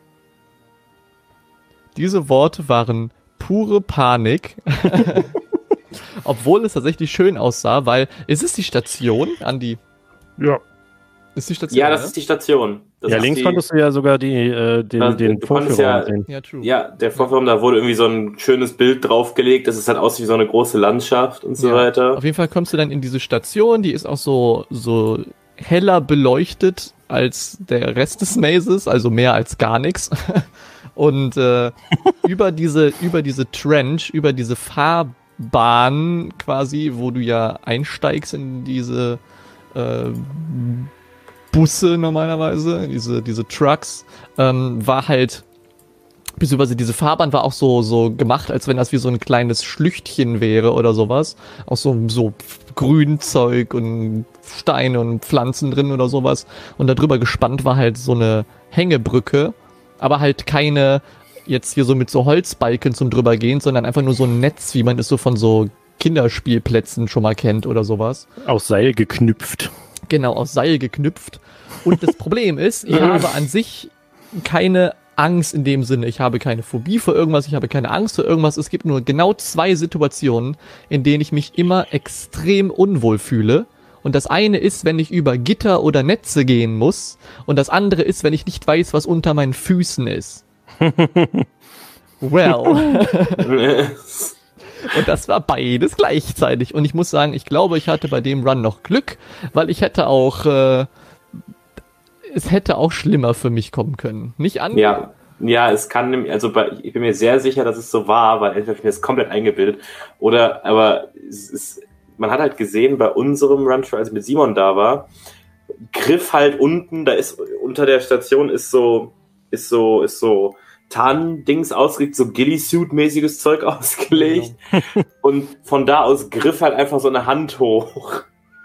Diese Worte waren pure Panik. Obwohl es tatsächlich schön aussah, weil es ist die Station, Andi. Ja. Ist die Station, ja, das ne? ist die Station. Das ja, ist links die, konntest du ja sogar die, äh, den, also, den Vorführraum ja, sehen. Ja, true. Ja, der Vorführraum, da wurde irgendwie so ein schönes Bild draufgelegt, dass es halt aussieht wie so eine große Landschaft und so ja. weiter. Auf jeden Fall kommst du dann in diese Station, die ist auch so, so heller beleuchtet als der Rest des Mazes, also mehr als gar nichts. Und äh, über diese, über diese Trench, über diese Fahrbahn quasi, wo du ja einsteigst in diese äh, Busse normalerweise, diese, diese Trucks, ähm, war halt, beziehungsweise diese Fahrbahn war auch so, so gemacht, als wenn das wie so ein kleines Schlüchtchen wäre oder sowas. Auch so, so Grünzeug und Steine und Pflanzen drin oder sowas. Und darüber gespannt war halt so eine Hängebrücke, aber halt keine jetzt hier so mit so Holzbalken zum drübergehen, sondern einfach nur so ein Netz, wie man es so von so Kinderspielplätzen schon mal kennt oder sowas. Aus Seil geknüpft. Genau, aus Seil geknüpft. Und das Problem ist, ich habe an sich keine Angst in dem Sinne. Ich habe keine Phobie vor irgendwas, ich habe keine Angst vor irgendwas. Es gibt nur genau zwei Situationen, in denen ich mich immer extrem unwohl fühle. Und das eine ist, wenn ich über Gitter oder Netze gehen muss. Und das andere ist, wenn ich nicht weiß, was unter meinen Füßen ist. Well. Und das war beides gleichzeitig. Und ich muss sagen, ich glaube, ich hatte bei dem Run noch Glück, weil ich hätte auch, äh, es hätte auch schlimmer für mich kommen können. Nicht an? Ja, ja, es kann nämlich, also bei, ich bin mir sehr sicher, dass es so war, weil entweder ich mir das komplett eingebildet oder, aber es ist, man hat halt gesehen, bei unserem Run, als ich mit Simon da war, Griff halt unten, da ist, unter der Station ist so, ist so, ist so, Tarn-Dings ausgelegt, so Ghillie-Suit-mäßiges Zeug ausgelegt. Ja. Und von da aus griff halt einfach so eine Hand hoch.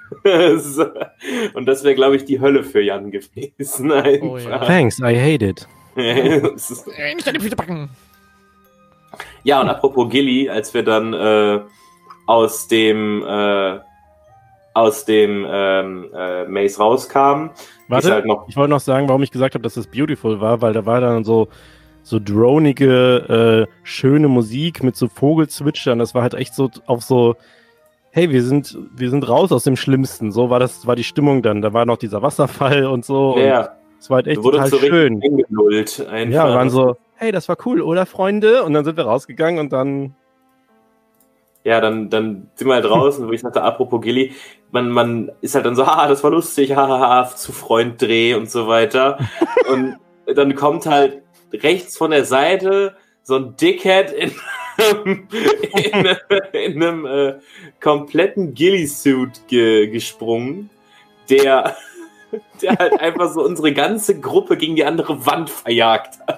Und das wäre, glaube ich, die Hölle für Jan gewesen. Oh, ja. Thanks, I hate it. Nicht an die Füße packen. Ja, und apropos Ghillie, als wir dann äh, aus dem äh, aus dem ähm, äh, Maze rauskamen. Warte, halt noch ich wollte noch sagen, warum ich gesagt habe, dass das beautiful war, weil da war dann so so dronige, äh, schöne Musik mit so Vogelzwitschern. Das war halt echt so auf so, hey, wir sind, wir sind raus aus dem Schlimmsten. So war das, war die Stimmung dann. Da war noch dieser Wasserfall und so. Ja. Es war halt echt total so schön. Eingelullt einfach. Ja, wir waren so, hey, das war cool, oder Freunde? Und dann sind wir rausgegangen und dann. Ja, dann, dann sind wir halt draußen, wo ich sagte, apropos Ghillie, man, man ist halt dann so, haha, das war lustig, haha, zu Freund Dreh und so weiter. Und dann kommt halt rechts von der Seite so ein Dickhead in, in, in einem äh, kompletten Ghillie-Suit ge, gesprungen, der, der halt einfach so unsere ganze Gruppe gegen die andere Wand verjagt hat.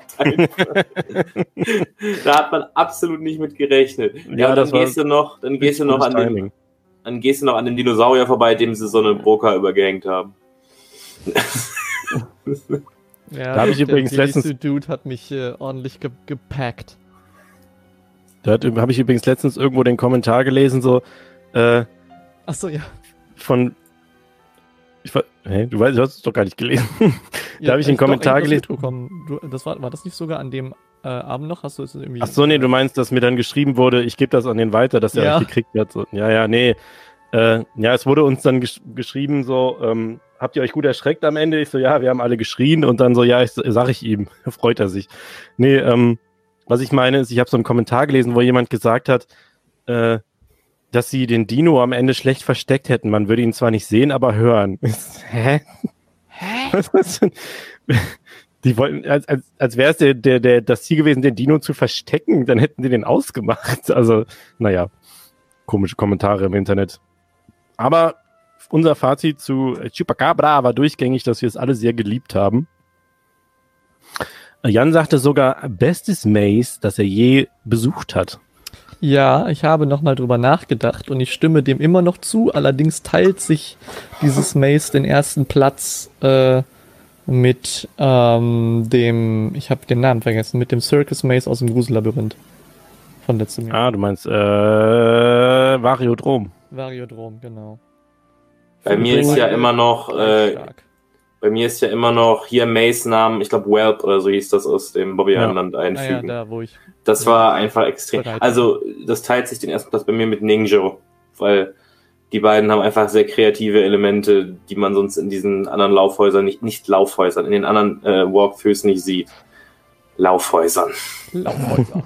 Da hat man absolut nicht mit gerechnet. Ja, ja, und dann gehst du noch, dann gehst du noch an dem, dann gehst du noch an dem Dinosaurier vorbei, dem sie so eine Broker übergehängt haben. Ja, da habe ich übrigens der letztens... Dude hat mich äh, ordentlich ge- gepackt. Da habe ich übrigens letztens irgendwo den Kommentar gelesen, so, äh, Ach so, ja. von, ich war, hä, du weißt, du hast es doch gar nicht gelesen. da ja, habe ich den Kommentar doch, gelesen. Du, das war, war das nicht sogar an dem äh, Abend noch? Hast du es irgendwie? Ach so, nee, du meinst, dass mir dann geschrieben wurde, ich gebe das an den weiter, dass er Ja. euch gekriegt hat. So, ja, ja, nee. Äh, ja, es wurde uns dann gesch- geschrieben, so, ähm, habt ihr euch gut erschreckt am Ende? Ich so, ja, wir haben alle geschrien und dann so, ja, ich, sag ich ihm. Freut er sich. Nee, ähm, was ich meine ist, ich habe so einen Kommentar gelesen, wo jemand gesagt hat, äh, dass sie den Dino am Ende schlecht versteckt hätten. Man würde ihn zwar nicht sehen, aber hören. Hä? Hä? Was, was denn? Die wollten, als, als, als wäre es der, der, der, das Ziel gewesen, den Dino zu verstecken, dann hätten die den ausgemacht. Also, naja, komische Kommentare im Internet. Aber unser Fazit zu Chupacabra war durchgängig, dass wir es alle sehr geliebt haben. Jan sagte sogar, bestes Maze, das er je besucht hat. Ja, ich habe nochmal drüber nachgedacht und ich stimme dem immer noch zu. Allerdings teilt sich dieses Maze den ersten Platz äh, mit ähm, dem, ich habe den Namen vergessen, mit dem Circus Maze aus dem Grusellabyrinth von letztem Jahr. Ah, du meinst äh, Variodrom. Variodrom, genau. Bei mir ist ja immer noch, äh, bei mir ist ja immer noch hier Maze-Namen, ich glaube Whelp oder so hieß das aus dem Bobby Ja. Island einfügen. Ah ja, da, wo ich Das ja, war einfach extrem. bereit. Also, das teilt sich den ersten Platz bei mir mit Ninjo, weil die beiden haben einfach sehr kreative Elemente, die man sonst in diesen anderen Laufhäusern nicht, nicht Laufhäusern, in den anderen äh, Walkthroughs nicht sieht. Laufhäusern. Laufhäuser.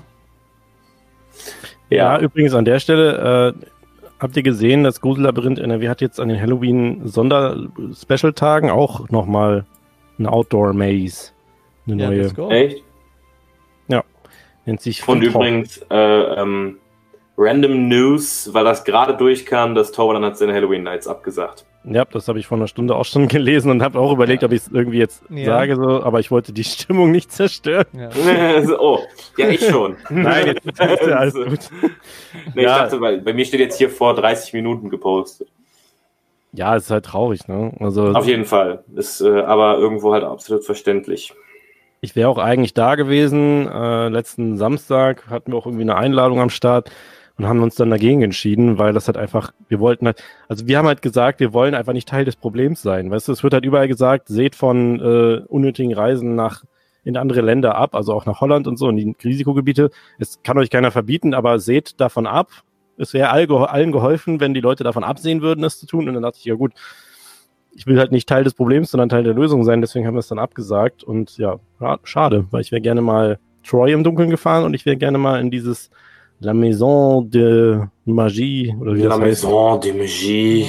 Ja, ja, übrigens an der Stelle, äh, habt ihr gesehen, das Grusellabyrinth N R W hat jetzt an den Halloween-Sonder-Special-Tagen auch nochmal eine Outdoor-Maze. Eine Ja, neue. let's go. Echt? Nennt sich Und Free Talk. übrigens, äh, ähm, Random News, weil das gerade durchkam, das Toverland hat seine Halloween Nights abgesagt. Ja, das habe ich vor einer Stunde auch schon gelesen und habe auch überlegt, ob ich es irgendwie jetzt Ja. sage, so, aber ich wollte die Stimmung nicht zerstören. Ja. Oh, ja, ich schon. Nein, jetzt ist ja alles gut. Nee, Ja. ich dachte, weil bei mir steht jetzt hier vor dreißig Minuten gepostet. Ja, es ist halt traurig, ne? Also Auf jeden Fall. Ist äh, aber irgendwo halt absolut verständlich. ich wäre auch eigentlich da gewesen. Äh, letzten Samstag hatten wir auch irgendwie eine Einladung am Start und haben uns dann dagegen entschieden, weil das halt einfach, wir wollten halt, also wir haben halt gesagt, wir wollen einfach nicht Teil des Problems sein. Weißt du, es wird halt überall gesagt, seht von äh, unnötigen Reisen nach in andere Länder ab, also auch nach Holland und so, in die Risikogebiete. Es kann euch keiner verbieten, aber seht davon ab. Es wäre all, allen geholfen, wenn die Leute davon absehen würden, das zu tun. Und dann dachte ich, ja gut, ich will halt nicht Teil des Problems, sondern Teil der Lösung sein. Deswegen haben wir es dann abgesagt. Und ja, schade, weil ich wäre gerne mal Troy im Dunkeln gefahren und ich wäre gerne mal in dieses La Maison de Magie oder wie La das heißt. Maison de Magie.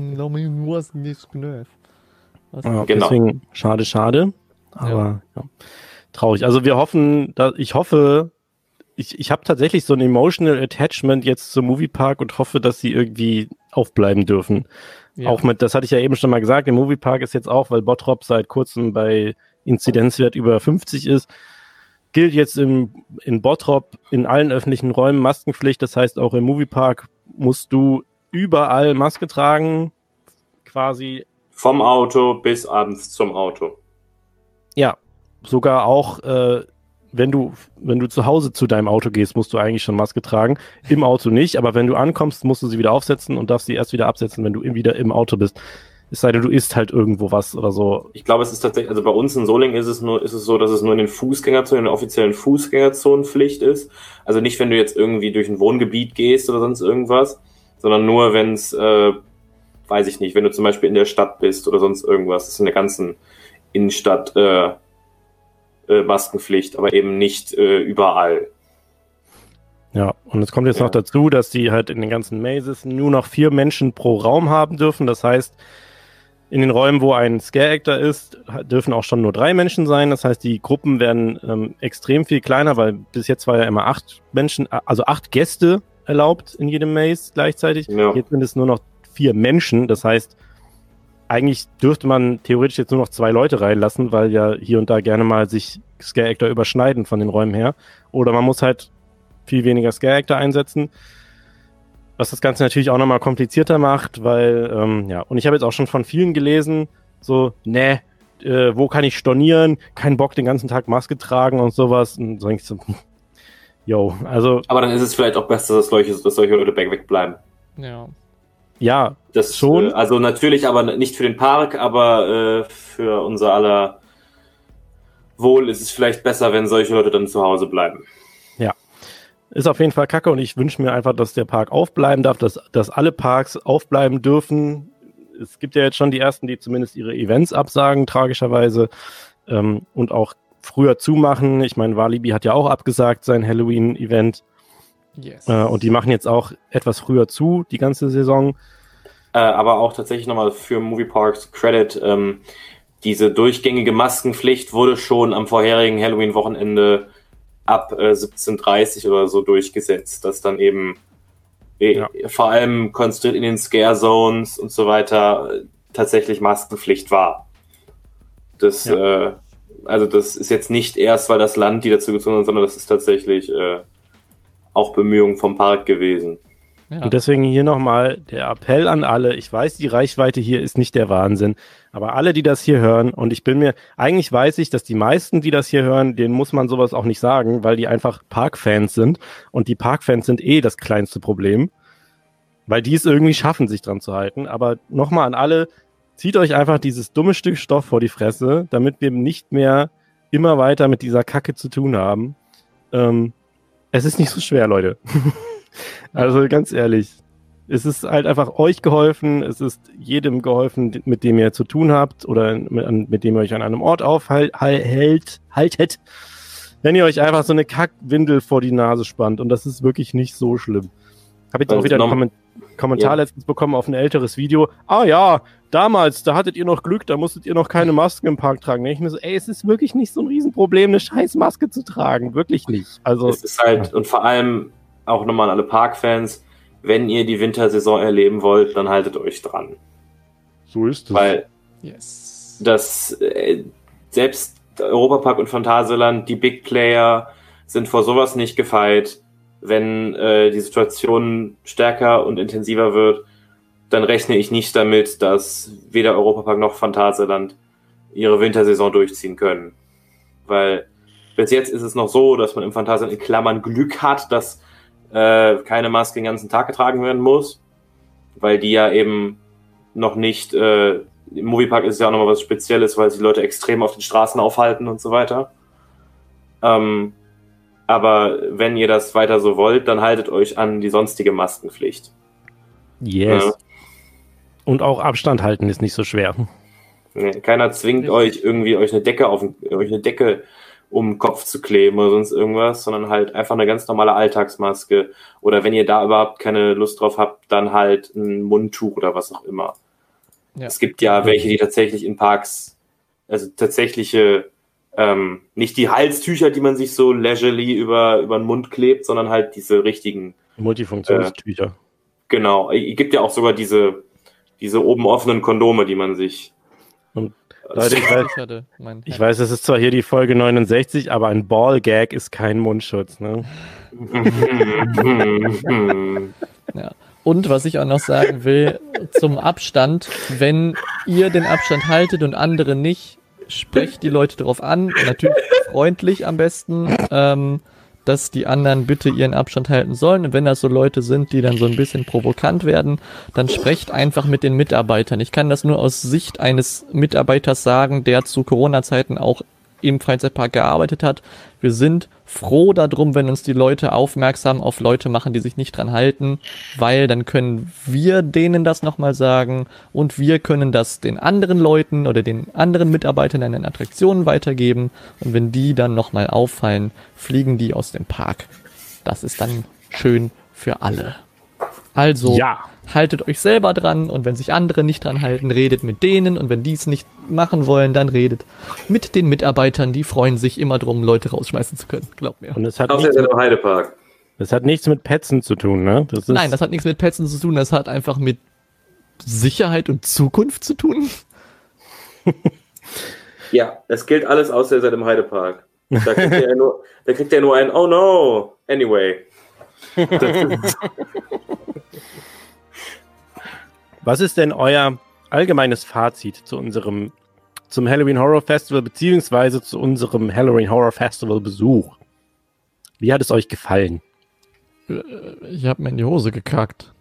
Ja, Genau. Deswegen schade, schade. Aber ja. Traurig. Also wir hoffen, da, ich hoffe, ich, ich habe tatsächlich so ein emotional Attachment jetzt zum Moviepark und hoffe, dass sie irgendwie aufbleiben dürfen. Ja. Auch mit, das hatte ich ja eben schon mal gesagt, der Moviepark ist jetzt auch, weil Bottrop seit kurzem bei Inzidenzwert über fünfzig ist, gilt jetzt im, in Bottrop in allen öffentlichen Räumen Maskenpflicht. Das heißt, auch im Moviepark musst du überall Maske tragen, quasi. Vom Auto bis abends zum Auto. Ja, sogar auch, äh, wenn du, wenn du zu Hause zu deinem Auto gehst, musst du eigentlich schon Maske tragen. Im Auto nicht, aber wenn du ankommst, musst du sie wieder aufsetzen und darfst sie erst wieder absetzen, wenn du wieder im Auto bist. Es sei denn, du isst halt irgendwo was oder so. Ich glaube, es ist tatsächlich, also bei uns in Solingen ist es nur, ist es so, dass es nur in den Fußgängerzonen, in den offiziellen Fußgängerzonen Pflicht ist. Also nicht, wenn du jetzt irgendwie durch ein Wohngebiet gehst oder sonst irgendwas, sondern nur, wenn es, äh, weiß ich nicht, wenn du zum Beispiel in der Stadt bist oder sonst irgendwas. Das ist in der ganzen Innenstadt äh, äh, Maskenpflicht, aber eben nicht äh, überall. Ja, und es kommt jetzt Ja. noch dazu, dass die halt in den ganzen Mazes nur noch vier Menschen pro Raum haben dürfen. Das heißt, in den Räumen, wo ein Scare-Actor ist, dürfen auch schon nur drei Menschen sein. Das heißt, die Gruppen werden ähm, extrem viel kleiner, weil bis jetzt war ja immer acht Menschen, also acht Gäste erlaubt in jedem Maze gleichzeitig. Ja. Jetzt sind es nur noch vier Menschen. Das heißt, eigentlich dürfte man theoretisch jetzt nur noch zwei Leute reinlassen, weil ja hier und da gerne mal sich Scare-Actor überschneiden von den Räumen her. Oder man muss halt viel weniger Scare-Actor einsetzen, was das Ganze natürlich auch nochmal komplizierter macht, weil, ähm, ja, und ich habe jetzt auch schon von vielen gelesen, so, ne, äh, wo kann ich stornieren, kein Bock den ganzen Tag Maske tragen und sowas, und so, ich so, Jo, also. Aber dann ist es vielleicht auch besser, dass solche, dass solche Leute wegbleiben. Ja. Ja, das schon. Äh, also natürlich, aber nicht für den Park, aber äh, für unser aller Wohl ist es vielleicht besser, wenn solche Leute dann zu Hause bleiben. Ja. Ist auf jeden Fall kacke und ich wünsche mir einfach, dass der Park aufbleiben darf, dass, dass alle Parks aufbleiben dürfen. Es gibt ja jetzt schon die ersten, die zumindest ihre Events absagen, tragischerweise, ähm, und auch früher zumachen. Ich meine, Walibi hat ja auch abgesagt, sein Halloween-Event. Yes. Äh, und die machen jetzt auch etwas früher zu, die ganze Saison. Äh, aber auch tatsächlich nochmal für Movieparks Credit, ähm, diese durchgängige Maskenpflicht wurde schon am vorherigen Halloween-Wochenende ab äh, siebzehn Uhr dreißig oder so durchgesetzt, dass dann eben äh, Ja. vor allem konzentriert in den Scare Zones und so weiter äh, tatsächlich Maskenpflicht war. Das, Ja. äh, also das ist jetzt nicht erst, weil das Land die dazu gezwungen hat, sondern das ist tatsächlich äh, auch Bemühungen vom Park gewesen. Ja. Und deswegen hier nochmal der Appell an alle. Ich weiß, die Reichweite hier ist nicht der Wahnsinn, aber alle, die das hier hören, und ich bin mir, eigentlich weiß ich, dass die meisten, die das hier hören, denen muss man sowas auch nicht sagen, weil die einfach Parkfans sind und die Parkfans sind eh das kleinste Problem, weil die es irgendwie schaffen, sich dran zu halten. Aber nochmal an alle, zieht euch einfach dieses dumme Stück Stoff vor die Fresse, damit wir nicht mehr immer weiter mit dieser Kacke zu tun haben. Ähm, es ist nicht so schwer, Leute. Also ganz ehrlich, es ist halt einfach euch geholfen, es ist jedem geholfen, mit dem ihr zu tun habt oder mit, mit dem ihr euch an einem Ort aufhält, hält, haltet, wenn ihr euch einfach so eine Kackwindel vor die Nase spannt und das ist wirklich nicht so schlimm. Habe jetzt Also auch wieder einen norm- Komment- Kommentar Ja. letztens bekommen auf ein älteres Video. Ah ja, damals, da hattet ihr noch Glück, da musstet ihr noch keine Masken im Park tragen. Da denk ich mir so, ey, es ist wirklich nicht so ein Riesenproblem, eine scheiß Maske zu tragen. Wirklich nicht. Also, Es ist halt, und vor allem auch nochmal an alle Parkfans, wenn ihr die Wintersaison erleben wollt, dann haltet euch dran. so ist es. Weil Yes. das äh, selbst Europapark und Phantasialand, die Big Player, sind vor sowas nicht gefeit. Wenn äh, die Situation stärker und intensiver wird, dann rechne ich nicht damit, dass weder Europapark noch Phantasialand ihre Wintersaison durchziehen können. Weil bis jetzt ist es noch so, dass man im Phantasialand in Klammern Glück hat, dass äh, keine Maske den ganzen Tag getragen werden muss, weil die ja eben noch nicht, äh, im Moviepark ist es ja auch nochmal was Spezielles, weil sich die Leute extrem auf den Straßen aufhalten und so weiter. Ähm, aber wenn ihr das weiter so wollt, dann haltet euch an die sonstige Maskenpflicht. Yes. Ja. Und auch Abstand halten ist nicht so schwer. Nee, keiner zwingt Richtig. euch irgendwie euch eine Decke auf den- euch eine Decke um den Kopf zu kleben oder sonst irgendwas, sondern halt einfach eine ganz normale Alltagsmaske. Oder wenn ihr da überhaupt keine Lust drauf habt, dann halt ein Mundtuch oder was auch immer. Ja. Es gibt ja welche, die tatsächlich in Parks, also tatsächliche, ähm, nicht die Halstücher, die man sich so leisurely über, über den Mund klebt, sondern halt diese richtigen, Multifunktionstücher. genau. Es gibt ja auch sogar diese, diese oben offenen Kondome, die man sich Und Leute, ich weiß, Ich hatte mein ich weiß, es ist zwar hier die Folge neunundsechzig, aber ein Ballgag ist kein Mundschutz, ne? Ja. Und was ich auch noch sagen will, zum Abstand, wenn ihr den Abstand haltet und andere nicht, sprecht die Leute darauf an, natürlich freundlich am besten, ähm, dass die anderen bitte ihren Abstand halten sollen. Und wenn das so Leute sind, die dann so ein bisschen provokant werden, dann sprecht einfach mit den Mitarbeitern. Ich kann das nur aus Sicht eines Mitarbeiters sagen, der zu Corona-Zeiten auch im Freizeitpark gearbeitet hat. Wir sind froh darum, wenn uns die Leute aufmerksam auf Leute machen, die sich nicht dran halten, weil dann können wir denen das nochmal sagen und wir können das den anderen Leuten oder den anderen Mitarbeitern an den Attraktionen weitergeben und wenn die dann nochmal auffallen, fliegen die aus dem Park. Das ist dann schön für alle. Also, Ja. haltet euch selber dran und wenn sich andere nicht dran halten, redet mit denen und wenn die es nicht machen wollen, dann redet mit den Mitarbeitern, die freuen sich immer drum, Leute rausschmeißen zu können, glaubt mir. Und es hat, Außer nichts, im Heidepark. das hat nichts mit Petzen zu tun, ne? Das ist, Nein, das hat nichts mit Petzen zu tun, das hat einfach mit Sicherheit und Zukunft zu tun. Ja, es gilt alles außer ihr seid im Heidepark. Da kriegt ihr ja nur, da kriegt ihr nur ein Oh no, anyway. Was ist denn euer allgemeines Fazit zu unserem zum Halloween Horror Festival beziehungsweise zu unserem Halloween Horror Festival Besuch? Wie hat es euch gefallen? Ich habe mir in die Hose gekackt.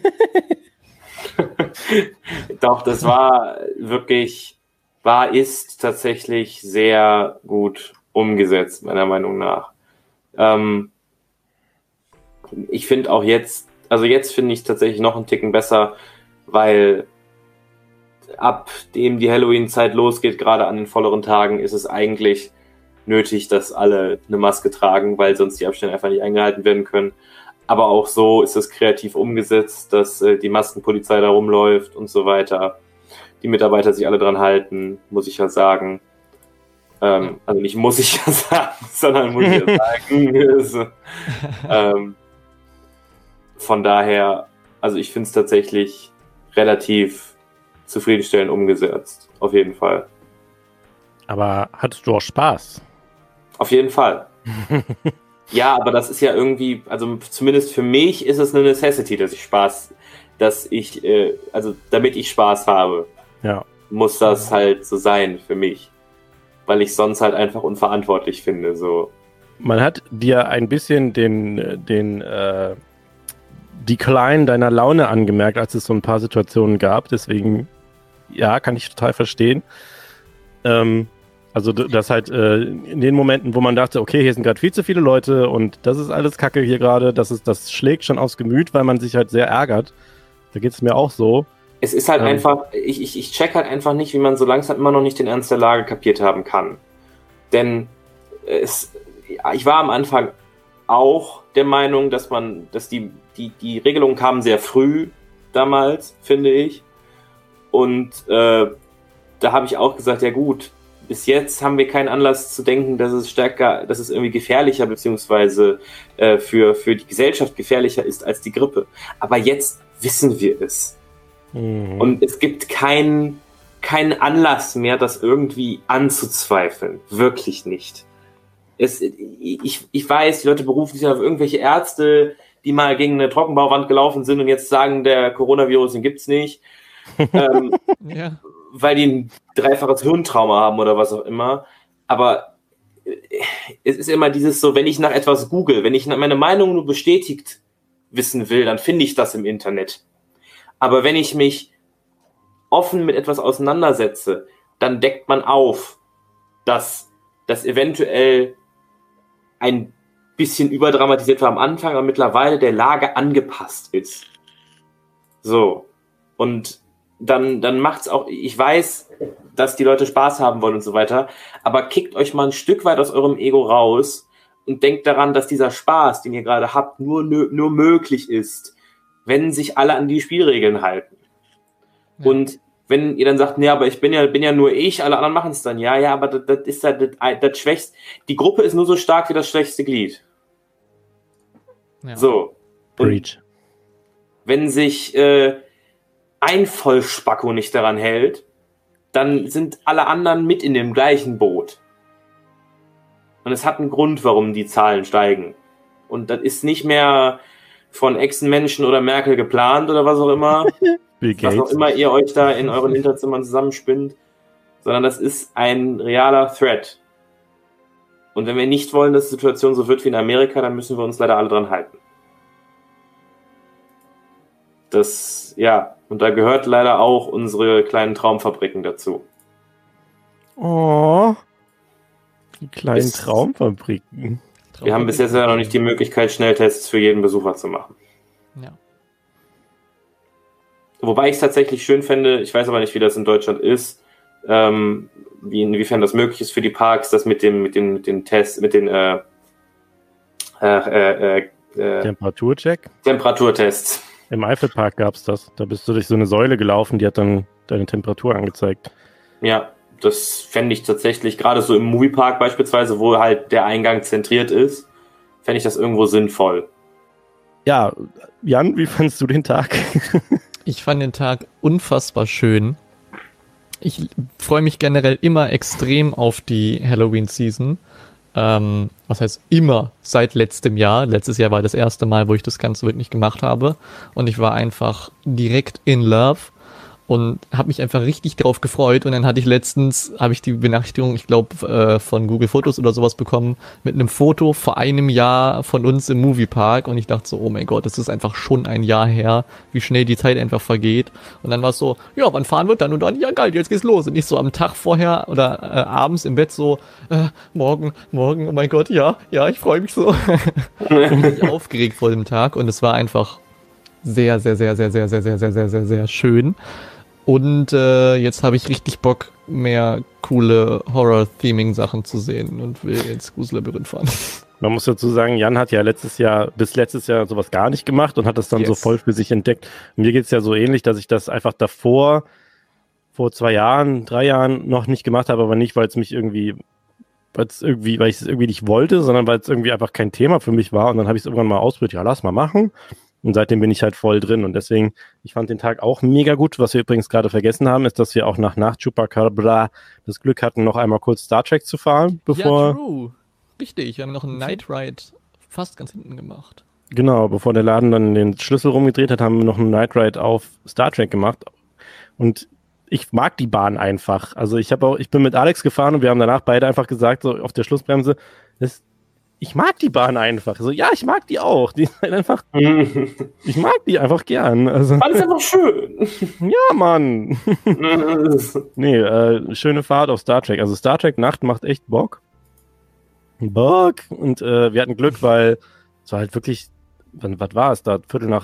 Doch, das war wirklich, war, ist tatsächlich sehr gut umgesetzt, meiner Meinung nach. Ähm, ich finde auch jetzt, also jetzt finde ich es tatsächlich noch einen Ticken besser, weil ab dem die Halloween-Zeit losgeht, gerade an den volleren Tagen, ist es eigentlich nötig, dass alle eine Maske tragen, weil sonst die Abstände einfach nicht eingehalten werden können. Aber auch so ist es kreativ umgesetzt, dass äh, die Maskenpolizei da rumläuft und so weiter. Die Mitarbeiter sich alle dran halten, muss ich ja sagen. Ähm, also nicht muss ich ja sagen, sondern muss ich ja sagen. also, ähm, von daher, also ich finde es tatsächlich relativ zufriedenstellend umgesetzt. Auf jeden Fall. Aber hattest du auch Spaß? Auf jeden Fall. Ja, aber das ist ja irgendwie, also zumindest für mich ist es eine Necessity, dass ich Spaß, dass ich, äh, also damit ich Spaß habe, ja. muss das halt so sein für mich. Weil ich sonst halt einfach unverantwortlich finde, so. Man hat dir ein bisschen den, den äh, Decline deiner Laune angemerkt, als es so ein paar Situationen gab, deswegen, ja, kann ich total verstehen. Ähm, also das halt äh, in den Momenten, wo man dachte, okay, hier sind gerade viel zu viele Leute und das ist alles Kacke hier gerade, das ist, das schlägt schon aufs Gemüt, weil man sich halt sehr ärgert. Da geht es mir auch so. Es ist halt ähm, einfach, ich, ich, ich check halt einfach nicht, wie man so langsam immer noch nicht den Ernst der Lage kapiert haben kann. Denn es, ich war am Anfang auch der Meinung, dass man, dass die, die, die Regelungen kamen sehr früh damals, finde ich. Und äh, da habe ich auch gesagt, ja gut, bis jetzt haben wir keinen Anlass zu denken, dass es stärker, dass es irgendwie gefährlicher beziehungsweise äh, für, für die Gesellschaft gefährlicher ist als die Grippe. Aber jetzt wissen wir es. Mhm. Und es gibt keinen keinen Anlass mehr, das irgendwie anzuzweifeln. Wirklich nicht. Es, ich, ich weiß, die Leute berufen sich auf irgendwelche Ärzte, die mal gegen eine Trockenbauwand gelaufen sind und jetzt sagen, der Coronavirus, den gibt's nicht. ähm, ja. Weil die ein dreifaches Hirntrauma haben oder was auch immer. Aber es ist immer dieses so, wenn ich nach etwas google, wenn ich meine Meinung nur bestätigt wissen will, dann finde ich das im Internet. Aber wenn ich mich offen mit etwas auseinandersetze, dann deckt man auf, dass das eventuell ein bisschen überdramatisiert war am Anfang, aber mittlerweile der Lage angepasst ist. So. Und dann, dann macht's auch, ich weiß, dass die Leute Spaß haben wollen und so weiter, aber kickt euch mal ein Stück weit aus eurem Ego raus und denkt daran, dass dieser Spaß, den ihr gerade habt, nur, nur möglich ist, wenn sich alle an die Spielregeln halten. Ja. Und wenn ihr dann sagt, nee, aber ich bin ja, bin ja nur ich, alle anderen machen es dann, ja, ja, aber das, das ist das, das, das Schwächste, die Gruppe ist nur so stark wie das schwächste Glied. Ja. So. Breach. Wenn sich, äh, ein Vollspacko nicht daran hält, dann sind alle anderen mit in dem gleichen Boot. Und es hat einen Grund, warum die Zahlen steigen. Und das ist nicht mehr von Echsenmenschen oder Merkel geplant oder was auch immer, Bill Gates. was auch immer ihr euch da in euren Hinterzimmern zusammenspinnt, sondern das ist ein realer Threat. Und wenn wir nicht wollen, dass die Situation so wird wie in Amerika, dann müssen wir uns leider alle dran halten. Das, ja, und da gehört leider auch unsere kleinen Traumfabriken dazu. Oh, die kleinen Es- Traumfabriken. Wir haben bis jetzt ja noch nicht die Möglichkeit, Schnelltests für jeden Besucher zu machen. Ja. Wobei ich es tatsächlich schön fände, ich weiß aber nicht, wie das in Deutschland ist, ähm, wie, inwiefern das möglich ist für die Parks, das mit dem, mit den, mit den Tests, mit den äh, äh, äh, äh, Temperaturcheck. Temperaturtests. Im Eifelpark gab's das. Da bist du durch so eine Säule gelaufen, die hat dann deine Temperatur angezeigt. Ja, das fände ich tatsächlich, gerade so im Moviepark beispielsweise, wo halt der Eingang zentriert ist, fände ich das irgendwo sinnvoll. Ja, Jan, wie fandst du den Tag? Ich fand den Tag unfassbar schön. Ich freue mich generell immer extrem auf die Halloween-Season. Ähm, was heißt immer seit letztem Jahr. Letztes Jahr war das erste Mal, wo ich das Ganze wirklich gemacht habe. Und ich war einfach direkt in love. und habe mich einfach richtig drauf gefreut. Und dann hatte ich letztens, habe ich die Benachrichtigung, ich glaube, äh, von Google Fotos oder sowas bekommen, mit einem Foto vor einem Jahr von uns im Moviepark. Und ich dachte so, oh mein Gott, das ist einfach schon ein Jahr her, wie schnell die Zeit einfach vergeht. Und dann war es so, ja, wann fahren wir dann? Und dann, ja geil, jetzt geht's los. Und ich so am Tag vorher oder äh, abends im Bett so, äh, morgen, morgen, oh mein Gott, ja, ja, ich freue mich so. Und mich aufgeregt vor dem Tag. Und es war einfach sehr, sehr, sehr, sehr, sehr, sehr, sehr, sehr, sehr, sehr, sehr schön. Und äh, jetzt habe ich richtig Bock, mehr coole Horror-Theming-Sachen zu sehen und will ins Grusel-Labyrinth fahren. Man muss dazu sagen, Jan hat ja letztes Jahr, bis letztes Jahr sowas gar nicht gemacht und hat das dann yes. so voll für sich entdeckt. Und mir geht's ja so ähnlich, dass ich das einfach davor, vor zwei Jahren, drei Jahren noch nicht gemacht habe, aber nicht, weil es mich irgendwie, weil es irgendwie, weil ich es irgendwie nicht wollte, sondern weil es irgendwie einfach kein Thema für mich war. Und dann habe ich es irgendwann mal ausprobiert, ja, lass mal machen. Und seitdem bin ich halt voll drin. Und deswegen, ich fand den Tag auch mega gut. Was wir übrigens gerade vergessen haben, ist, dass wir auch nach, nach Chupacabra das Glück hatten, noch einmal kurz Star Trek zu fahren, bevor... Ja, true. Richtig, wir haben noch einen Night Ride fast ganz hinten gemacht. Genau, bevor der Laden dann den Schlüssel rumgedreht hat, haben wir noch einen Night Ride auf Star Trek gemacht. Und ich mag die Bahn einfach. Also ich habe auch, ich bin mit Alex gefahren und wir haben danach beide einfach gesagt, so auf der Schlussbremse, das ich mag die Bahn einfach. So, ja, ich mag die auch. Die ist halt einfach, ich mag die einfach gern. Also, Bahn ist einfach schön. Ja, Mann. Nee, äh, schöne Fahrt auf Star Trek. Also Star Trek Nacht macht echt Bock. Bock. Und äh, wir hatten Glück, weil es war halt wirklich, wann, was war es da? Viertel nach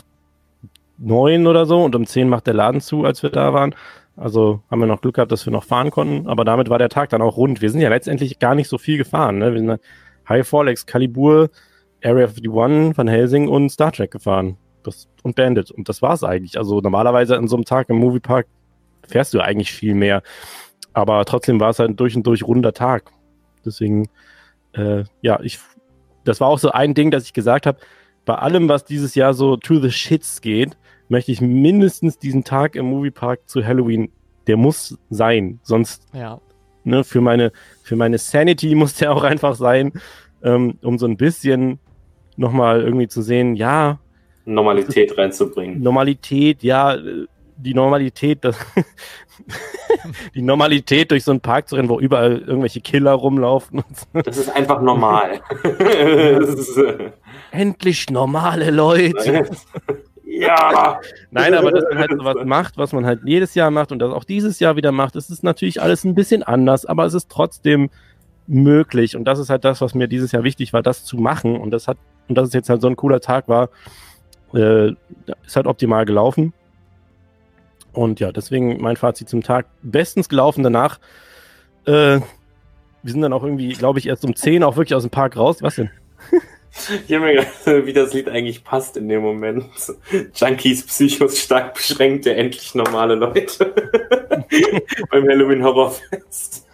neun oder so und um zehn macht der Laden zu, als wir da waren. Also haben wir noch Glück gehabt, dass wir noch fahren konnten. Aber damit war der Tag dann auch rund. Wir sind ja letztendlich gar nicht so viel gefahren. Ne? Wir sind Highfall, Excalibur, Area fifty one, Van Helsing und Star Trek gefahren. Das, und Bandit. Und das war's eigentlich. Also normalerweise an so einem Tag im Moviepark fährst du eigentlich viel mehr. Aber trotzdem war es halt ein durch und durch runder Tag. Deswegen, äh, ja, ich, das war auch so ein Ding, dass ich gesagt habe, bei allem, was dieses Jahr so to the shits geht, möchte ich mindestens diesen Tag im Moviepark zu Halloween, der muss sein. Sonst, ja. ne, für meine, für meine Sanity muss der auch einfach sein, ähm, um so ein bisschen nochmal irgendwie zu sehen, ja. Normalität reinzubringen. Normalität, ja, die Normalität, das die Normalität durch so einen Park zu rennen, wo überall irgendwelche Killer rumlaufen. Und so. Das ist einfach normal. Das ist, äh Endlich normale Leute. Ja. Nein, aber dass man halt sowas macht, was man halt jedes Jahr macht und das auch dieses Jahr wieder macht, es ist natürlich alles ein bisschen anders, aber es ist trotzdem möglich und das ist halt das, was mir dieses Jahr wichtig war, das zu machen und das hat, und dass es jetzt halt so ein cooler Tag war, äh, ist halt optimal gelaufen und ja, deswegen mein Fazit zum Tag, bestens gelaufen danach, äh, wir sind dann auch irgendwie, glaube ich, erst um zehn auch wirklich aus dem Park raus, was denn? Ich habe mir gedacht, wie das Lied eigentlich passt in dem Moment. Junkies, Psychos, stark beschränkte, endlich normale Leute. Beim Halloween Horrorfest.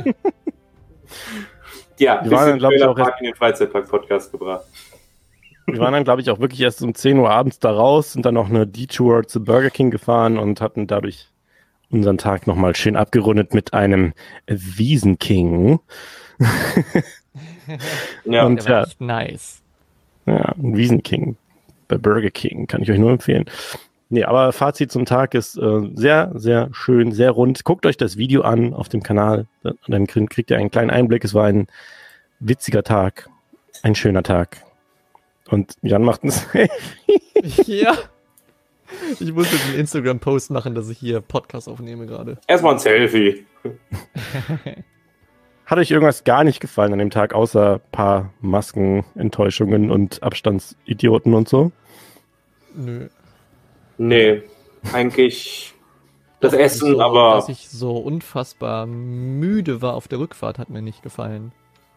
Ja, wir waren dann, glaube ich, auch erst in den Freizeitpark-Podcast gebracht. Wir waren dann, glaube ich, auch wirklich erst um zehn Uhr abends da raus, sind dann noch eine Detour zu Burger King gefahren und hatten dadurch unseren Tag nochmal schön abgerundet mit einem Wiesenking. Ja, und der war ja, echt nice. Ja, ein Wiesenking bei Burger King, kann ich euch nur empfehlen. Nee, aber Fazit zum Tag ist äh, sehr, sehr schön, sehr rund. Guckt euch das Video an auf dem Kanal, dann kriegt ihr einen kleinen Einblick. Es war ein witziger Tag, ein schöner Tag. Und Jan macht es. Ja. Ich muss jetzt einen Instagram-Post machen, dass ich hier Podcast aufnehme gerade. Erstmal ein Selfie. Hat euch irgendwas gar nicht gefallen an dem Tag, außer ein paar Masken, Enttäuschungen und Abstandsidioten und so? Nö. Nee, eigentlich das Doch, Essen, so, aber... Dass ich so unfassbar müde war auf der Rückfahrt, hat mir nicht gefallen.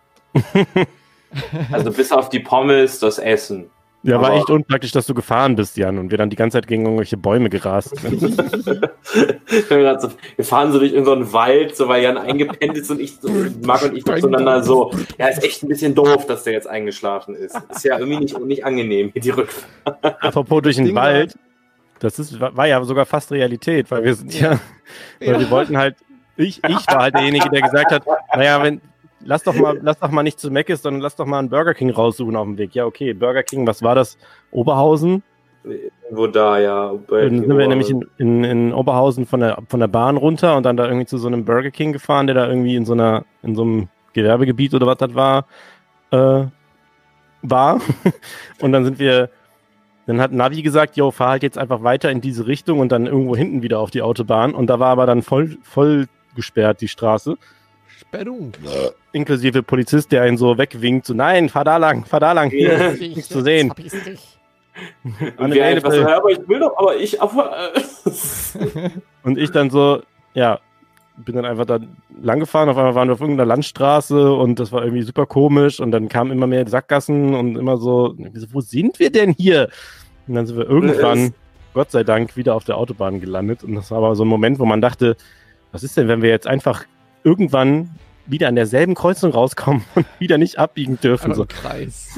Also bis auf die Pommes, das Essen. Ja, aber war echt unpraktisch, dass du gefahren bist, Jan, und wir dann die ganze Zeit gegen irgendwelche Bäume gerast sind. wir fahren so durch irgendeinen Wald, so weil Jan eingepennt ist und ich, so, Marc und ich zueinander so, ja, ist echt ein bisschen doof, dass der jetzt eingeschlafen ist. Ist ja irgendwie nicht, nicht angenehm, hier die Rückfahrt. Apropos durch den Wald, das ist, war ja sogar fast Realität, weil wir sind ja, ja weil ja. wir wollten halt, ich, ich war halt derjenige, der gesagt hat, naja, wenn, Lass doch mal, lass doch mal nicht zu Mc's, sondern lass doch mal einen Burger King raussuchen auf dem Weg. Ja, okay, Burger King, was war das? Oberhausen? Wo da, ja. Dann sind wir nämlich in, in, in Oberhausen von der, von der Bahn runter und dann da irgendwie zu so einem Burger King gefahren, der da irgendwie in so einer, in so einem Gewerbegebiet oder was das war, äh, war. Und dann sind wir, dann hat Navi gesagt, yo, fahr halt jetzt einfach weiter in diese Richtung und dann irgendwo hinten wieder auf die Autobahn. Und da war aber dann voll, voll gesperrt, die Straße. Sperrung. Inklusive Polizist, der einen so wegwinkt, so, nein, fahr da lang, fahr da lang. Ja. Nichts zu sehen. Und wir eine Person, aber ich will doch, aber ich, aber, äh. Und ich dann so, ja, bin dann einfach da lang gefahren, auf einmal waren wir auf irgendeiner Landstraße und das war irgendwie super komisch und dann kamen immer mehr Sackgassen und immer so, wo sind wir denn hier? Und dann sind wir irgendwann, Gott sei Dank, wieder auf der Autobahn gelandet und das war aber so ein Moment, wo man dachte, was ist denn, wenn wir jetzt einfach irgendwann wieder an derselben Kreuzung rauskommen und wieder nicht abbiegen dürfen? So. Kreis.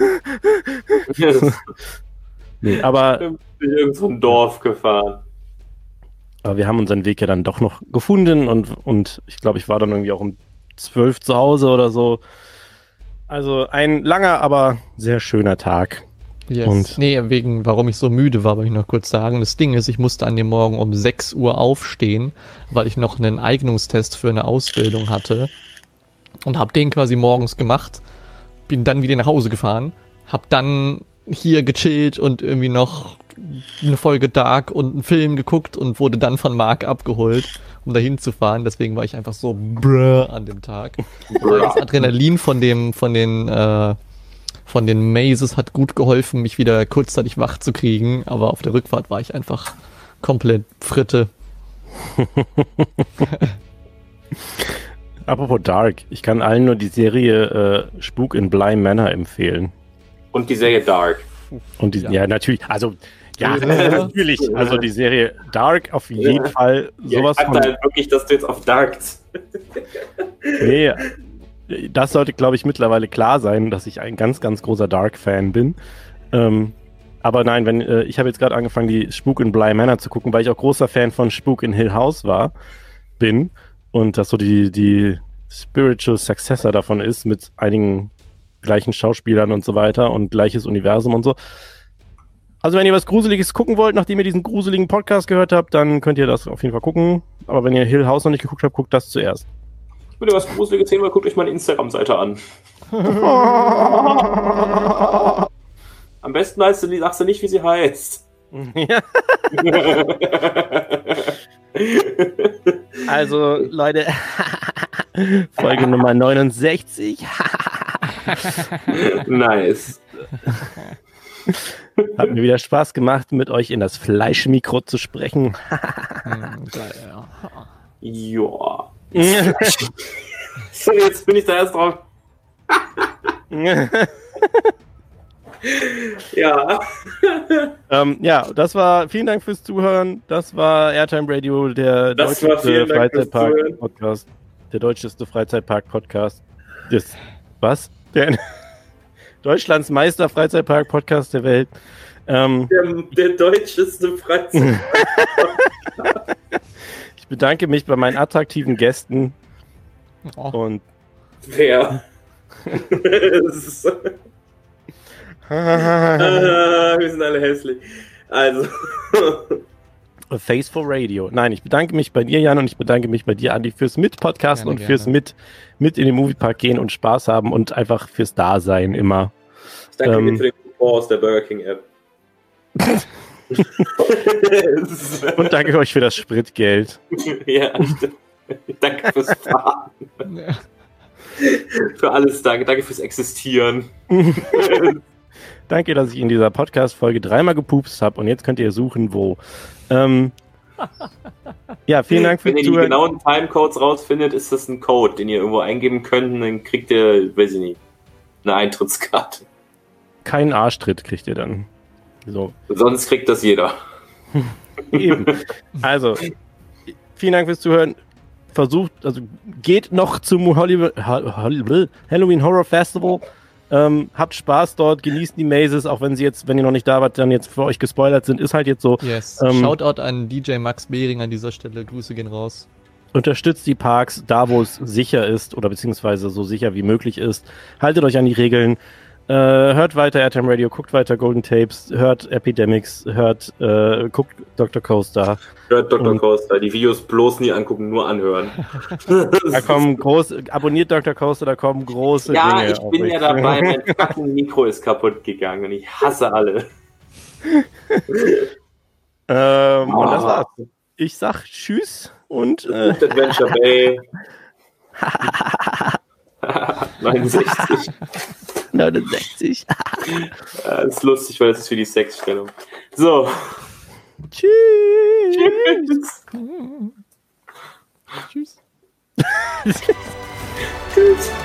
Nee, aber in irgend so ein Dorf gefahren. Aber wir haben unseren Weg ja dann doch noch gefunden und, und ich glaube, ich war dann irgendwie auch um zwölf zu Hause oder so. Also ein langer, aber sehr schöner Tag. Yes. Und nee, wegen, warum ich so müde war, wollte ich noch kurz sagen. Das Ding ist, ich musste an dem Morgen um sechs Uhr aufstehen, weil ich noch einen Eignungstest für eine Ausbildung hatte und habe den quasi morgens gemacht, bin dann wieder nach Hause gefahren, habe dann hier gechillt und irgendwie noch eine Folge Dark und einen Film geguckt und wurde dann von Marc abgeholt, um dahin zu fahren. Deswegen war ich einfach so brr an dem Tag. Das Adrenalin von dem, von den, äh, von den Mazes hat gut geholfen, mich wieder kurzzeitig wach zu kriegen, aber auf der Rückfahrt war ich einfach komplett Fritte. Apropos Dark, ich kann allen nur die Serie äh, Spuk in Bly Manor empfehlen. Und die Serie Dark. Und die, ja. ja, natürlich, also, ja, Ja. natürlich, also die Serie Dark auf jeden Ja. Fall sowas ja, ich von. dachte halt wirklich, dass du jetzt auf Dark. Nee, das sollte, glaube ich, mittlerweile klar sein, dass ich ein ganz, ganz großer Dark-Fan bin. Ähm, aber nein, wenn äh, ich habe jetzt gerade angefangen, die Spuk in Bly Manor zu gucken, weil ich auch großer Fan von Spuk in Hill House war, bin und das so die, die Spiritual Successor davon ist, mit einigen gleichen Schauspielern und so weiter und gleiches Universum und so. Also wenn ihr was Gruseliges gucken wollt, nachdem ihr diesen gruseligen Podcast gehört habt, dann könnt ihr das auf jeden Fall gucken. Aber wenn ihr Hill House noch nicht geguckt habt, guckt das zuerst. Wenn ihr was Gruseliges sehen wollt, guckt euch meine Instagram-Seite an. Am besten heißt du, sagst du nicht, wie sie heißt. Ja. Also, Leute, Folge Nummer neunundsechzig. Nice. Hat mir wieder Spaß gemacht, mit euch in das Fleischmikro zu sprechen. Joa. So, jetzt bin ich da erst drauf. Ja. ähm, ja, das war, vielen Dank fürs Zuhören. Das war Airtime Radio, der Das war deutscheste vielen Dank fürs Zuhören. Freizeitpark-Podcast. Der deutscheste Freizeitpark-Podcast. Das, was? Der, Deutschlands Meister Freizeitpark-Podcast der Welt. Ähm, Der, der deutscheste Freizeit. ich bedanke mich bei meinen attraktiven Gästen. Oh. Und Wer? Das ist- Ah, wir sind alle hässlich. Also. A Face for Radio. Nein, ich bedanke mich bei dir, Jan, und ich bedanke mich bei dir, Andi, fürs Mit-Podcasten und Gerne, fürs gerne. mit, mit in den Moviepark gehen und Spaß haben und einfach fürs Dasein immer. Ich danke Ähm. dir für den Coupon aus der Burger King App. Und danke euch für das Spritgeld. Ja, ich danke fürs Fahren. Ja. Für alles danke. Danke fürs Existieren. Danke, dass ich in dieser Podcast-Folge dreimal gepupst habe und jetzt könnt ihr suchen, wo. Ähm, ja, vielen Dank Wenn fürs ihr die Zuhören. genauen Timecodes rausfindet, ist das ein Code, den ihr irgendwo eingeben könnt und dann kriegt ihr, weiß ich nicht, eine Eintrittskarte. Keinen Arschtritt kriegt ihr dann. So. Sonst kriegt das jeder. Eben. Also, vielen Dank fürs Zuhören. Versucht, also geht noch zum Hollywood, Halloween Horror Festival. Ähm, habt Spaß dort, genießt die Mazes, auch wenn sie jetzt, wenn ihr noch nicht da wart, dann jetzt für euch gespoilert sind, ist halt jetzt so. Yes. Ähm, Shoutout an D J Max Behring an dieser Stelle. Grüße gehen raus. Unterstützt die Parks da, wo es sicher ist oder beziehungsweise so sicher wie möglich ist. Haltet euch an die Regeln. Äh, hört weiter Airtime Radio, guckt weiter Golden Tapes, hört Epidemics, hört, äh, guckt Doktor Coaster. Hört Doktor Coaster, die Videos bloß nie angucken, nur anhören. Da kommen große, abonniert Doktor Coaster, da kommen große ja, Dinge. ich bin ja dabei, mein fucking Mikro ist kaputt gegangen und ich hasse alle. ähm, oh. Und das war's. Ich sag Tschüss und äh, Adventure Bay. neunundsechzig. neunundsechzig. Das ist lustig, weil das ist für die Sexstellung. So. Tschüss. Tschüss. Tschüss. Tschüss.